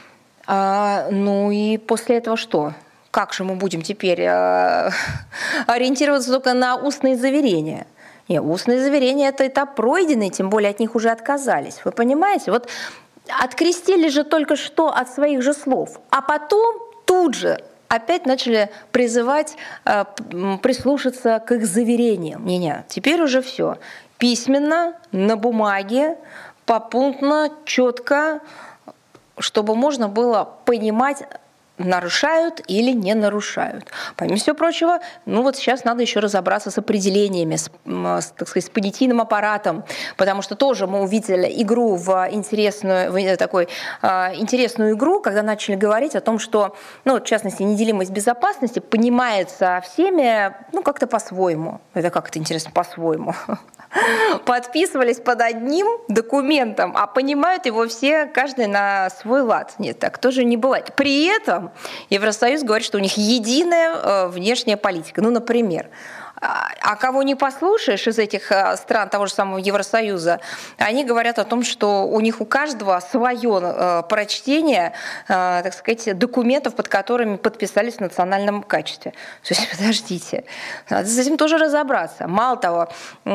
Ну и после этого что? Как же мы будем теперь ориентироваться только на устные заверения? Нет, устные заверения – это этап пройденный, тем более от них уже отказались. Вы понимаете? Вот открестили же только что от своих же слов, а потом тут же опять начали призывать прислушаться к их заверениям. Не-не, теперь уже все. Письменно, на бумаге, попунктно, четко, чтобы можно было понимать, нарушают или не нарушают. Помимо всего прочего, ну вот сейчас надо еще разобраться с определениями, так сказать, с понятийным аппаратом, потому что тоже мы увидели игру интересную игру, когда начали говорить о том, что, ну, в частности, неделимость безопасности понимается всеми, ну, как-то по-своему. Это как-то интересно, по-своему. Подписывались под одним документом, а понимают его все, каждый на свой лад. Нет, так тоже не бывает. При этом Евросоюз говорит, что у них единая внешняя политика. Ну, например, а кого не послушаешь из этих стран того же самого Евросоюза, они говорят о том, что у них у каждого свое прочтение, так сказать, документов, под которыми подписались в национальном качестве. То есть, подождите, надо с этим тоже разобраться. Мало того,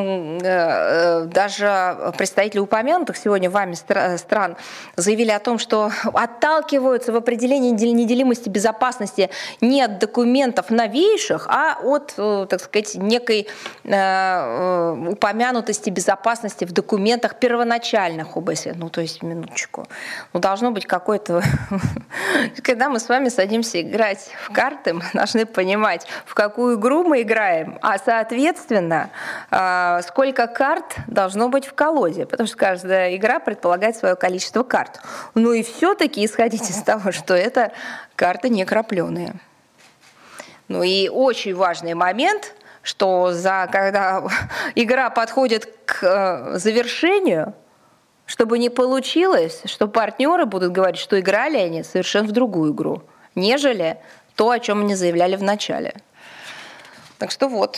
даже представители упомянутых сегодня вами стран заявили о том, что отталкиваются в определении неделимости безопасности не от документов новейших, а от, так сказать, некой упомянутости безопасности в документах первоначальных ОБСЕ. Ну, то есть, минуточку. Ну, должно быть какое-то... Когда мы с вами садимся играть в карты, мы должны понимать, в какую игру мы играем, а, соответственно, сколько карт должно быть в колоде, потому что каждая игра предполагает свое количество карт. Ну и все-таки исходить из того, что это карты не крапленые. Ну и очень важный момент, что когда игра подходит к завершению, чтобы не получилось, что партнеры будут говорить, что играли они совершенно в другую игру, нежели то, о чем они заявляли в начале. Так что вот.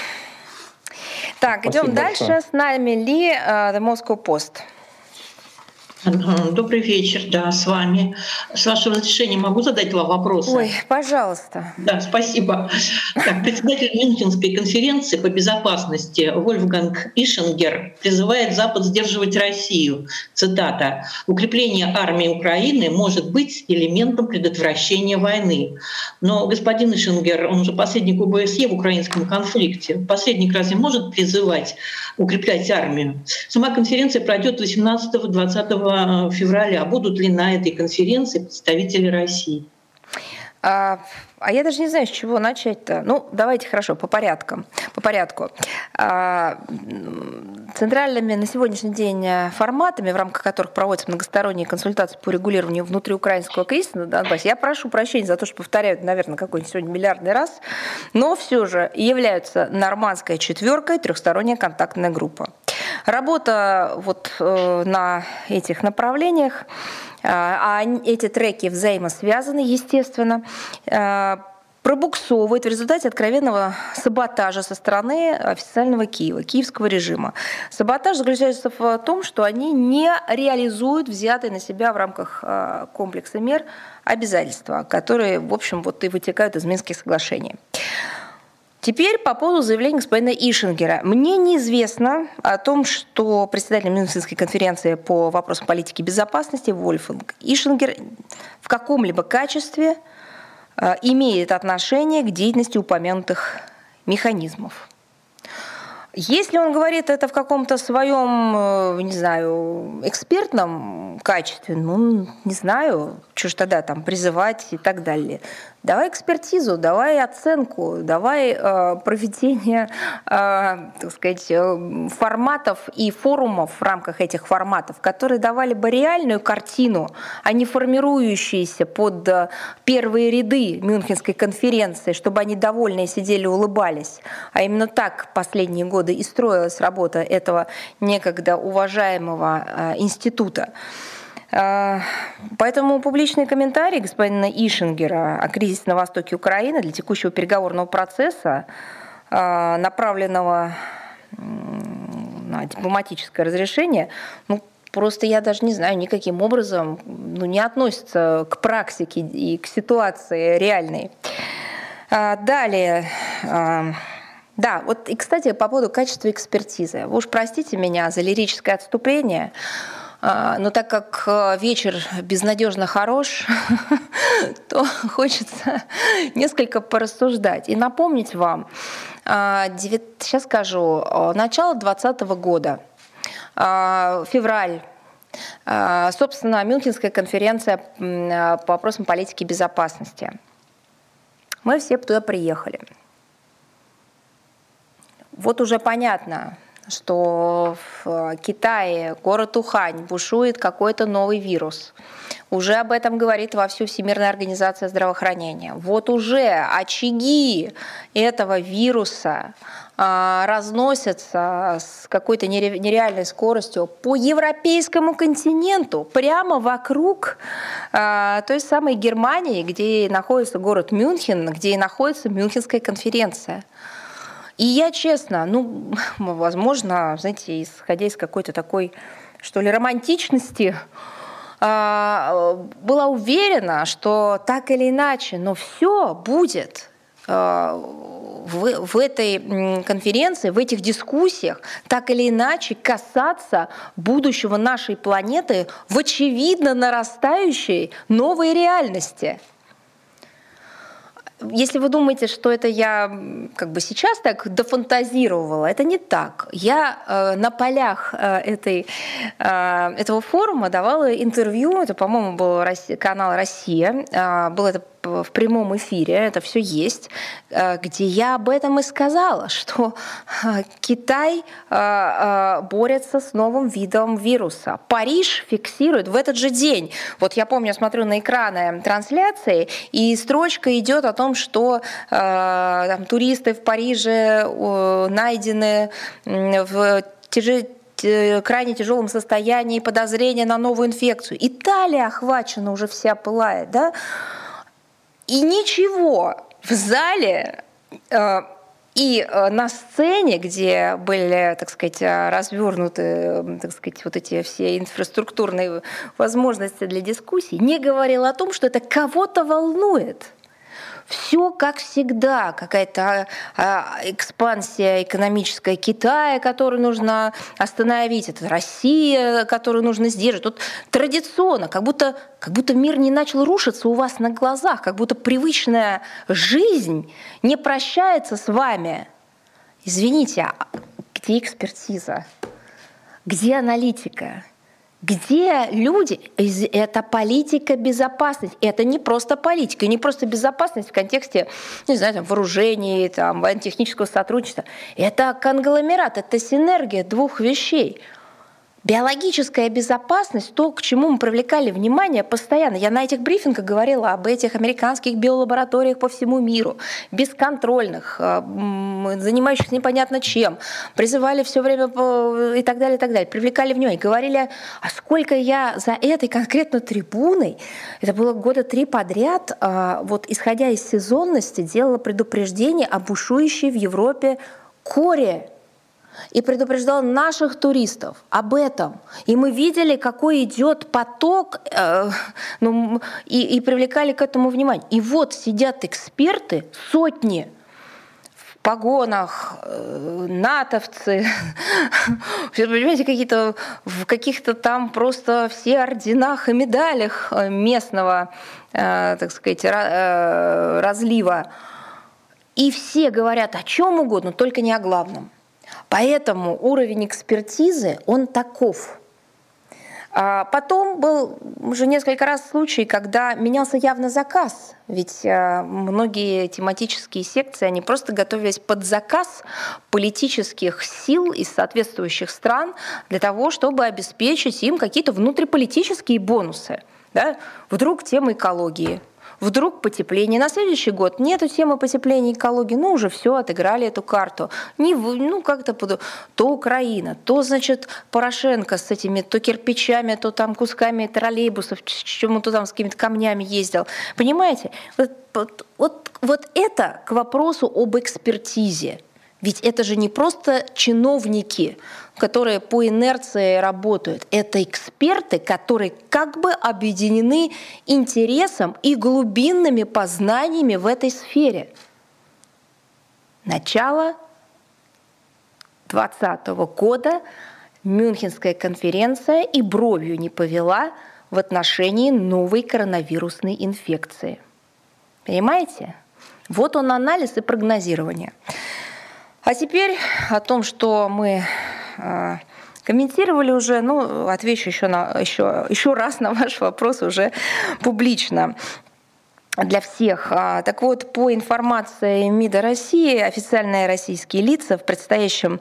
Так, идем дальше. С нами Ли, The Moscow Post. Добрый вечер, да, с вами. С вашего разрешения могу задать два вопроса? Ой, пожалуйста. Да, спасибо. Так, председатель Мюнхенской конференции по безопасности Вольфганг Ишингер призывает Запад сдерживать Россию. Цитата: «Укрепление армии Украины может быть элементом предотвращения войны». Но господин Ишингер, он же посредник ОБСЕ в украинском конфликте. Посредник разве может призывать укреплять армию? Сама конференция пройдет 18-20 февраля. Будут ли на этой конференции представители России? А я даже не знаю, с чего начать-то. Ну, давайте хорошо, по порядку. Центральными на сегодняшний день форматами, в рамках которых проводятся многосторонние консультации по регулированию внутриукраинского кризиса на Донбассе, я прошу прощения за то, что повторяю, наверное, какой-нибудь сегодня миллиардный раз, но все же являются Нормандская четверка и трехсторонняя контактная группа. Работа вот на этих направлениях, а эти треки взаимосвязаны, естественно, пробуксовывает в результате откровенного саботажа со стороны официального Киева, киевского режима. Саботаж заключается в том, что они не реализуют взятые на себя в рамках комплекса мер обязательства, которые, в общем, вот и вытекают из Минских соглашений. Теперь по поводу заявления господина Ишингера. Мне неизвестно о том, что председатель Мюнхенской конференции по вопросам политики и безопасности Вольфганг Ишингер в каком-либо качестве имеет отношение к деятельности упомянутых механизмов. Если он говорит это в каком-то своем, не знаю, экспертном качестве, ну, не знаю, что ж тогда там призывать и так далее. Давай экспертизу, давай оценку, давай проведение, так сказать, форматов и форумов в рамках этих форматов, которые давали бы реальную картину, а не формирующиеся под первые ряды Мюнхенской конференции, чтобы они довольные сидели и улыбались. А именно так последние годы и строилась работа этого некогда уважаемого института. Поэтому публичные комментарии господина Ишингера о кризисе на востоке Украины для текущего переговорного процесса, направленного на дипломатическое разрешение, ну, просто я даже не знаю, никаким образом не относятся к практике и к ситуации реальной. Далее. Да, вот и, кстати, по поводу качества экспертизы. Вы уж простите меня за лирическое отступление, но так как вечер безнадежно хорош, то хочется несколько порассуждать и напомнить вам. Сейчас скажу, начало 2020 года, февраль, собственно, Мюнхенская конференция по вопросам политики и безопасности. Мы все туда приехали. Вот уже понятно, что в Китае, город Ухань, бушует какой-то новый вирус. Уже об этом говорит вовсю Всемирная организация здравоохранения. Вот уже очаги этого вируса разносятся с какой-то нереальной скоростью по европейскому континенту, прямо вокруг той самой Германии, где находится город Мюнхен, где и находится Мюнхенская конференция. И я честно, возможно, знаете, исходя из какой-то такой, что ли, романтичности, была уверена, что так или иначе, но все будет в этой конференции, в этих дискуссиях так или иначе касаться будущего нашей планеты в очевидно нарастающей новой реальности. Если вы думаете, что это я как бы сейчас так дофантазировала, это не так. Я на полях этого форума давала интервью, это, по-моему, был канал «Россия», было это в прямом эфире, это все есть, где я об этом и сказала, что Китай борется с новым видом вируса. Париж фиксирует в этот же день. Вот я помню, я смотрю на экраны трансляции, и строчка идет о том, что туристы в Париже найдены в крайне тяжелом состоянии, подозрения на новую инфекцию. Италия охвачена уже вся, пылает, да? И ничего в зале и на сцене, где были, так сказать, развернуты, так сказать, вот эти все инфраструктурные возможности для дискуссий, не говорил о том, что это кого-то волнует. Все как всегда, какая-то экспансия экономическая Китая, которую нужно остановить, это Россия, которую нужно сдерживать. Тут традиционно, как будто мир не начал рушиться у вас на глазах, как будто привычная жизнь не прощается с вами. Извините, а где экспертиза? Где аналитика? Где люди? Это политика безопасности. Это не просто политика, не просто безопасность в контексте, не знаю, там, вооружений, там, военно-технического сотрудничества. Это конгломерат, это синергия двух вещей. Биологическая безопасность, то, к чему мы привлекали внимание постоянно. Я на этих брифингах говорила об этих американских биолабораториях по всему миру, бесконтрольных, занимающихся непонятно чем, призывали все время и так далее, и так далее. Привлекали внимание, говорили, а сколько я за этой конкретно трибуной, это было года 3 подряд, вот исходя из сезонности, делала предупреждение о бушующей в Европе коре. И предупреждал наших туристов об этом. И мы видели, какой идет поток, и привлекали к этому внимание. И вот сидят эксперты, сотни в погонах, натовцы, понимаете, в каких-то там просто все орденах и медалях местного, так сказать, разлива. И все говорят о чем угодно, только не о главном. Поэтому уровень экспертизы, он таков. Потом был уже несколько раз случай, когда менялся явно заказ. Ведь многие тематические секции, они просто готовились под заказ политических сил из соответствующих стран для того, чтобы обеспечить им какие-то внутриполитические бонусы. Да? Вдруг тема экологии. Вдруг потепление. На следующий год нету темы потепления и экологии. Ну, уже все, отыграли эту карту. Как-то то Украина, то, значит, Порошенко с этими то кирпичами, то там кусками троллейбусов, чему-то там с какими-то камнями ездил. Понимаете? Вот это к вопросу об экспертизе. Ведь это же не просто чиновники, которые по инерции работают. Это эксперты, которые как бы объединены интересом и глубинными познаниями в этой сфере. Начало 2020 года Мюнхенская конференция и бровью не повела в отношении новой коронавирусной инфекции. Понимаете? Вот он анализ и прогнозирование. А теперь о том, что мы комментировали уже, отвечу еще раз на ваш вопрос уже публично для всех. Так вот, по информации МИДа России, официальные российские лица в предстоящем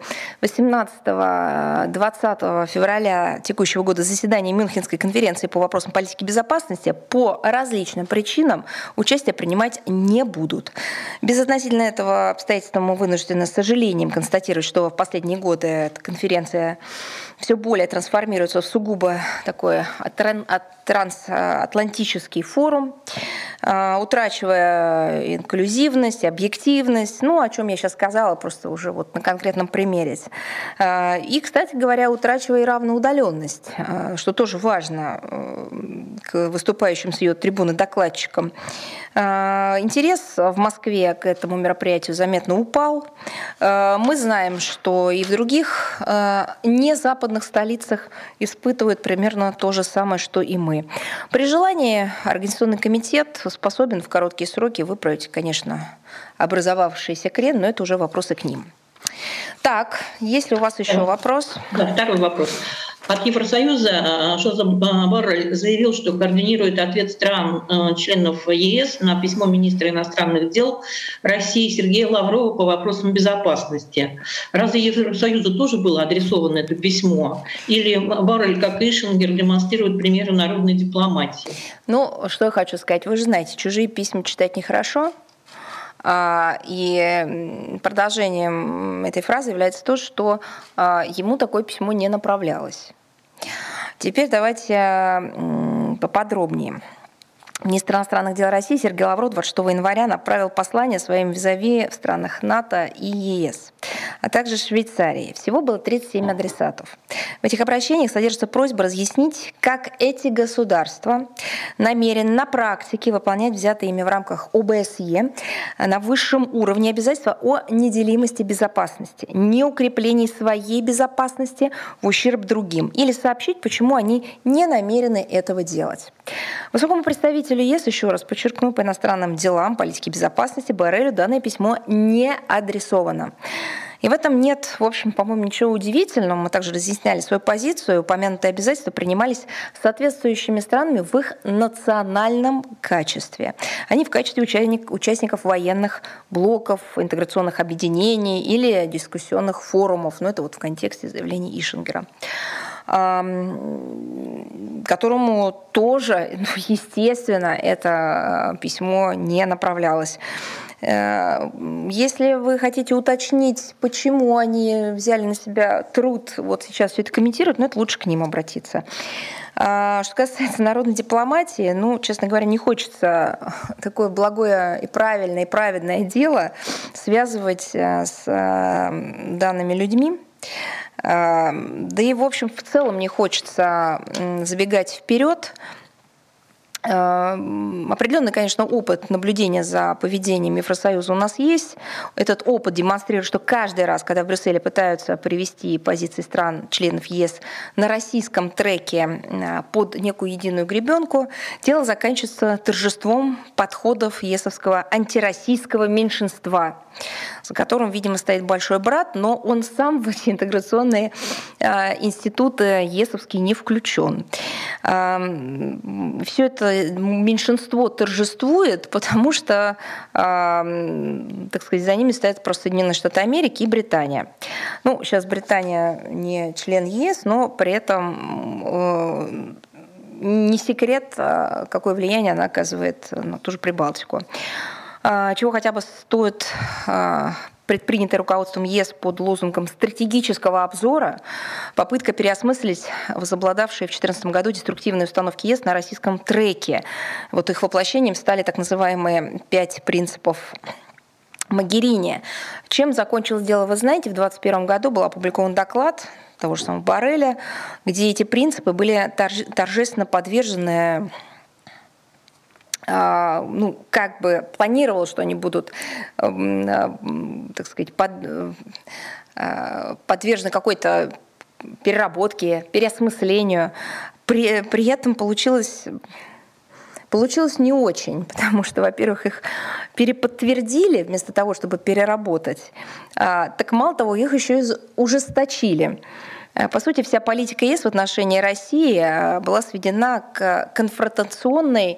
18-20 февраля текущего года заседании Мюнхенской конференции по вопросам политики безопасности по различным причинам участие принимать не будут. Безотносительно этого обстоятельства мы вынуждены с сожалением констатировать, что в последние годы эта конференция все более трансформируется в сугубо такой трансатлантический форум, утрачивая инклюзивность, объективность, о чем я сейчас сказала, просто уже вот на конкретном примере. И, кстати говоря, утрачивая и равноудаленность, что тоже важно к выступающим с ее трибуны докладчикам. Интерес в Москве к этому мероприятию заметно упал. Мы знаем, что и в других незападных столицах испытывают примерно то же самое, что и мы. При желании Организационный комитет способен в короткие сроки выправить, конечно, образовавшийся крен, но это уже вопросы к ним. Так, есть ли у вас еще вопрос? Да, второй вопрос. От Евросоюза Жозеп Боррель заявил, что координирует ответ стран, членов ЕС на письмо министра иностранных дел России Сергея Лаврова по вопросам безопасности. Разве Евросоюзу тоже было адресовано это письмо? Или Боррель, как Ишингер, демонстрирует примеры народной дипломатии? Что я хочу сказать. Вы же знаете, чужие письма читать нехорошо. И продолжением этой фразы является то, что ему такое письмо не направлялось. Теперь давайте поподробнее. Министр иностранных дел России Сергей Лавров 26 января направил послание своим визави в странах НАТО и ЕС, а также Швейцарии. Всего было 37 адресатов. В этих обращениях содержится просьба разъяснить, как эти государства намерены на практике выполнять взятые ими в рамках ОБСЕ на высшем уровне обязательства о неделимости безопасности, не укреплении своей безопасности в ущерб другим, или сообщить, почему они не намерены этого делать. Высокому представителю ЕС, еще раз подчеркну, по иностранным делам, политике безопасности Борреллу данное письмо не адресовано. И в этом нет, в общем, по-моему, ничего удивительного. Мы также разъясняли свою позицию. Упомянутые обязательства принимались соответствующими странами в их национальном качестве. Они в качестве участников военных блоков, интеграционных объединений или дискуссионных форумов. Но это вот в контексте заявлений Ишингера, которому тоже, естественно, это письмо не направлялось. Если вы хотите уточнить, почему они взяли на себя труд вот сейчас все это комментировать, это лучше к ним обратиться. Что касается народной дипломатии, честно говоря, не хочется такое благое и правильное, и праведное дело связывать с данными людьми. Да и, в общем, в целом не хочется забегать вперед. Определенный, конечно, опыт наблюдения за поведением Евросоюза у нас есть. Этот опыт демонстрирует, что каждый раз, когда в Брюсселе пытаются привести позиции стран, членов ЕС на российском треке под некую единую гребенку, дело заканчивается торжеством подходов ЕСовского антироссийского меньшинства, за которым, видимо, стоит большой брат, но он сам в эти интеграционные институты ЕСовские не включен. Все это меньшинство торжествует, потому что, так сказать, за ними стоят просто Соединенные Штаты Америки и Британия. Сейчас Британия не член ЕС, но при этом не секрет, какое влияние она оказывает на ту же Прибалтику. Чего хотя бы стоит предпринятая руководством ЕС под лозунгом стратегического обзора попытка переосмыслить возобладавшие в 2014 году деструктивные установки ЕС на российском треке. Вот их воплощением стали так называемые 5 принципов Могерини. Чем закончилось дело, вы знаете, в 2021 году был опубликован доклад того же самого Боррелля, где эти принципы были торжественно подвержены, как бы планировал, что они будут, так сказать, подвержены какой-то переработке, переосмыслению. При этом получилось не очень, потому что, во-первых, их переподтвердили вместо того, чтобы переработать. Так мало того, их еще и ужесточили. По сути, вся политика ЕС в отношении России была сведена к конфронтационной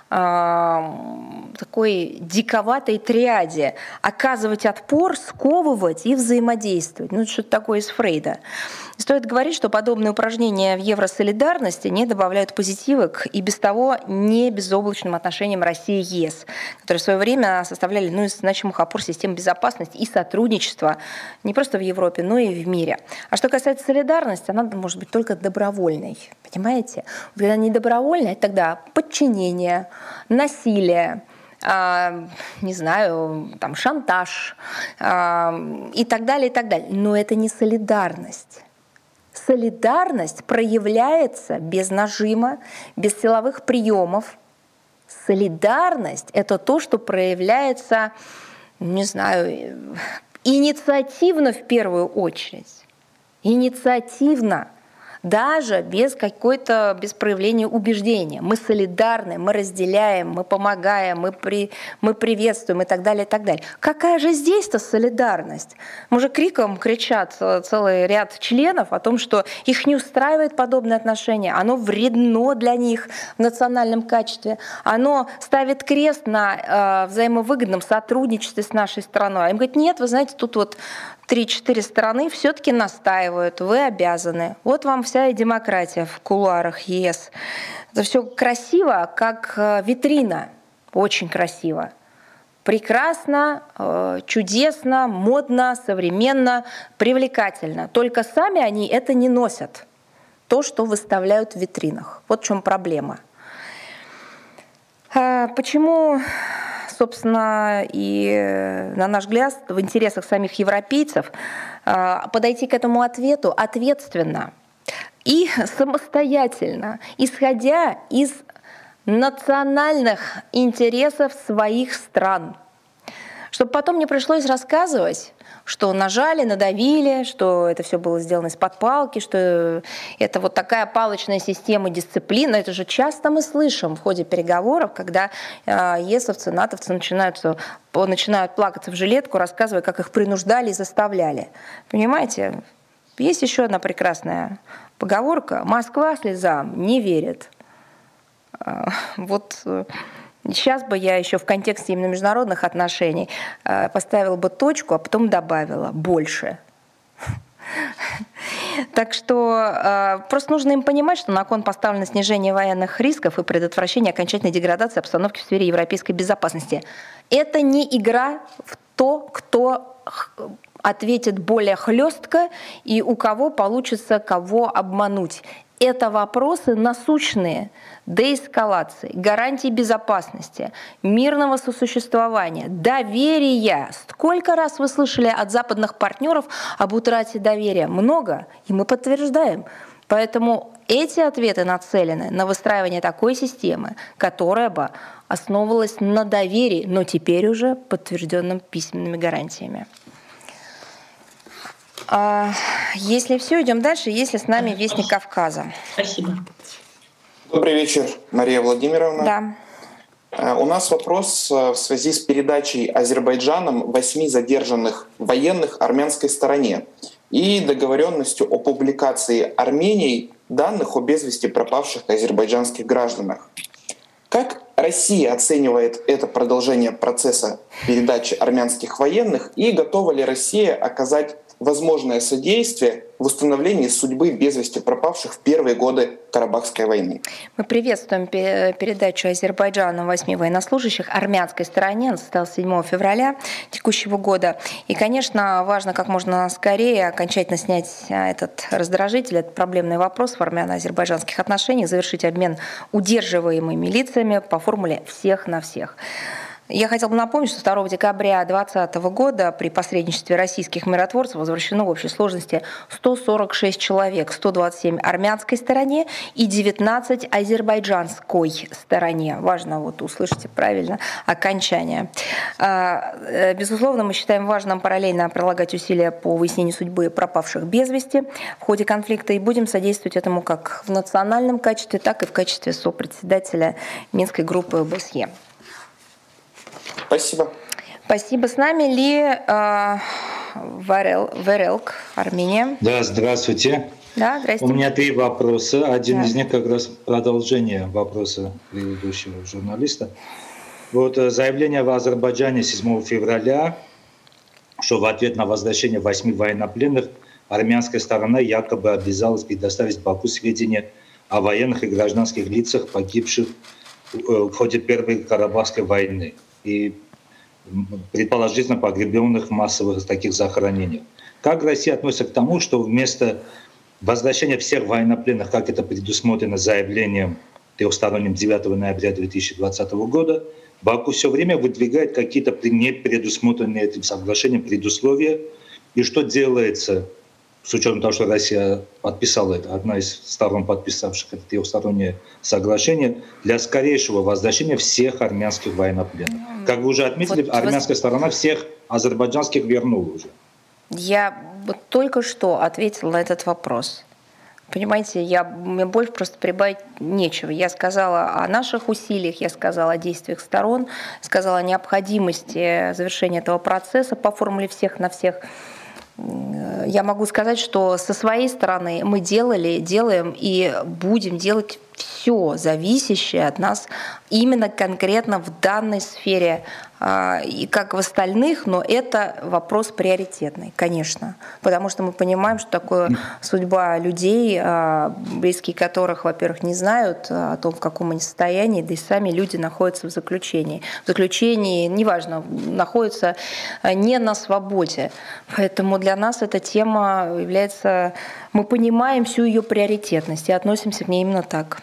такой диковатой триаде: оказывать отпор, сковывать и взаимодействовать. Это что-то такое из Фрейда. Стоит говорить, что подобные упражнения в евросолидарности не добавляют позитива к и без того не безоблачным отношениям России и ЕС, которые в свое время составляли из значимых опор системы безопасности и сотрудничества не просто в Европе, но и в мире. А что касается солидарности, она может быть только добровольной. Понимаете? Когда не добровольная, тогда подчинение, насилие, не знаю, шантаж и так далее, и так далее. Но это не солидарность. Солидарность проявляется без нажима, без силовых приемов. Солидарность — это то, что проявляется, не знаю, инициативно в первую очередь. Инициативно. Даже без проявления убеждения. Мы солидарны, мы разделяем, мы помогаем, мы приветствуем и так далее, и так далее. Какая же здесь-то солидарность? Мы же криком кричат целый ряд членов о том, что их не устраивает подобное отношение, оно вредно для них в национальном качестве, оно ставит крест на взаимовыгодном сотрудничестве с нашей страной. А им говорят: нет, вы знаете, тут вот 3-4 страны все-таки настаивают, вы обязаны. Вот вам вся и демократия в кулуарах ЕС. Это все красиво, как витрина, очень красиво. прекрасно, чудесно, модно, современно, привлекательно. Только сами они это не носят. То, что выставляют в витринах. Вот в чем проблема. Почему, собственно, и, на наш взгляд, в интересах самих европейцев подойти к этому ответу ответственно и самостоятельно, исходя из национальных интересов своих стран. Чтобы потом не пришлось рассказывать, что нажали, надавили, что это все было сделано из-под палки, что это вот такая палочная система дисциплины. Это же часто мы слышим в ходе переговоров, когда есовцы, натовцы начинают плакаться в жилетку, рассказывая, как их принуждали и заставляли. Понимаете? Есть еще одна прекрасная поговорка: «Москва слезам не верит». Вот сейчас бы я еще в контексте именно международных отношений поставила бы точку, а потом добавила больше. Так что просто нужно им понимать, что на кон поставлено снижение военных рисков и предотвращение окончательной деградации обстановки в сфере европейской безопасности. Это не игра в то, кто ответит более хлестко и у кого получится кого обмануть. Это вопросы насущные деэскалации, гарантии безопасности, мирного сосуществования, доверия. Сколько раз вы слышали от западных партнеров об утрате доверия? Много, и мы подтверждаем. Поэтому эти ответы нацелены на выстраивание такой системы, которая бы основывалась на доверии, но теперь уже подтвержденным письменными гарантиями. Если все, идем дальше. Если с нами Вестник Кавказа. Спасибо. Добрый вечер, Мария Владимировна. Да. У нас вопрос в связи с передачей Азербайджаном 8 задержанных военных армянской стороне и договоренностью о публикации Арменией данных о без вести пропавших азербайджанских гражданах. Как Россия оценивает это продолжение процесса передачи армянских военных и готова ли Россия оказать возможное содействие в установлении судьбы без вести пропавших в первые годы Карабахской войны? Мы приветствуем передачу Азербайджана 8 военнослужащих армянской стороне. Она состоялась 7 февраля текущего года. И, конечно, важно как можно скорее окончательно снять этот раздражитель, этот проблемный вопрос в армяно-азербайджанских отношениях, завершить обмен удерживаемыми лицами по формуле «всех на всех». Я хотела бы напомнить, что 2 декабря 2020 года при посредничестве российских миротворцев возвращено в общей сложности 146 человек, 127 армянской стороне и 19 азербайджанской стороне. Важно вот услышите правильно окончание. Безусловно, мы считаем важным параллельно прилагать усилия по выяснению судьбы пропавших без вести в ходе конфликта и будем содействовать этому как в национальном качестве, так и в качестве сопредседателя Минской группы ОБСЕ. Спасибо. Спасибо. С нами Ли Верелк, Армения. Да, здравствуйте. Да, здравствуйте. У меня 3 вопроса. Один из них как раз продолжение вопроса предыдущего журналиста. Вот заявление в Азербайджане 7 февраля, что в ответ на возвращение 8 военнопленных армянская сторона якобы обязалась предоставить Баку сведения о военных и гражданских лицах, погибших в ходе Первой Карабахской войны и предположительно погребенных в массовых таких захоронениях. Как Россия относится к тому, что вместо возвращения всех военнопленных, как это предусмотрено заявлением трехсторонним 9 ноября 2020 года, Баку все время выдвигает какие-то не предусмотренные этим соглашением предусловия, и что делается с учетом того, что Россия подписала это, одна из сторон, подписавших это трехстороннее соглашение, для скорейшего возвращения всех армянских военнопленных. Как вы уже отметили, вот армянская сторона всех азербайджанских вернула уже. Я вот только что ответила на этот вопрос. Понимаете, мне больше просто прибавить нечего. Я сказала о наших усилиях, я сказала о действиях сторон, сказала о необходимости завершения этого процесса по формуле «всех на всех». Я могу сказать, что со своей стороны мы делали, делаем и будем делать все зависящее от нас именно конкретно в данной сфере, и как в остальных, но это вопрос приоритетный, конечно, потому что мы понимаем, что такое судьба людей, близкие которых, во-первых, не знают о том, в каком они состоянии, да и сами люди находятся в заключении. В заключении, неважно, находятся не на свободе. Поэтому для нас эта тема является... Мы понимаем всю ее приоритетность и относимся к ней именно так.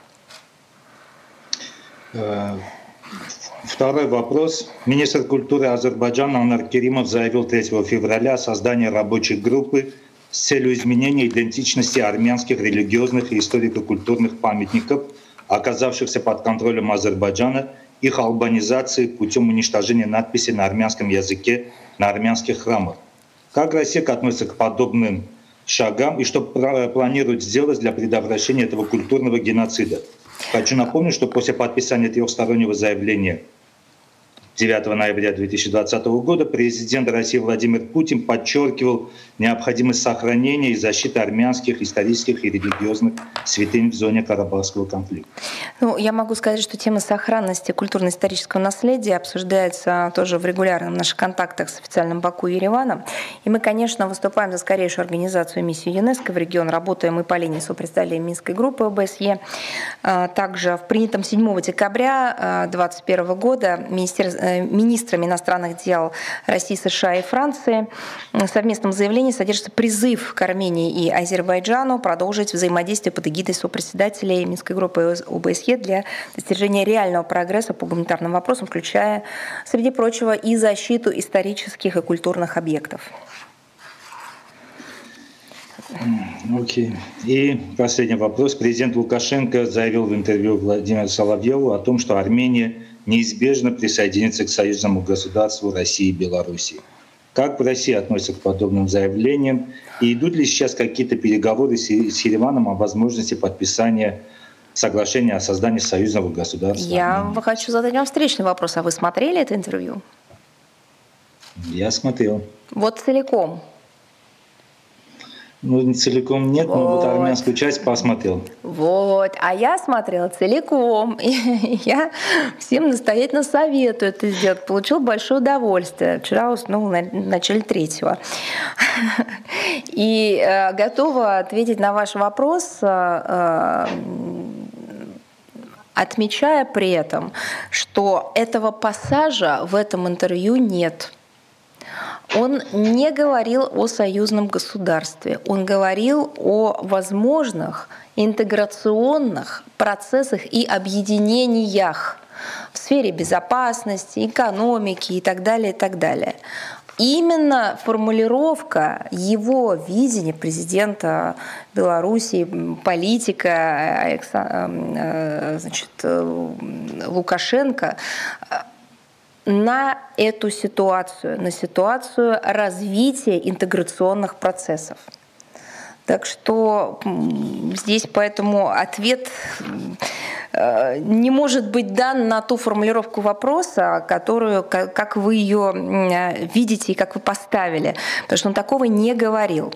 Второй вопрос. Министр культуры Азербайджана Анар Керимов заявил 3 февраля о создании рабочей группы с целью изменения идентичности армянских религиозных и историко-культурных памятников, оказавшихся под контролем Азербайджана, их албанизации путем уничтожения надписей на армянском языке на армянских храмах. Как Россия относится к подобным шагам и что планирует сделать для предотвращения этого культурного геноцида? Хочу напомнить, что после подписания трехстороннего заявления 9 ноября 2020 года президент России Владимир Путин подчеркивал необходимость сохранения и защиты армянских исторических и религиозных святынь в зоне Карабахского конфликта. Ну, я могу сказать, что тема сохранности культурно-исторического наследия обсуждается тоже в регулярных наших контактах с официальным Баку и Ереваном. И мы, конечно, выступаем за скорейшую организацию миссии ЮНЕСКО в регион. Работаем и по линии сопредставления Минской группы ОБСЕ. Также в принятом 7 декабря 2021 года министрами иностранных дел России, США и Франции в совместном заявлении содержится призыв к Армении и Азербайджану продолжить взаимодействие под эгидой сопредседателей Минской группы ОБСЕ для достижения реального прогресса по гуманитарным вопросам, включая, среди прочего, и защиту исторических и культурных объектов. Окей. И последний вопрос. Президент Лукашенко заявил в интервью Владимиру Соловьеву о том, что Армения неизбежно присоединится к союзному государству России и Белоруссии. Как в России относятся к подобным заявлениям? И идут ли сейчас какие-то переговоры с Ереваном о возможности подписания соглашения о создании союзного государства? Я хочу задать вам встречный вопрос. А вы смотрели это интервью? Я смотрел. Вот целиком? Ну, не целиком нет, но вот армянскую часть посмотрел. Вот, а я смотрела целиком. И я всем настоятельно советую это сделать. Получил большое удовольствие. Вчера уснул в начале 3-го. И готова ответить на ваш вопрос, отмечая при этом, что этого пассажа в этом интервью нет. Он не говорил о союзном государстве, он говорил о возможных интеграционных процессах и объединениях в сфере безопасности, экономики и так далее, и так далее. Именно формулировка его видения президента Беларуси, политика Лукашенко на эту ситуацию, на ситуацию развития интеграционных процессов. Так что здесь поэтому ответ не может быть дан на ту формулировку вопроса, которую, как вы ее видите и как вы поставили, потому что он такого не говорил.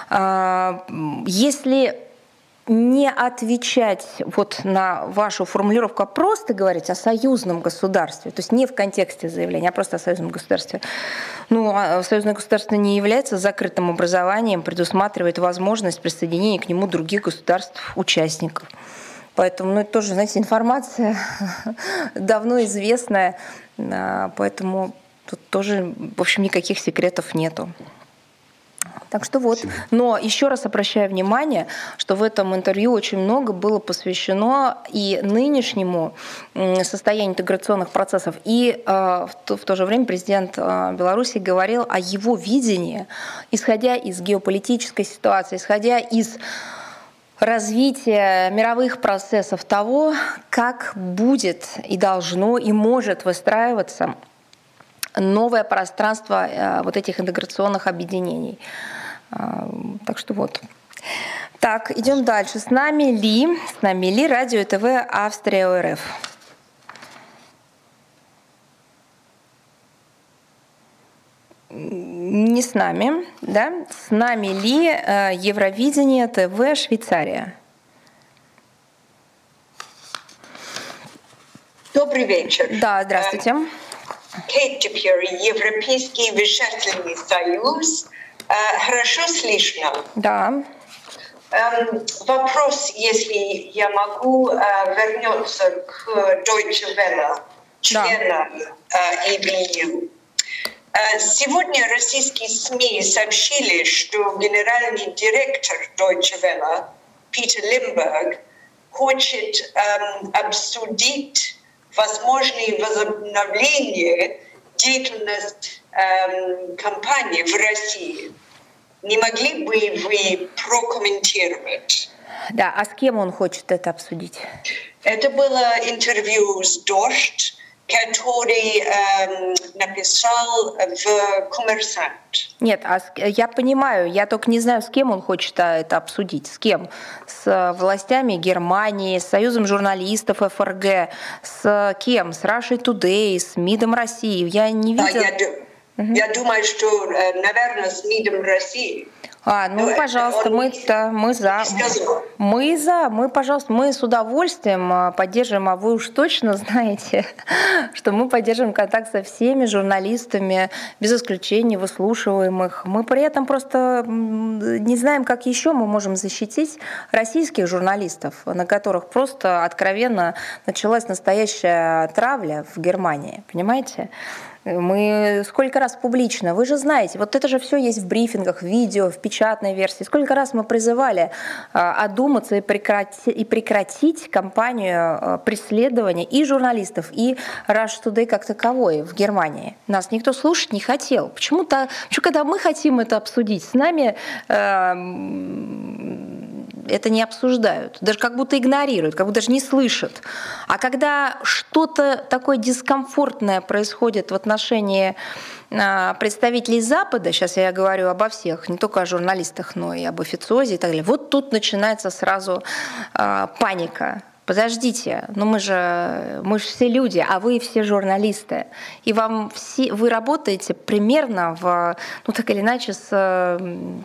Если не отвечать вот на вашу формулировку, а просто говорить о союзном государстве, то есть не в контексте заявления, а просто о союзном государстве. Ну, союзное государство не является закрытым образованием, предусматривает возможность присоединения к нему других государств-участников. Поэтому, ну, это тоже, знаете, информация давно известная, поэтому тут тоже, в общем, никаких секретов нету. Так что вот. Но еще раз обращаю внимание, что в этом интервью очень много было посвящено и нынешнему состоянию интеграционных процессов. И в то же время президент Беларуси говорил о его видении, исходя из геополитической ситуации, исходя из развития мировых процессов того, как будет и должно и может выстраиваться новое пространство вот этих интеграционных объединений. Так что вот. Так, идем дальше. С нами Ли, Радио ТВ Австрия ОРФ. Не с нами, да? С нами Ли, Евровидение ТВ Швейцария. Добрый вечер. Да, здравствуйте. Кейт Депьюри, Европейский вещательный союз. Хорошо слышно? Да. Вопрос, если я могу вернуться к Deutsche Welle, членам EBU. Сегодня российские СМИ сообщили, что генеральный директор Deutsche Welle Питер Лимберг хочет обсудить возможные возобновления деятельности компании в России. Не могли бы вы прокомментировать? Да, а с кем он хочет это обсудить? Это было интервью с «Дождь», который написал в «Коммерсант». Нет, я понимаю, я только не знаю, с кем он хочет это обсудить. С кем? С властями Германии, с Союзом журналистов ФРГ, с кем? С Russia Today, с МИДом России. Я не видела... Я думаю, что, наверное, с МИДом России. Пожалуйста, мы за. Мы с удовольствием поддерживаем, а вы уж точно знаете, что мы поддерживаем контакт со всеми журналистами, без исключения выслушиваемых. Мы при этом просто не знаем, как еще мы можем защитить российских журналистов, на которых просто откровенно началась настоящая травля в Германии, понимаете? Мы сколько раз публично, вы же знаете, вот это же все есть в брифингах, в видео, в печатной версии. Сколько раз мы призывали одуматься и прекратить кампанию преследования и журналистов, и Russia Today как таковой в Германии. Нас никто слушать не хотел. Почему-то, когда мы хотим это обсудить, с нами это не обсуждают, даже как будто игнорируют, как будто даже не слышат. А что-то такое дискомфортное происходит в отношении представителей Запада, сейчас я говорю обо всех, не только о журналистах, но и об официозе и так далее, вот тут начинается сразу паника. Подождите, мы же все люди, а вы все журналисты. И вы работаете примерно так или иначе с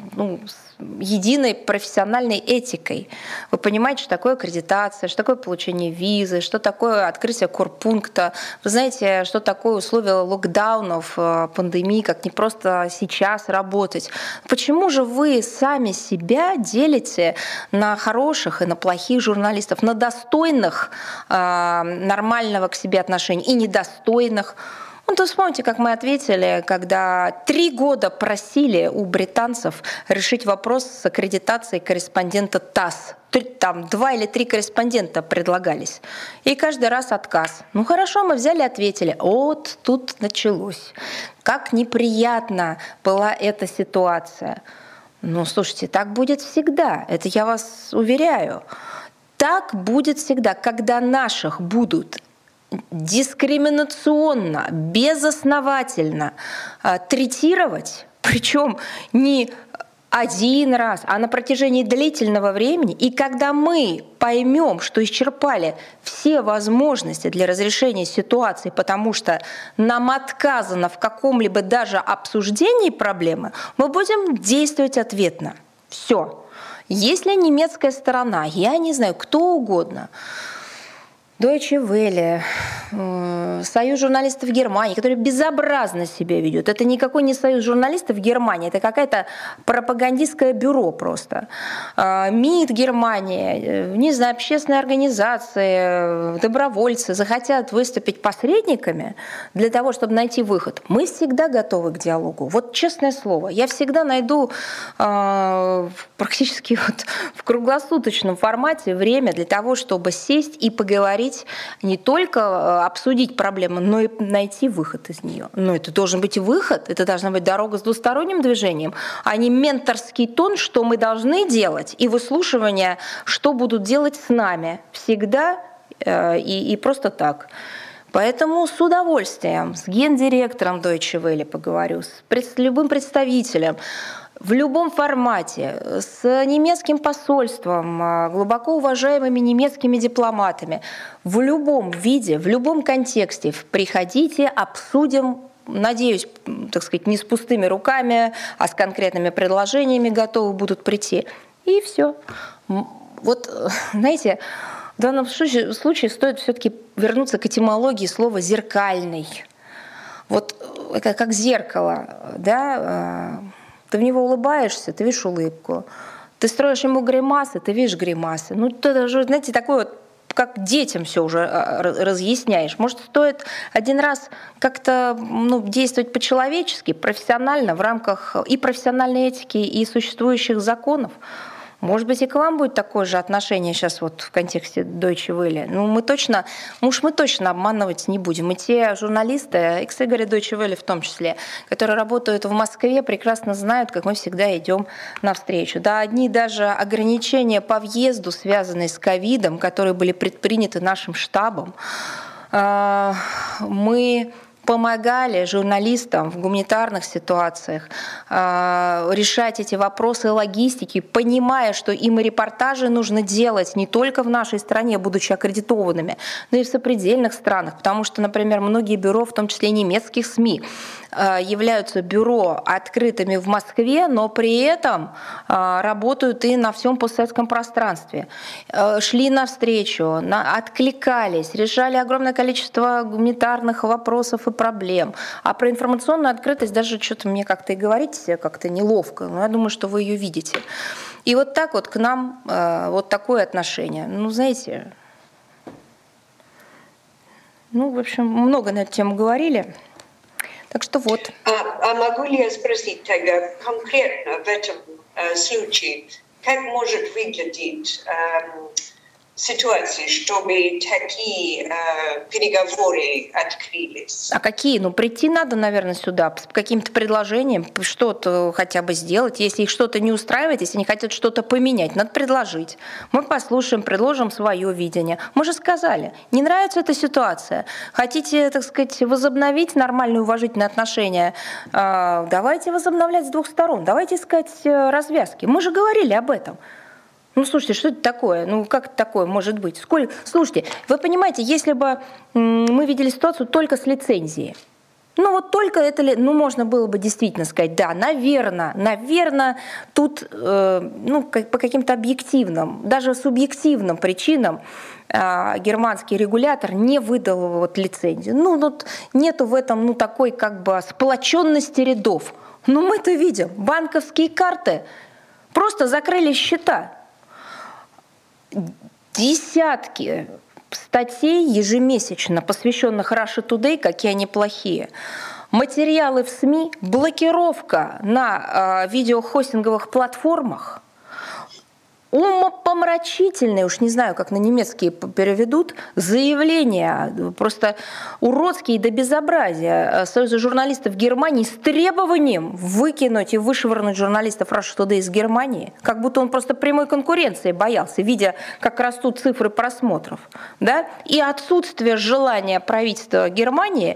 единой профессиональной этикой. Вы понимаете, что такое аккредитация, что такое получение визы, что такое открытие корпункта. Вы знаете, что такое условия локдаунов, пандемии, как не просто сейчас работать. Почему же вы сами себя делите на хороших и на плохих журналистов, на достойных нормального к себе отношения и недостойных? То вспомните, как мы ответили, когда 3 года просили у британцев решить вопрос с аккредитацией корреспондента ТАСС. Там 2 или 3 корреспондента предлагались. И каждый раз отказ. Хорошо, мы взяли и ответили. Вот тут началось. Как неприятна была эта ситуация. Слушайте, так будет всегда. Это я вас уверяю. Так будет всегда, когда наших будут дискриминационно, безосновательно третировать, причем не один раз, а на протяжении длительного времени. И когда мы поймем, что исчерпали все возможности для разрешения ситуации, потому что нам отказано в каком-либо даже обсуждении проблемы, мы будем действовать ответно. Все. Если немецкая сторона, я не знаю, кто угодно, Deutsche Welle, Союз журналистов Германии, который безобразно себя ведет. Это никакой не Союз журналистов Германии, это какое-то пропагандистское бюро просто. МИД Германии, не знаю, общественные организации, добровольцы захотят выступить посредниками для того, чтобы найти выход. Мы всегда готовы к диалогу. Вот честное слово, я всегда найду практически в круглосуточном формате время для того, чтобы сесть и поговорить, не только обсудить проблему, но и найти выход из нее. Но это должен быть выход, это должна быть дорога с двусторонним движением, а не менторский тон, что мы должны делать, и выслушивание, что будут делать с нами всегда и просто так. Поэтому с удовольствием с гендиректором Deutsche Welle поговорю, с любым представителем, в любом формате, с немецким посольством, глубоко уважаемыми немецкими дипломатами, в любом виде, в любом контексте. Приходите, обсудим. Надеюсь, так сказать, не с пустыми руками, а с конкретными предложениями готовы будут прийти. И все. Вот, знаете, В данном случае стоит все-таки вернуться к этимологии слова «зеркальный». Вот это как зеркало, да? Ты в него улыбаешься, ты видишь улыбку. Ты строишь ему гримасы, ты видишь гримасы. Ну, это же, знаете, такой вот, как детям все уже разъясняешь. Может, стоит один раз как-то действовать по-человечески, профессионально, в рамках и профессиональной этики, и существующих законов. Может быть, и к вам будет такое же отношение сейчас вот в контексте Deutsche Welle. Ну, мы точно обманывать не будем. И те журналисты, экс-игоря Deutsche Welle в том числе, которые работают в Москве, прекрасно знают, как мы всегда идем навстречу. Да, одни даже ограничения по въезду, связанные с ковидом, которые были предприняты нашим штабом, мы помогали журналистам в гуманитарных ситуациях решать эти вопросы логистики, понимая, что им и репортажи нужно делать не только в нашей стране, будучи аккредитованными, но и в сопредельных странах. Потому что, например, многие бюро, в том числе и немецких СМИ, являются бюро открытыми в Москве, но при этом работают и на всем постсоветском пространстве. Шли навстречу, откликались, решали огромное количество гуманитарных вопросов и проблем. А про информационную открытость даже что-то мне как-то и говорить как-то неловко, но я думаю, что вы ее видите. И вот так вот к нам вот такое отношение. Ну, знаете, в общем, много на эту тему говорили. Так что вот. А могу ли я спросить тогда конкретно в этом случае, как может выглядеть ситуации, чтобы такие переговоры открылись? А какие? Прийти надо, наверное, сюда с каким-то предложением, что-то хотя бы сделать. Если их что-то не устраивает, если они хотят что-то поменять, надо предложить. Мы послушаем, предложим свое видение. Мы же сказали, не нравится эта ситуация, хотите, так сказать, возобновить нормальные уважительные отношения, давайте возобновлять с двух сторон, давайте искать развязки. Мы же говорили об этом. Слушайте, что это такое? Как это такое может быть? Слушайте, вы понимаете, если бы мы видели ситуацию только с лицензией, вот только это, можно было бы действительно сказать, да, наверное, тут по каким-то объективным, даже субъективным причинам германский регулятор не выдал лицензию. Нету в этом такой сплоченности рядов. Мы-то видим, банковские карты просто закрыли счета. Десятки статей ежемесячно, посвященных Russia Today, какие они плохие. Материалы в СМИ, блокировка на видеохостинговых платформах. Умопомрачительные, уж не знаю, как на немецкий переведут, заявления, просто уродские до безобразия Союза журналистов Германии с требованием выкинуть и вышвырнуть журналистов Russia Today из Германии, как будто он просто прямой конкуренции боялся, видя, как растут цифры просмотров. Да? И отсутствие желания правительства Германии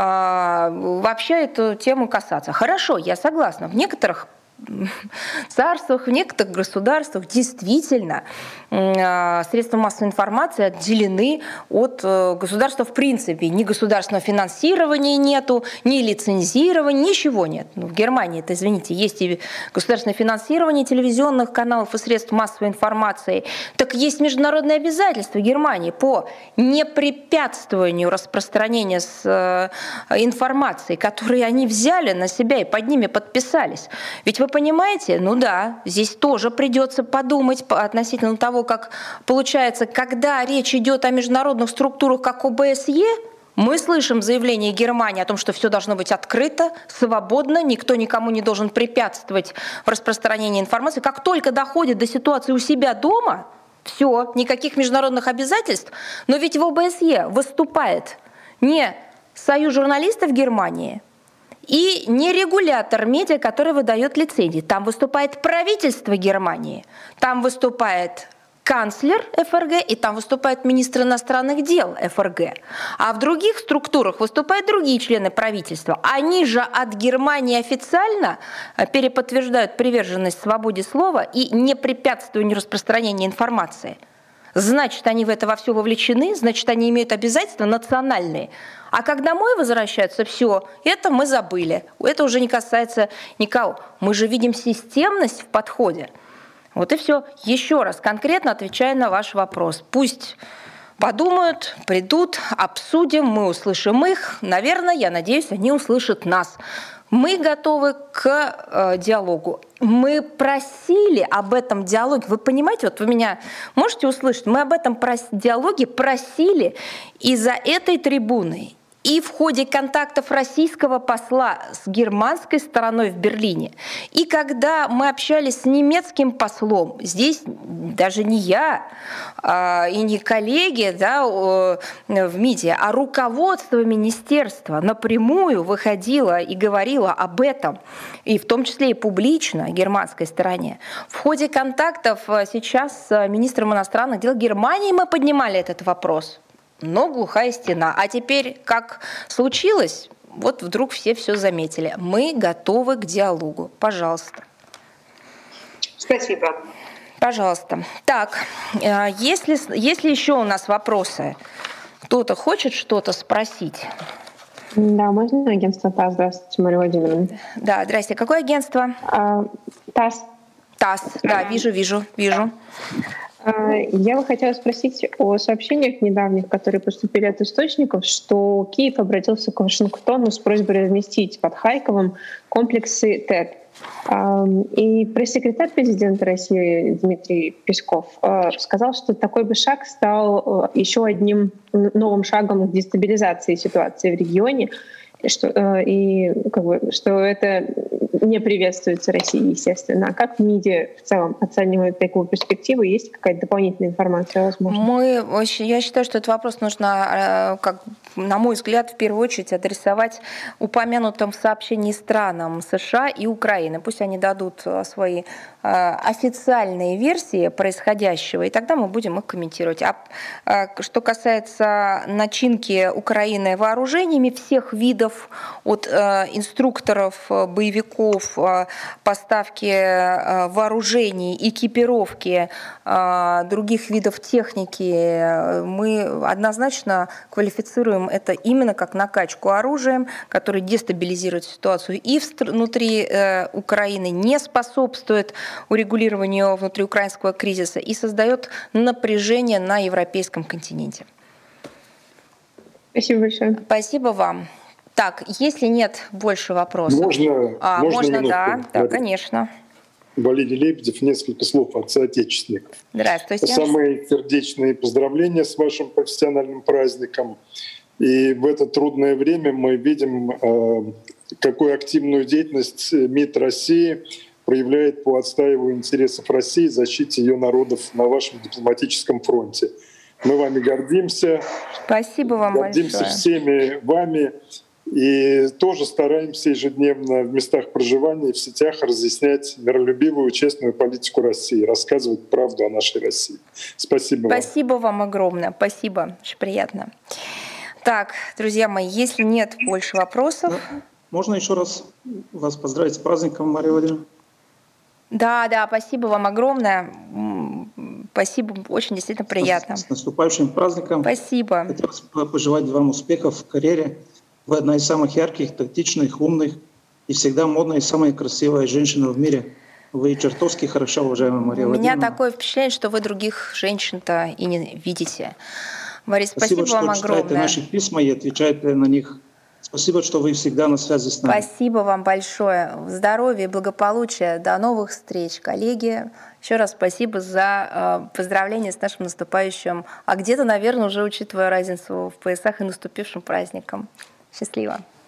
вообще эту тему касаться. Хорошо, я согласна, в некоторых царствах, в некоторых государствах действительно средства массовой информации отделены от государства в принципе. Ни государственного финансирования нету, ни лицензирования, ничего нет. В Германии, это, извините, есть и государственное финансирование телевизионных каналов и средств массовой информации. Так есть международные обязательства Германии по непрепятствованию распространения информации, которые они взяли на себя и под ними подписались. Ведь вы понимаете, здесь тоже придется подумать относительно того, как получается, когда речь идет о международных структурах, как ОБСЕ, мы слышим заявление Германии о том, что все должно быть открыто, свободно, никто никому не должен препятствовать в распространении информации. Как только доходит до ситуации у себя дома, все, никаких международных обязательств. Но ведь в ОБСЕ выступает не Союз журналистов Германии, и не регулятор медиа, который выдает лицензии. Там выступает правительство Германии, там выступает канцлер ФРГ и там выступает министр иностранных дел ФРГ. А в других структурах выступают другие члены правительства. Они же от Германии официально переподтверждают приверженность свободе слова и непрепятствованию распространения информации. Значит, они в это во все вовлечены, значит, они имеют обязательства национальные. А как домой возвращаются, все, это мы забыли. Это уже не касается никого. Мы же видим системность в подходе. Вот и все. Еще раз конкретно отвечаю на ваш вопрос. Пусть подумают, придут, обсудим, мы услышим их. Наверное, я надеюсь, они услышат нас. Мы готовы к диалогу. Мы просили об этом диалоге. Вы понимаете, вот вы меня можете услышать? Мы об этом диалоге просили из-за этой трибуны. И в ходе контактов российского посла с германской стороной в Берлине. И когда мы общались с немецким послом, здесь даже не я и не коллеги, да, в МИДе, а руководство министерства напрямую выходило и говорило об этом, и в том числе и публично германской стороне. В ходе контактов сейчас с министром иностранных дел Германии мы поднимали этот вопрос. Но глухая стена. А теперь, как случилось, вот вдруг все заметили. Мы готовы к диалогу. Пожалуйста. Спасибо. Пожалуйста. Так, если еще у нас вопросы, кто-то хочет что-то спросить? Да, можно агентство ТАСС? Здравствуйте, Мария Владимировна. Да, здрасте. Какое агентство? ТАСС. ТАСС, да, вижу. Я бы хотела спросить о сообщениях недавних, которые поступили от источников, что Киев обратился к Вашингтону с просьбой разместить под Харьковом комплексы ТЭТ. И пресс-секретарь президента России Дмитрий Песков сказал, что такой бы шаг стал еще одним новым шагом к дестабилизации ситуации в регионе, что это не приветствуется Россией, естественно. А как в МИДе в целом оценивают такую перспективу? Есть какая-то дополнительная информация, возможно? Я считаю, что этот вопрос нужно, на мой взгляд, в первую очередь адресовать упомянутым в сообщении странам США и Украины. Пусть они дадут свои официальные версии происходящего, и тогда мы будем их комментировать. А что касается начинки Украины вооружениями всех видов, от инструкторов, боевиков, поставки вооружений, экипировки, других видов техники, мы однозначно квалифицируем это именно как накачку оружием, который дестабилизирует ситуацию и внутри Украины, не способствует урегулированию внутриукраинского кризиса и создает напряжение на европейском континенте. Спасибо большое. Спасибо вам. Так, если нет больше вопросов... Можно, да, конечно. Валерий Лебедев, несколько слов от соотечественников. Здравствуйте. Самые сердечные поздравления с вашим профессиональным праздником. И в это трудное время мы видим, какую активную деятельность МИД России проявляет по отстаиванию интересов России, защите ее народов на вашем дипломатическом фронте. Мы вами гордимся. Спасибо вам гордимся большое. Всеми вами. И тоже стараемся ежедневно в местах проживания и в сетях разъяснять миролюбивую, честную политику России, рассказывать правду о нашей России. Спасибо вам. Спасибо вам огромное. Спасибо. Очень приятно. Так, друзья мои, если нет больше вопросов... Можно еще раз вас поздравить с праздником, Мария Владимировна? Да, спасибо вам огромное. Спасибо, очень действительно приятно. С наступающим праздником. Спасибо. Хотелось бы пожелать вам успехов в карьере. Вы одна из самых ярких, тактичных, умных и всегда модная и самая красивая женщина в мире. Вы чертовски хороша, уважаемая Мария Владимировна. У меня такое впечатление, что вы других женщин-то и не видите. Борис, спасибо вам огромное. Спасибо, что читаете наши письма и отвечаете на них. Спасибо, что вы всегда на связи с нами. Спасибо вам большое. Здоровья и благополучия. До новых встреч, коллеги. Еще раз спасибо за поздравления с нашим наступающим, а где-то, наверное, уже учитывая разницу в поясах и наступившим праздником. Счастливо.